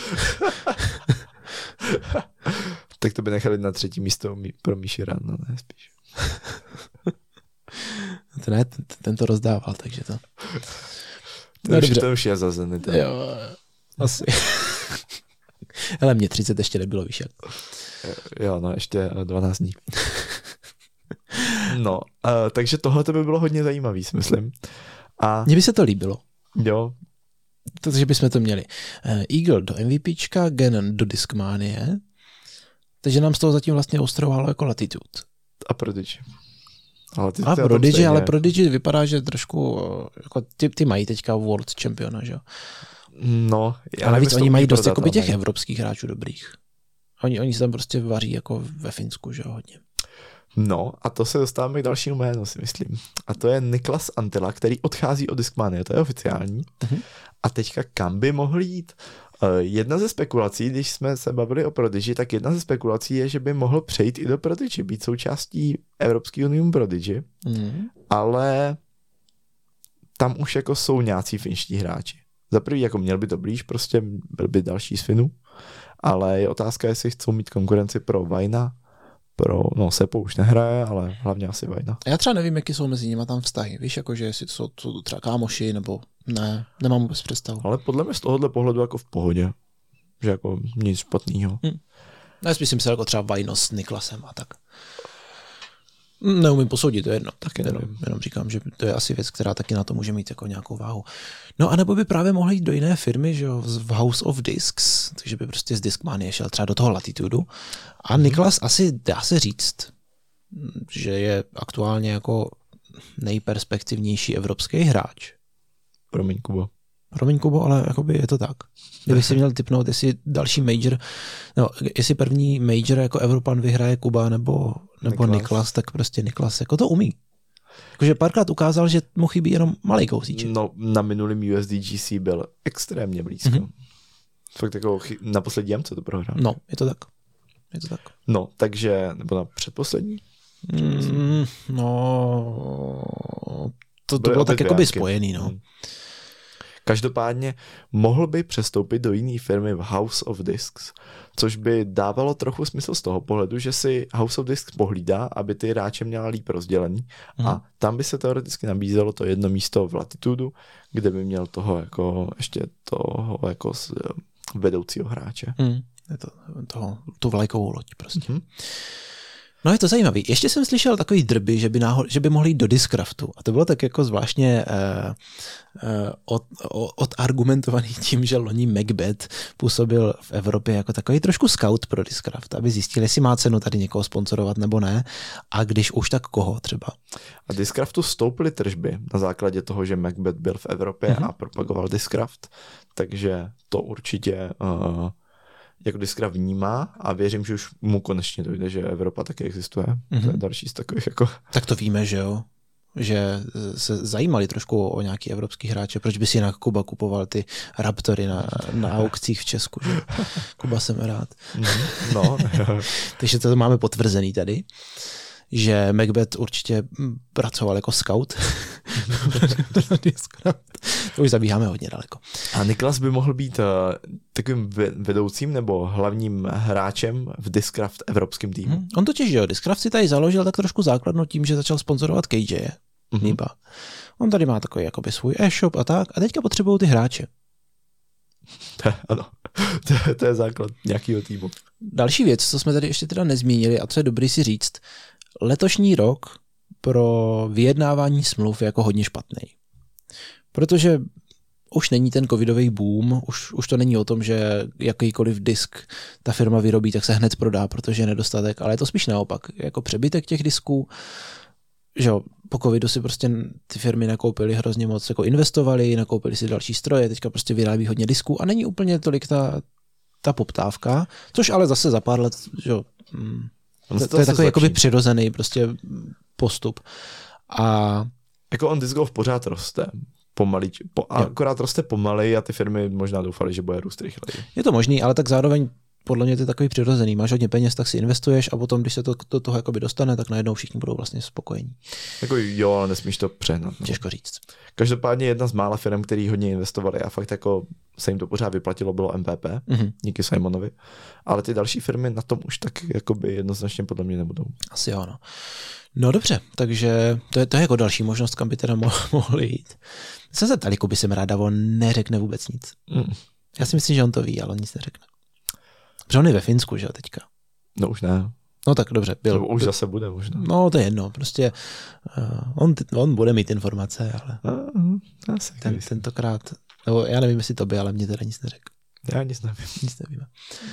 Tak to by nechali na třetí místo pro Míši Rádla, ne spíš. To ne, ten, ten to rozdával, takže to... To, no, už, to už je za Zenit. Jo, asi. Hele, mě třicet ještě nebylo, víš jak. Jo, no ještě dvanáct dní. No, uh, takže tohle by bylo hodně zajímavý, si myslím. A... Mně by se to líbilo. Jo. Takže bychom to měli. Uh, Eagle do MVPčka, Ganon do Discmanie, takže nám z toho zatím vlastně ostrovalo jako Latitude. A Prodigy. Ale ty, a Prodigy, ale Prodigy vypadá, že trošku, jako ty, ty mají teďka World Championa, že jo? No. Já ale víc oni mají dost jakoby těch evropských hráčů dobrých. Oni, oni se tam prostě vaří jako ve Finsku, že jo, hodně. No a to se dostáváme k dalšímu jménu, si myslím. A to je Niklas Antila, který odchází od Discmanie, to je oficiální. Uh-huh. A teďka kam by mohl jít? Uh, jedna ze spekulací, když jsme se bavili o Prodigy, tak jedna ze spekulací je, že by mohl přejít i do Prodigy, být součástí Evropský unium Prodigy, uh-huh. ale tam už jako jsou nějací finští hráči. Za prvý jako měl by to blíž, prostě byl by další z Finů, ale je otázka, jestli chcou mít konkurenci pro Vajna, pro, no Sepo už nehraje, ale hlavně asi Vajna. Já třeba nevím, jaký jsou mezi nimi tam vztahy, víš, jakože jestli to jsou to třeba kámoši, nebo ne, nemám vůbec představu. Ale podle mě z tohohle pohledu jako v pohodě, že jako nic špatného. Hmm. Já spíš si myslel jako třeba Vajno s Niklasem a tak. Neumím posoudit, to je jedno. Taky jenom, jenom říkám, že to je asi věc, která taky na to může mít jako nějakou váhu. No a nebo by právě mohl jít do jiné firmy, že jo, v House of Discs, takže by prostě z Discmanie šel třeba do toho Latitudu. A Niklas asi dá se říct, že je aktuálně jako nejperspektivnější evropský hráč. Promiň, Kubo. Promiň, Kubo, ale jakoby je to tak. Kdybych si měl tipnout, jestli další major, no, jestli první major jako Evropan vyhraje Kuba nebo, nebo Niklas. Niklas, tak prostě Niklas jako to umí. Jakože párkrát ukázal, že mu chybí jenom malý kousíček. No, na minulým U S D G C byl extrémně blízko. Mm-hmm. Fakt jako chy- na poslední jamce to prohrál. No, je to tak. Je to tak. No, takže, nebo na předposlední? Mm, no, to, to bylo tak jakoby spojený, no. Hmm. Každopádně mohl by přestoupit do jiné firmy v House of Discs, což by dávalo trochu smysl z toho pohledu, že si House of Discs pohlídá, aby ty hráče měla líp rozdělený hmm. a tam by se teoreticky nabízelo to jedno místo v Latitudu, kde by měl toho jako ještě toho jako vedoucího hráče. Hmm. Je to, toho, tu vlajkovou loď prostě. Hmm. No je to zajímavý. Ještě jsem slyšel takový drby, že by, náhod, že by mohli jít do Discraftu. A to bylo tak jako zvláštně uh, uh, od, odargumentovaný tím, že loni Macbeth působil v Evropě jako takový trošku scout pro Discraft, aby zjistil, jestli má cenu tady někoho sponsorovat nebo ne. A když už, tak koho třeba. A Discraftu stoupily tržby na základě toho, že Macbeth byl v Evropě mm-hmm. a propagoval Discraft. Takže to určitě... Uh, jako Discraft vnímá a věřím, že už mu konečně dojde, že Evropa taky existuje. Mm-hmm. To je další z takových jako... Tak to víme, že jo? Že se zajímali trošku o nějaký evropský hráče. Proč by si jinak Kuba kupoval ty Raptory na, na aukcích v Česku? Že? Kuba jsem rád. Mm-hmm. No. Takže to máme potvrzený tady, že Macbeth určitě pracoval jako scout. To už zabíháme hodně daleko. A Niklas by mohl být uh, takovým vedoucím nebo hlavním hráčem v Discraft evropském týmu. Hmm. On totiž, jo, Discraft si tady založil tak trošku základnu tím, že začal sponzorovat K J. Mm-hmm. On tady má takový jakoby svůj e-shop a tak a teďka potřebují ty hráče. Ano, to je, to je základ nějakého týmu. Další věc, co jsme tady ještě teda nezmínili a co je dobrý si říct, letošní rok pro vyjednávání smluv je jako hodně špatný. Protože už není ten covidový boom, už, už to není o tom, že jakýkoliv disk ta firma vyrobí, tak se hned prodá, protože je nedostatek, ale je to spíš naopak. Jako přebytek těch disků, že jo, po covidu si prostě ty firmy nakoupily hrozně moc, jako investovali, nakoupili si další stroje, teďka prostě vyrábí hodně disků a není úplně tolik ta, ta poptávka, což ale zase za pár let, že jo, mm, to, to je takový jakoby přirozený prostě postup. A jako on Disc Golf pořád roste. Pomalý, po, akorát roste pomalej a ty firmy možná doufali, že bude růst rychleji. Je to možný, ale tak zároveň podle mě to je takový přirozený. Máš hodně peněz, tak si investuješ a potom, když se to do toho jakoby dostane, tak najednou všichni budou vlastně spokojení. Jako jo, ale nesmíš to přehnat. No. Těžko říct. Každopádně jedna z mála firm, který hodně investovali a fakt jako se jim to pořád vyplatilo, bylo M P P, mm-hmm. díky Simonovi. Ale ty další firmy na tom už tak jakoby jednoznačně podle mě nebudou. Asi jo, no. No dobře, takže to je, to je jako další možnost, kam by teda mohli jít. Jsem se ptali, Kuby jsem ráda, on neřekne vůbec nic. Mm. Já si myslím, že on to ví, ale on nic neřekne. Protože on je ve Finsku, že jo, teďka. No už ne. No tak dobře. Byl, to už byl, zase bude možná. No to je jedno, prostě uh, on, on bude mít informace, ale uh, asi ten, tentokrát, nebo já nevím, jestli to by, ale mě teda nic neřekl. Já nic nevím. Nic nevíme.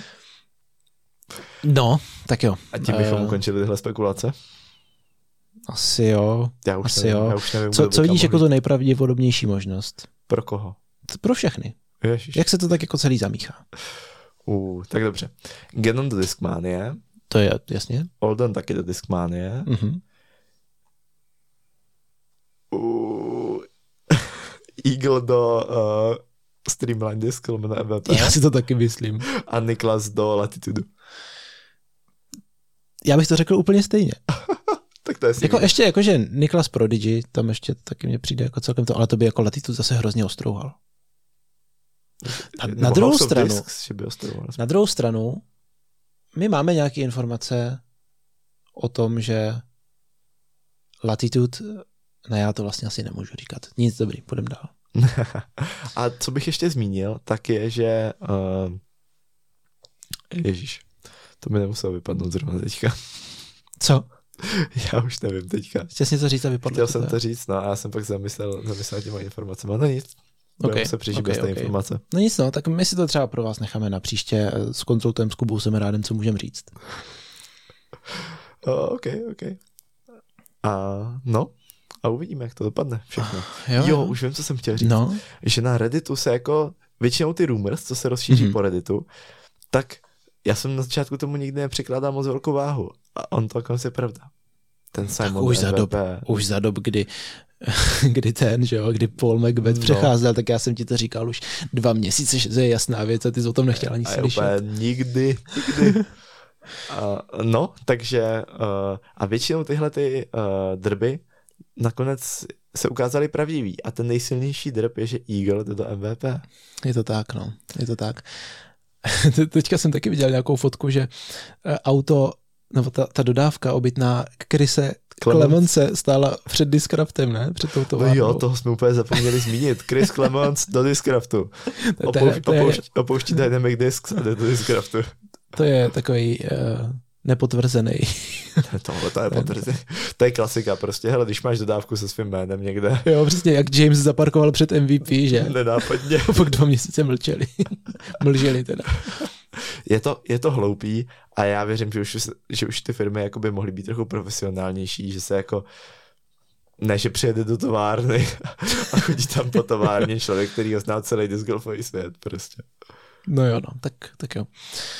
No, tak jo. A tím bychom uh, ukončili tyhle spekulace? Asi jo. Já už asi nevím, jo. Já už nevím, co, co vidíš jako to nejpravděpodobnější možnost? Pro koho? Pro všechny. Ježiš. Jak se to tak jako celý zamíchá? Uh, tak dobře. Ganon do Discmanie. To je, jasně. Olden taky do Discmanie. Mm-hmm. Uh, Eagle do uh, Streamline Disc, lomeno M V P. Já si to taky myslím. A Niklas do Latitudu. Já bych to řekl úplně stejně. Tak to je jako ještě jakože Niklas Prodigy, tam ještě taky mně přijde jako celkem to, ale to by jako Latitude zase hrozně ostrouhal. A na druhou stranu, na druhou stranu, my máme nějaké informace o tom, že Latitude, no já to vlastně asi nemůžu říkat. Nic dobrý, půjdem dál. A co bych ještě zmínil, tak je, že uh, Ježíš, to mi nemuselo vypadnout zrovna teďka. Co? Já už nevím teďka. Chtěl jsi to říct a vypadlo. Chtěl to jsem to říct, no a já jsem pak zamyslel, zamyslel těma informacemi. No nic, budeme okay, se přežít okay, bez té okay. informace. No nic, no, tak my si to třeba pro vás necháme na příště s konzultem s Kubou Semerádem, co můžeme říct. Oh, ok, ok. A no, A uvidíme, jak to dopadne všechno. Jo, jo, jo, už vím, co jsem chtěl říct. No. Že na Redditu se jako většinou ty rumors, co se rozšíří mm-hmm. po Redditu, tak já jsem na začátku tomu nikdy nepřikládal moc velkou váhu. A on to konce je pravda. Ten Simon už za, dob, už za dob, kdy, kdy ten, že jo, kdy Paul Macbeth no. přecházel, tak já jsem ti to říkal už dva měsíce, že to je jasná věc a ty jsi o tom nechtěl ani slyšet. A nikdy, nikdy. a, no, takže uh, a většinou tyhle ty uh, drby nakonec se ukázaly pravdivý a ten nejsilnější drb je, že Eagle jde do M V P. Je to tak, no, je to tak. Teďka jsem taky viděl nějakou fotku, že auto, nebo ta, ta dodávka obytná Chrise Clemence stála před Discraftem, ne? Před tou továrnou. No jo, toho jsme úplně zapomněli zmínit. Chris Clemens do Discraftu. Opouš, opouš, opouští Dynamic Discs a jde do Discraftu. To je takový uh, nepotvrzený. Tohle to je potvrzený. To je klasika prostě. Hele, když máš dodávku se svým jménem někde. Jo, přesně, jak James zaparkoval před M V P, že? Nenápadně. Pak dva měsíce mlčeli. Mlželi teda. Je to, je to hloupý a já věřím, že už, že už ty firmy jako by mohly být trochu profesionálnější, že se jako ne, že přijede do továrny a chodí tam po továrně člověk, který ho zná celý disc golfový svět prostě. No jo, no, tak, tak jo.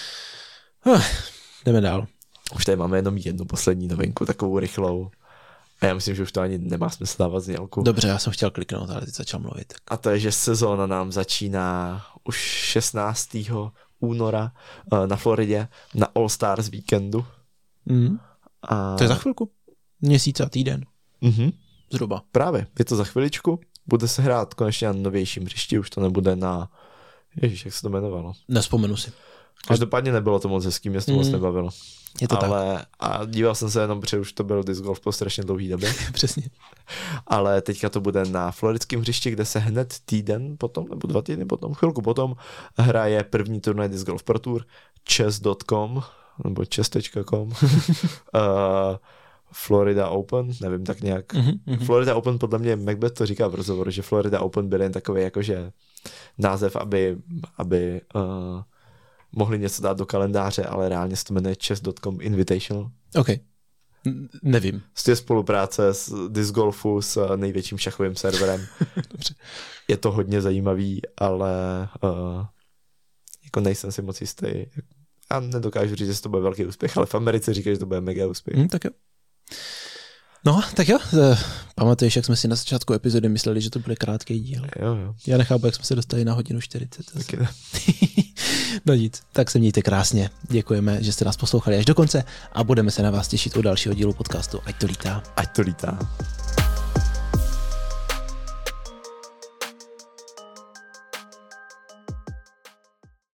Huh, jdeme dál. Už tady máme jenom jednu poslední novinku, takovou rychlou. A já myslím, že už to ani nemá smysl dávat znělku. Dobře, já jsem chtěl kliknout, ale teď začal mluvit. A to je, že sezóna nám začíná už šestnáctého února na Floridě na All Stars víkendu. Mm. A... To je za chvilku. Měsíc a týden. Mm-hmm. Zhruba. Právě, je to za chviličku. Bude se hrát konečně na novějším hřišti, už to nebude na... Ježiš, jak se to jmenovalo? Nespomenu si. Každopádně nebylo to moc hezký, mě to mm. moc nebavilo. Je to ale, tak. A díval jsem se jenom, protože už to byl disc golf po strašně dlouhý době. Přesně. Ale teďka to bude na floridském hřišti, kde se hned týden potom, nebo dva týdny potom, chvilku potom, hraje první turnaj Disc Golf Pro Tour, chess tečka com, nebo chess tečka com, uh, Florida Open, nevím, tak nějak. Mm-hmm. Florida Open, podle mě Macbeth to říká v rozhovoru, že Florida Open byl jen takový jakože název, aby, aby uh, mohli něco dát do kalendáře, ale reálně se to jmenuje chess tečka com Invitational. OK. Nevím. Je spolupráce s disc golfu s největším šachovým serverem. Dobře. Je to hodně zajímavý, ale uh, jako nejsem si moc jistý. Já nedokážu říct, že to bude velký úspěch, ale v Americe říkají, že to bude mega úspěch. Hmm, tak jo. No, tak jo. Pamatuješ, jak jsme si na začátku epizody mysleli, že to bude krátký díl. Jo, jo. Já nechápu, jak jsme se dostali na hodinu čtyřicet. Taky ne. No nic, tak se mějte krásně. Děkujeme, že jste nás poslouchali až do konce a budeme se na vás těšit u dalšího dílu podcastu Ať to lítá. Ať to lítá.